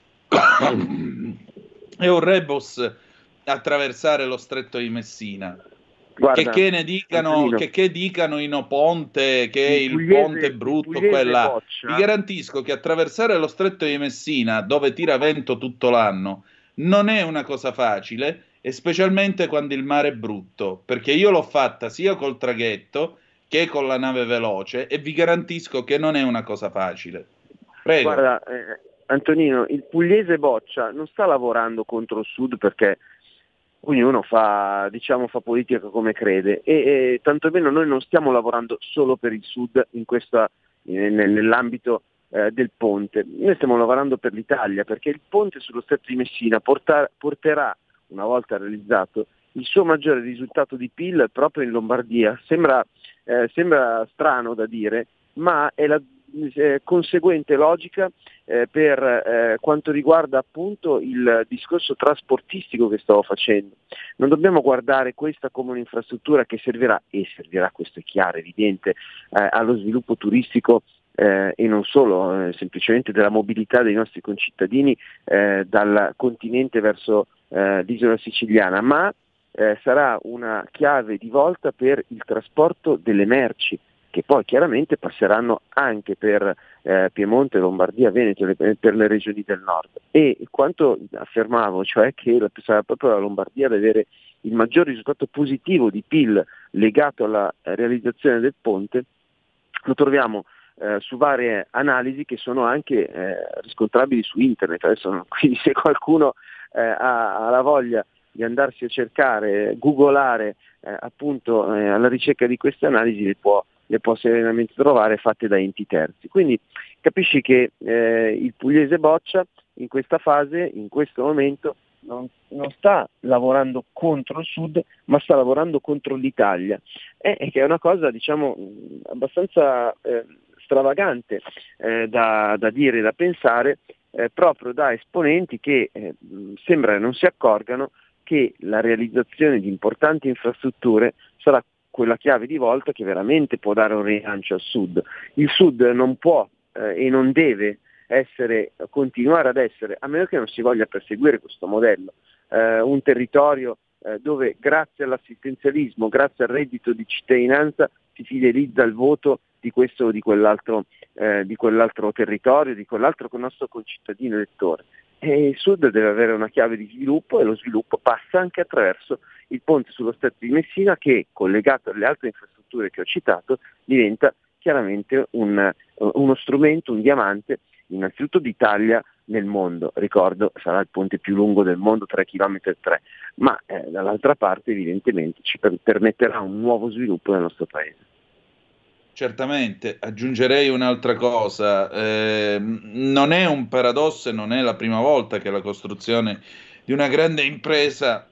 è un rebus attraversare lo stretto di Messina. Guarda, che, che ne dicano, che, che dicano in Oponte che il, il pugliese, ponte è brutto, quella. Vi garantisco che attraversare lo stretto di Messina, dove tira vento tutto l'anno, non è una cosa facile, e specialmente quando il mare è brutto, perché io l'ho fatta sia col traghetto che con la nave veloce, e vi garantisco che non è una cosa facile. Prego. Guarda, eh, Antonino, il pugliese Boccia non sta lavorando contro il sud, perché ognuno fa, diciamo, fa politica come crede, e, e tantomeno noi non stiamo lavorando solo per il sud in questa, eh, nell'ambito eh, del ponte. Noi stiamo lavorando per l'Italia, perché il ponte sullo stretto di Messina porta, porterà, una volta realizzato, il suo maggiore risultato di P I L proprio in Lombardia. Sembra, eh, sembra strano da dire, ma è la eh, conseguente logica eh, per eh, quanto riguarda appunto il discorso trasportistico che stavo facendo. Non dobbiamo guardare questa come un'infrastruttura che servirà, e servirà, questo è chiaro, evidente, eh, allo sviluppo turistico eh, e non solo, eh, semplicemente della mobilità dei nostri concittadini eh, dal continente verso eh, l'isola siciliana, ma eh, sarà una chiave di volta per il trasporto delle merci, che poi chiaramente passeranno anche per eh, Piemonte, Lombardia, Veneto, le, per le regioni del nord. E quanto affermavo, cioè che la, sarà proprio la Lombardia ad avere il maggior risultato positivo di P I L legato alla realizzazione del ponte, lo troviamo eh, su varie analisi che sono anche eh, riscontrabili su internet. Adesso, quindi se qualcuno eh, ha, ha la voglia di andarsi a cercare, googolare eh, appunto eh, alla ricerca di queste analisi, le può le può serenamente trovare, fatte da enti terzi. Quindi capisci che eh, il pugliese Boccia in questa fase, in questo momento, non, non sta lavorando contro il sud, ma sta lavorando contro l'Italia, e eh, che è una cosa, diciamo, abbastanza eh, stravagante eh, da, da dire, da pensare, eh, proprio da esponenti che eh, sembra non si accorgano che la realizzazione di importanti infrastrutture sarà quella chiave di volta che veramente può dare un rilancio al Sud. Il Sud non può eh, e non deve essere, continuare ad essere, a meno che non si voglia perseguire questo modello, eh, un territorio eh, dove grazie all'assistenzialismo, grazie al reddito di cittadinanza si fidelizza il voto di questo o di quell'altro, eh, di quell'altro territorio, di quell'altro nostro concittadino elettore. E il Sud deve avere una chiave di sviluppo, e lo sviluppo passa anche attraverso il ponte sullo Stretto di Messina, che, collegato alle altre infrastrutture che ho citato, diventa chiaramente un, uno strumento, un diamante, innanzitutto d'Italia nel mondo. Ricordo, sarà il ponte più lungo del mondo, tre virgola tre chilometri, ma eh, dall'altra parte evidentemente ci per- permetterà un nuovo sviluppo nel nostro paese. Certamente, aggiungerei un'altra cosa, eh, non è un paradosso e non è la prima volta che la costruzione di una grande impresa,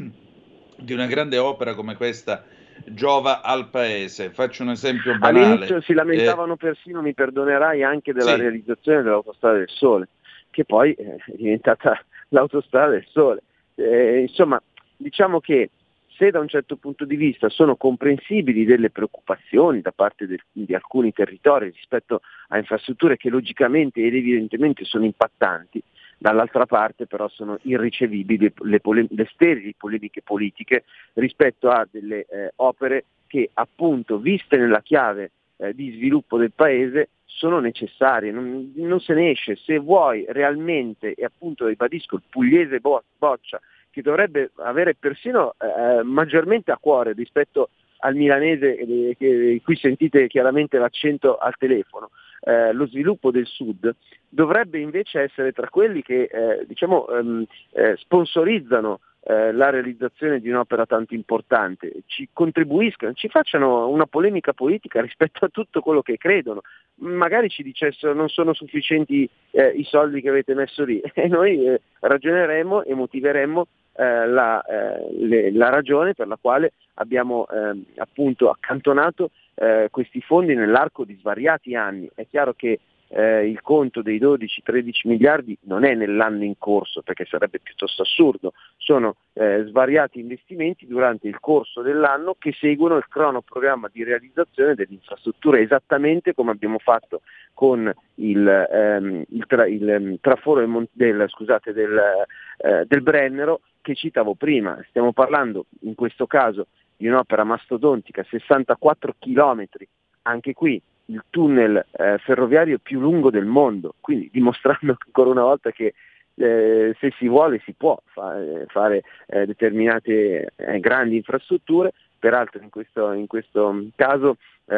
di una grande opera come questa, giova al paese. Faccio un esempio banale. All'inizio si lamentavano eh, persino, mi perdonerai, anche della sì. realizzazione dell'Autostrada del Sole, che poi è diventata l'Autostrada del Sole. Eh, insomma, diciamo che se da un certo punto di vista sono comprensibili delle preoccupazioni da parte de- di alcuni territori rispetto a infrastrutture che logicamente ed evidentemente sono impattanti, dall'altra parte però sono irricevibili le, pole- le sterili polemiche politiche rispetto a delle eh, opere che, appunto, viste nella chiave eh, di sviluppo del paese, sono necessarie, non, non se ne esce. Se vuoi realmente, e appunto ribadisco, il pugliese bo- Boccia, che dovrebbe avere persino eh, maggiormente a cuore rispetto al milanese, eh, che, qui sentite chiaramente l'accento al telefono, eh, lo sviluppo del Sud, dovrebbe invece essere tra quelli che eh, diciamo ehm, eh, sponsorizzano eh, la realizzazione di un'opera tanto importante, ci contribuiscano, ci facciano una polemica politica rispetto a tutto quello che credono. Magari ci dicessero non sono sufficienti eh, i soldi che avete messo lì, e noi eh, ragioneremo e motiveremo eh, la, eh, le, la ragione per la quale abbiamo eh, appunto accantonato eh, questi fondi nell'arco di svariati anni. È chiaro che eh, il conto dei dodici tredici miliardi non è nell'anno in corso, perché sarebbe piuttosto assurdo, sono eh, svariati investimenti durante il corso dell'anno che seguono il cronoprogramma di realizzazione delle infrastrutture, esattamente come abbiamo fatto con il, ehm, il, tra, il traforo del, Mon- del, scusate, del, eh, del Brennero che citavo prima. Stiamo parlando in questo caso di un'opera mastodontica, sessantaquattro chilometri, anche qui il tunnel eh, ferroviario più lungo del mondo, quindi dimostrando ancora una volta che eh, se si vuole si può fa- fare eh, determinate eh, grandi infrastrutture. Peraltro in questo, in questo caso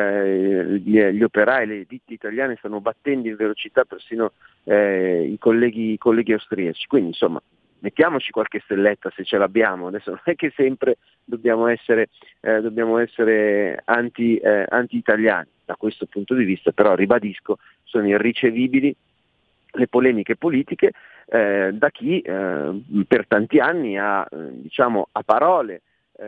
eh, gli, gli operai, le ditte italiane stanno battendo in velocità persino eh, i colleghi, i colleghi austriaci, quindi insomma mettiamoci qualche stelletta se ce l'abbiamo. Adesso non è che sempre dobbiamo essere, eh, dobbiamo essere anti, eh, anti-italiani da questo punto di vista, però ribadisco, sono irricevibili le polemiche politiche eh, da chi eh, per tanti anni ha, eh, diciamo, a parole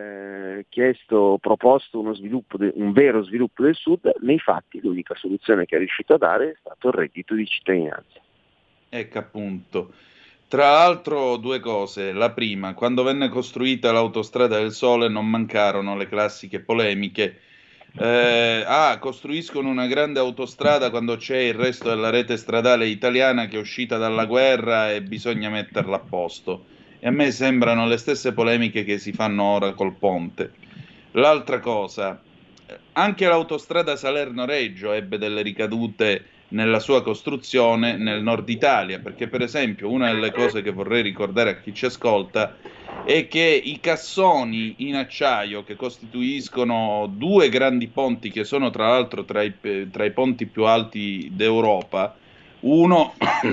eh, chiesto, proposto uno sviluppo de- un vero sviluppo del Sud. Nei fatti l'unica soluzione che è riuscito a dare è stato il reddito di cittadinanza. Ecco appunto. Tra l'altro due cose. La prima, quando venne costruita l'Autostrada del Sole non mancarono le classiche polemiche. Eh, ah, costruiscono una grande autostrada quando c'è il resto della rete stradale italiana che è uscita dalla guerra e bisogna metterla a posto. E a me sembrano le stesse polemiche che si fanno ora col ponte. L'altra cosa, anche l'autostrada Salerno-Reggio ebbe delle ricadute nella sua costruzione nel nord Italia, perché per esempio una delle cose che vorrei ricordare a chi ci ascolta è che i cassoni in acciaio che costituiscono due grandi ponti, che sono tra l'altro tra i, tra i ponti più alti d'Europa, uno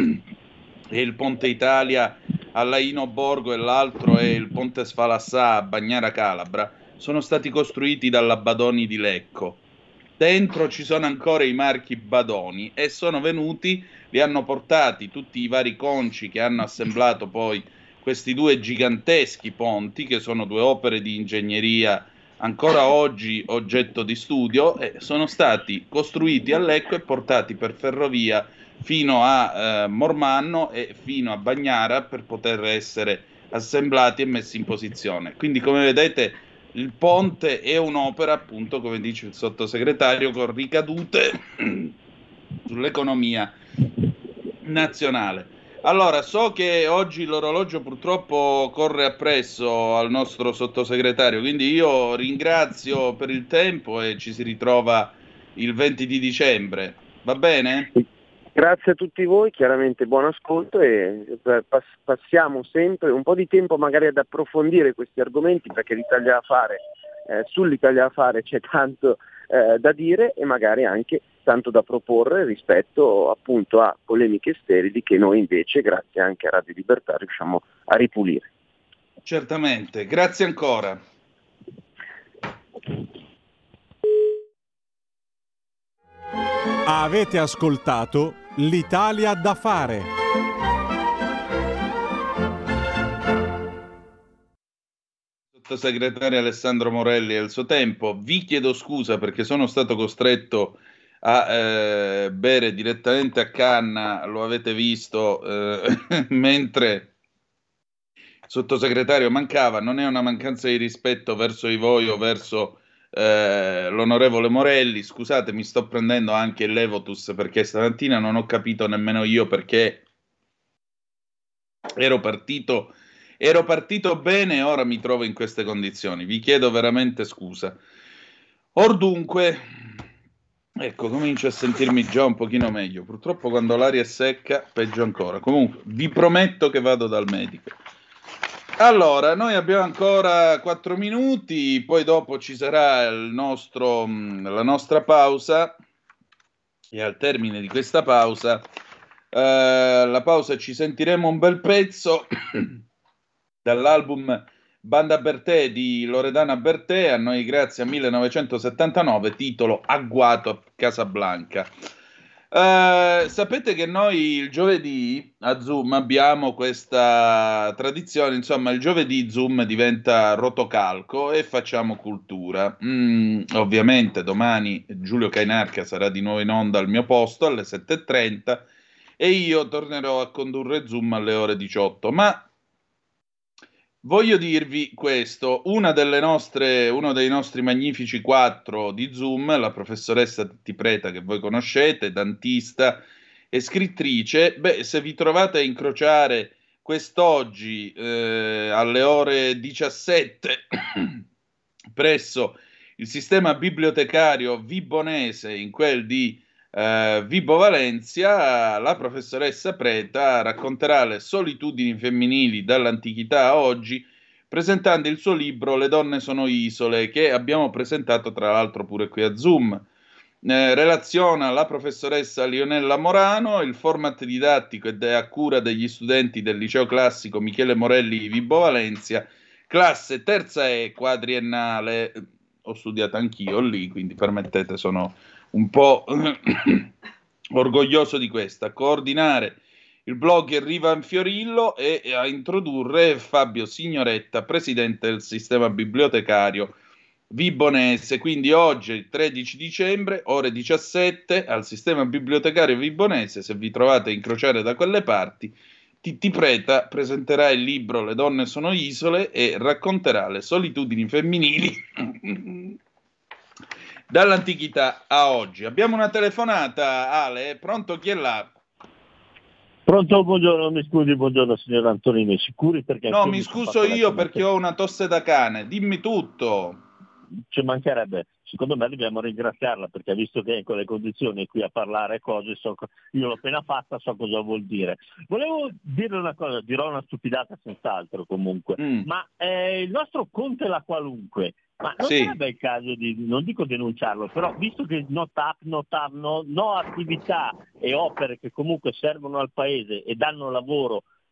è il Ponte Italia a Laino Borgo e l'altro è il Ponte Sfalassà a Bagnara Calabra, sono stati costruiti dalla Badoni di Lecco. Dentro ci sono ancora i marchi Badoni e sono venuti, li hanno portati tutti i vari conci che hanno assemblato poi questi due giganteschi ponti, che sono due opere di ingegneria ancora oggi oggetto di studio, e sono stati costruiti a Lecco e portati per ferrovia fino a eh, Mormanno e fino a Bagnara per poter essere assemblati e messi in posizione. Quindi, come vedete, il ponte è un'opera, appunto, come dice il sottosegretario, con ricadute sull'economia nazionale. Allora, so che oggi l'orologio purtroppo corre appresso al nostro sottosegretario, quindi io ringrazio per il tempo e ci si ritrova il venti di dicembre. Va bene? Grazie a tutti voi, chiaramente buon ascolto, e pass- passiamo sempre un po' di tempo magari ad approfondire questi argomenti, perché l'Italia a fare, eh, sull'Italia a fare c'è tanto eh, da dire e magari anche tanto da proporre rispetto appunto a polemiche sterili che noi invece, grazie anche a Radio Libertà, riusciamo a ripulire. Certamente, grazie ancora. Avete ascoltato L'Italia da fare. Sottosegretario Alessandro Morelli e il suo tempo. Vi chiedo scusa perché sono stato costretto a eh, bere direttamente a canna, lo avete visto, eh, mentre il sottosegretario mancava. Non è una mancanza di rispetto verso di voi o verso eh, l'onorevole Morelli. Scusate, mi sto prendendo anche il Levotus perché stamattina non ho capito nemmeno io perché ero partito ero partito bene e ora mi trovo in queste condizioni. Vi chiedo veramente scusa. Or dunque, ecco, comincio a sentirmi già un pochino meglio. Purtroppo quando l'aria è secca, peggio ancora. Comunque, vi prometto che vado dal medico. Allora, noi abbiamo ancora quattro minuti, poi dopo ci sarà il nostro, la nostra pausa, e al termine di questa pausa, eh, la pausa ci sentiremo un bel pezzo dall'album Banda Bertè di Loredana Bertè, a noi grazie a millenovecentosettantanove, titolo Agguato a Casablanca. Uh, sapete che noi il giovedì a Zoom abbiamo questa tradizione, insomma il giovedì Zoom diventa rotocalco e facciamo cultura. Mm, ovviamente domani Giulio Cainarca sarà di nuovo in onda al mio posto alle sette e trenta e io tornerò a condurre Zoom alle ore diciotto, ma voglio dirvi questo: una delle nostre, uno dei nostri magnifici quattro di Zoom, la professoressa Tipreta, che voi conoscete, dantista e scrittrice, beh, se vi trovate a incrociare quest'oggi eh, alle ore diciassette presso il sistema bibliotecario vibonese, in quel di Uh, Vibo Valencia, la professoressa Preta racconterà le solitudini femminili dall'antichità a oggi, presentando il suo libro Le donne sono isole, che abbiamo presentato tra l'altro pure qui a Zoom. Eh, relaziona la professoressa Lionella Morano. Il format didattico è a cura degli studenti del liceo classico Michele Morelli di Vibo Valencia, classe terza E quadriennale. Ho studiato anch'io lì, quindi permettete, sono un po' orgoglioso di questa. A coordinare il blogger Ivan Fiorillo e a introdurre Fabio Signoretta, presidente del sistema bibliotecario vibonese. Quindi oggi, tredici dicembre, ore diciassette, al sistema bibliotecario vibonese, se vi trovate a incrociare da quelle parti, Titti Preta presenterà il libro Le donne sono isole e racconterà le solitudini femminili dall'antichità a oggi. Abbiamo una telefonata, Ale, pronto, chi è là? Pronto, buongiorno, mi scusi, buongiorno signor Antonini, sicuri perché... No, mi scuso io perché ho una tosse da cane, dimmi tutto. Ci mancherebbe, secondo me dobbiamo ringraziarla perché visto che è in quelle condizioni qui a parlare cose, so, io l'ho appena fatta, so cosa vuol dire. Volevo dire una cosa, dirò una stupidata senz'altro comunque, mm. ma eh, il nostro Conte la qualunque, ma non sì. sarebbe il caso di, non dico denunciarlo, però visto che no tap, no tap, no, no attività e opere che comunque servono al paese e danno lavoro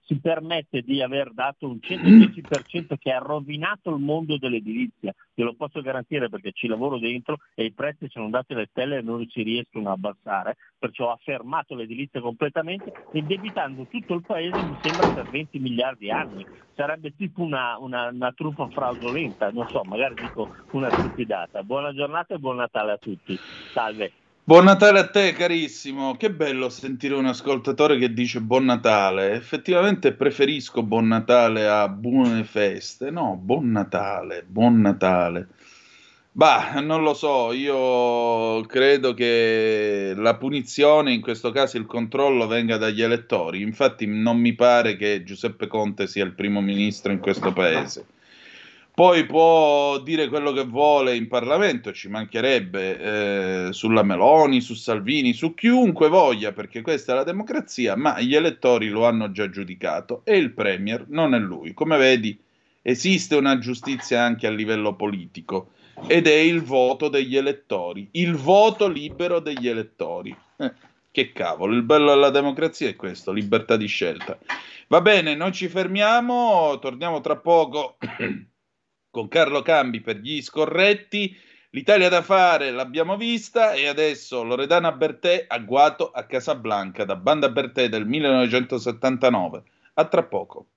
si permette di aver dato un centodieci per cento che ha rovinato il mondo dell'edilizia, te lo posso garantire perché ci lavoro dentro e i prezzi sono andati alle stelle e non si riescono a abbassare, perciò ha fermato l'edilizia completamente, indebitando tutto il paese mi sembra per venti miliardi anni. Sarebbe tipo una, una, una truffa fraudolenta, non so, magari dico una stupidata. Buona giornata e buon Natale a tutti. Salve. Buon Natale a te carissimo, che bello sentire un ascoltatore che dice buon Natale. Effettivamente preferisco buon Natale a buone feste. No, buon Natale, buon Natale. Bah, non lo so, io credo che la punizione, in questo caso il controllo, venga dagli elettori. Infatti non mi pare che Giuseppe Conte sia il primo ministro in questo paese. Poi può dire quello che vuole in Parlamento, ci mancherebbe, eh, sulla Meloni, su Salvini, su chiunque voglia, perché questa è la democrazia, ma gli elettori lo hanno già giudicato e il Premier non è lui. Come vedi, esiste una giustizia anche a livello politico ed è il voto degli elettori, il voto libero degli elettori. Eh, che cavolo, il bello della democrazia è questo, libertà di scelta. Va bene, non ci fermiamo, torniamo tra poco con Carlo Cambi per gli scorretti. L'Italia da fare l'abbiamo vista e adesso Loredana Bertè, Agguato a Casablanca, da Banda Bertè del millenovecentosettantanove. A tra poco.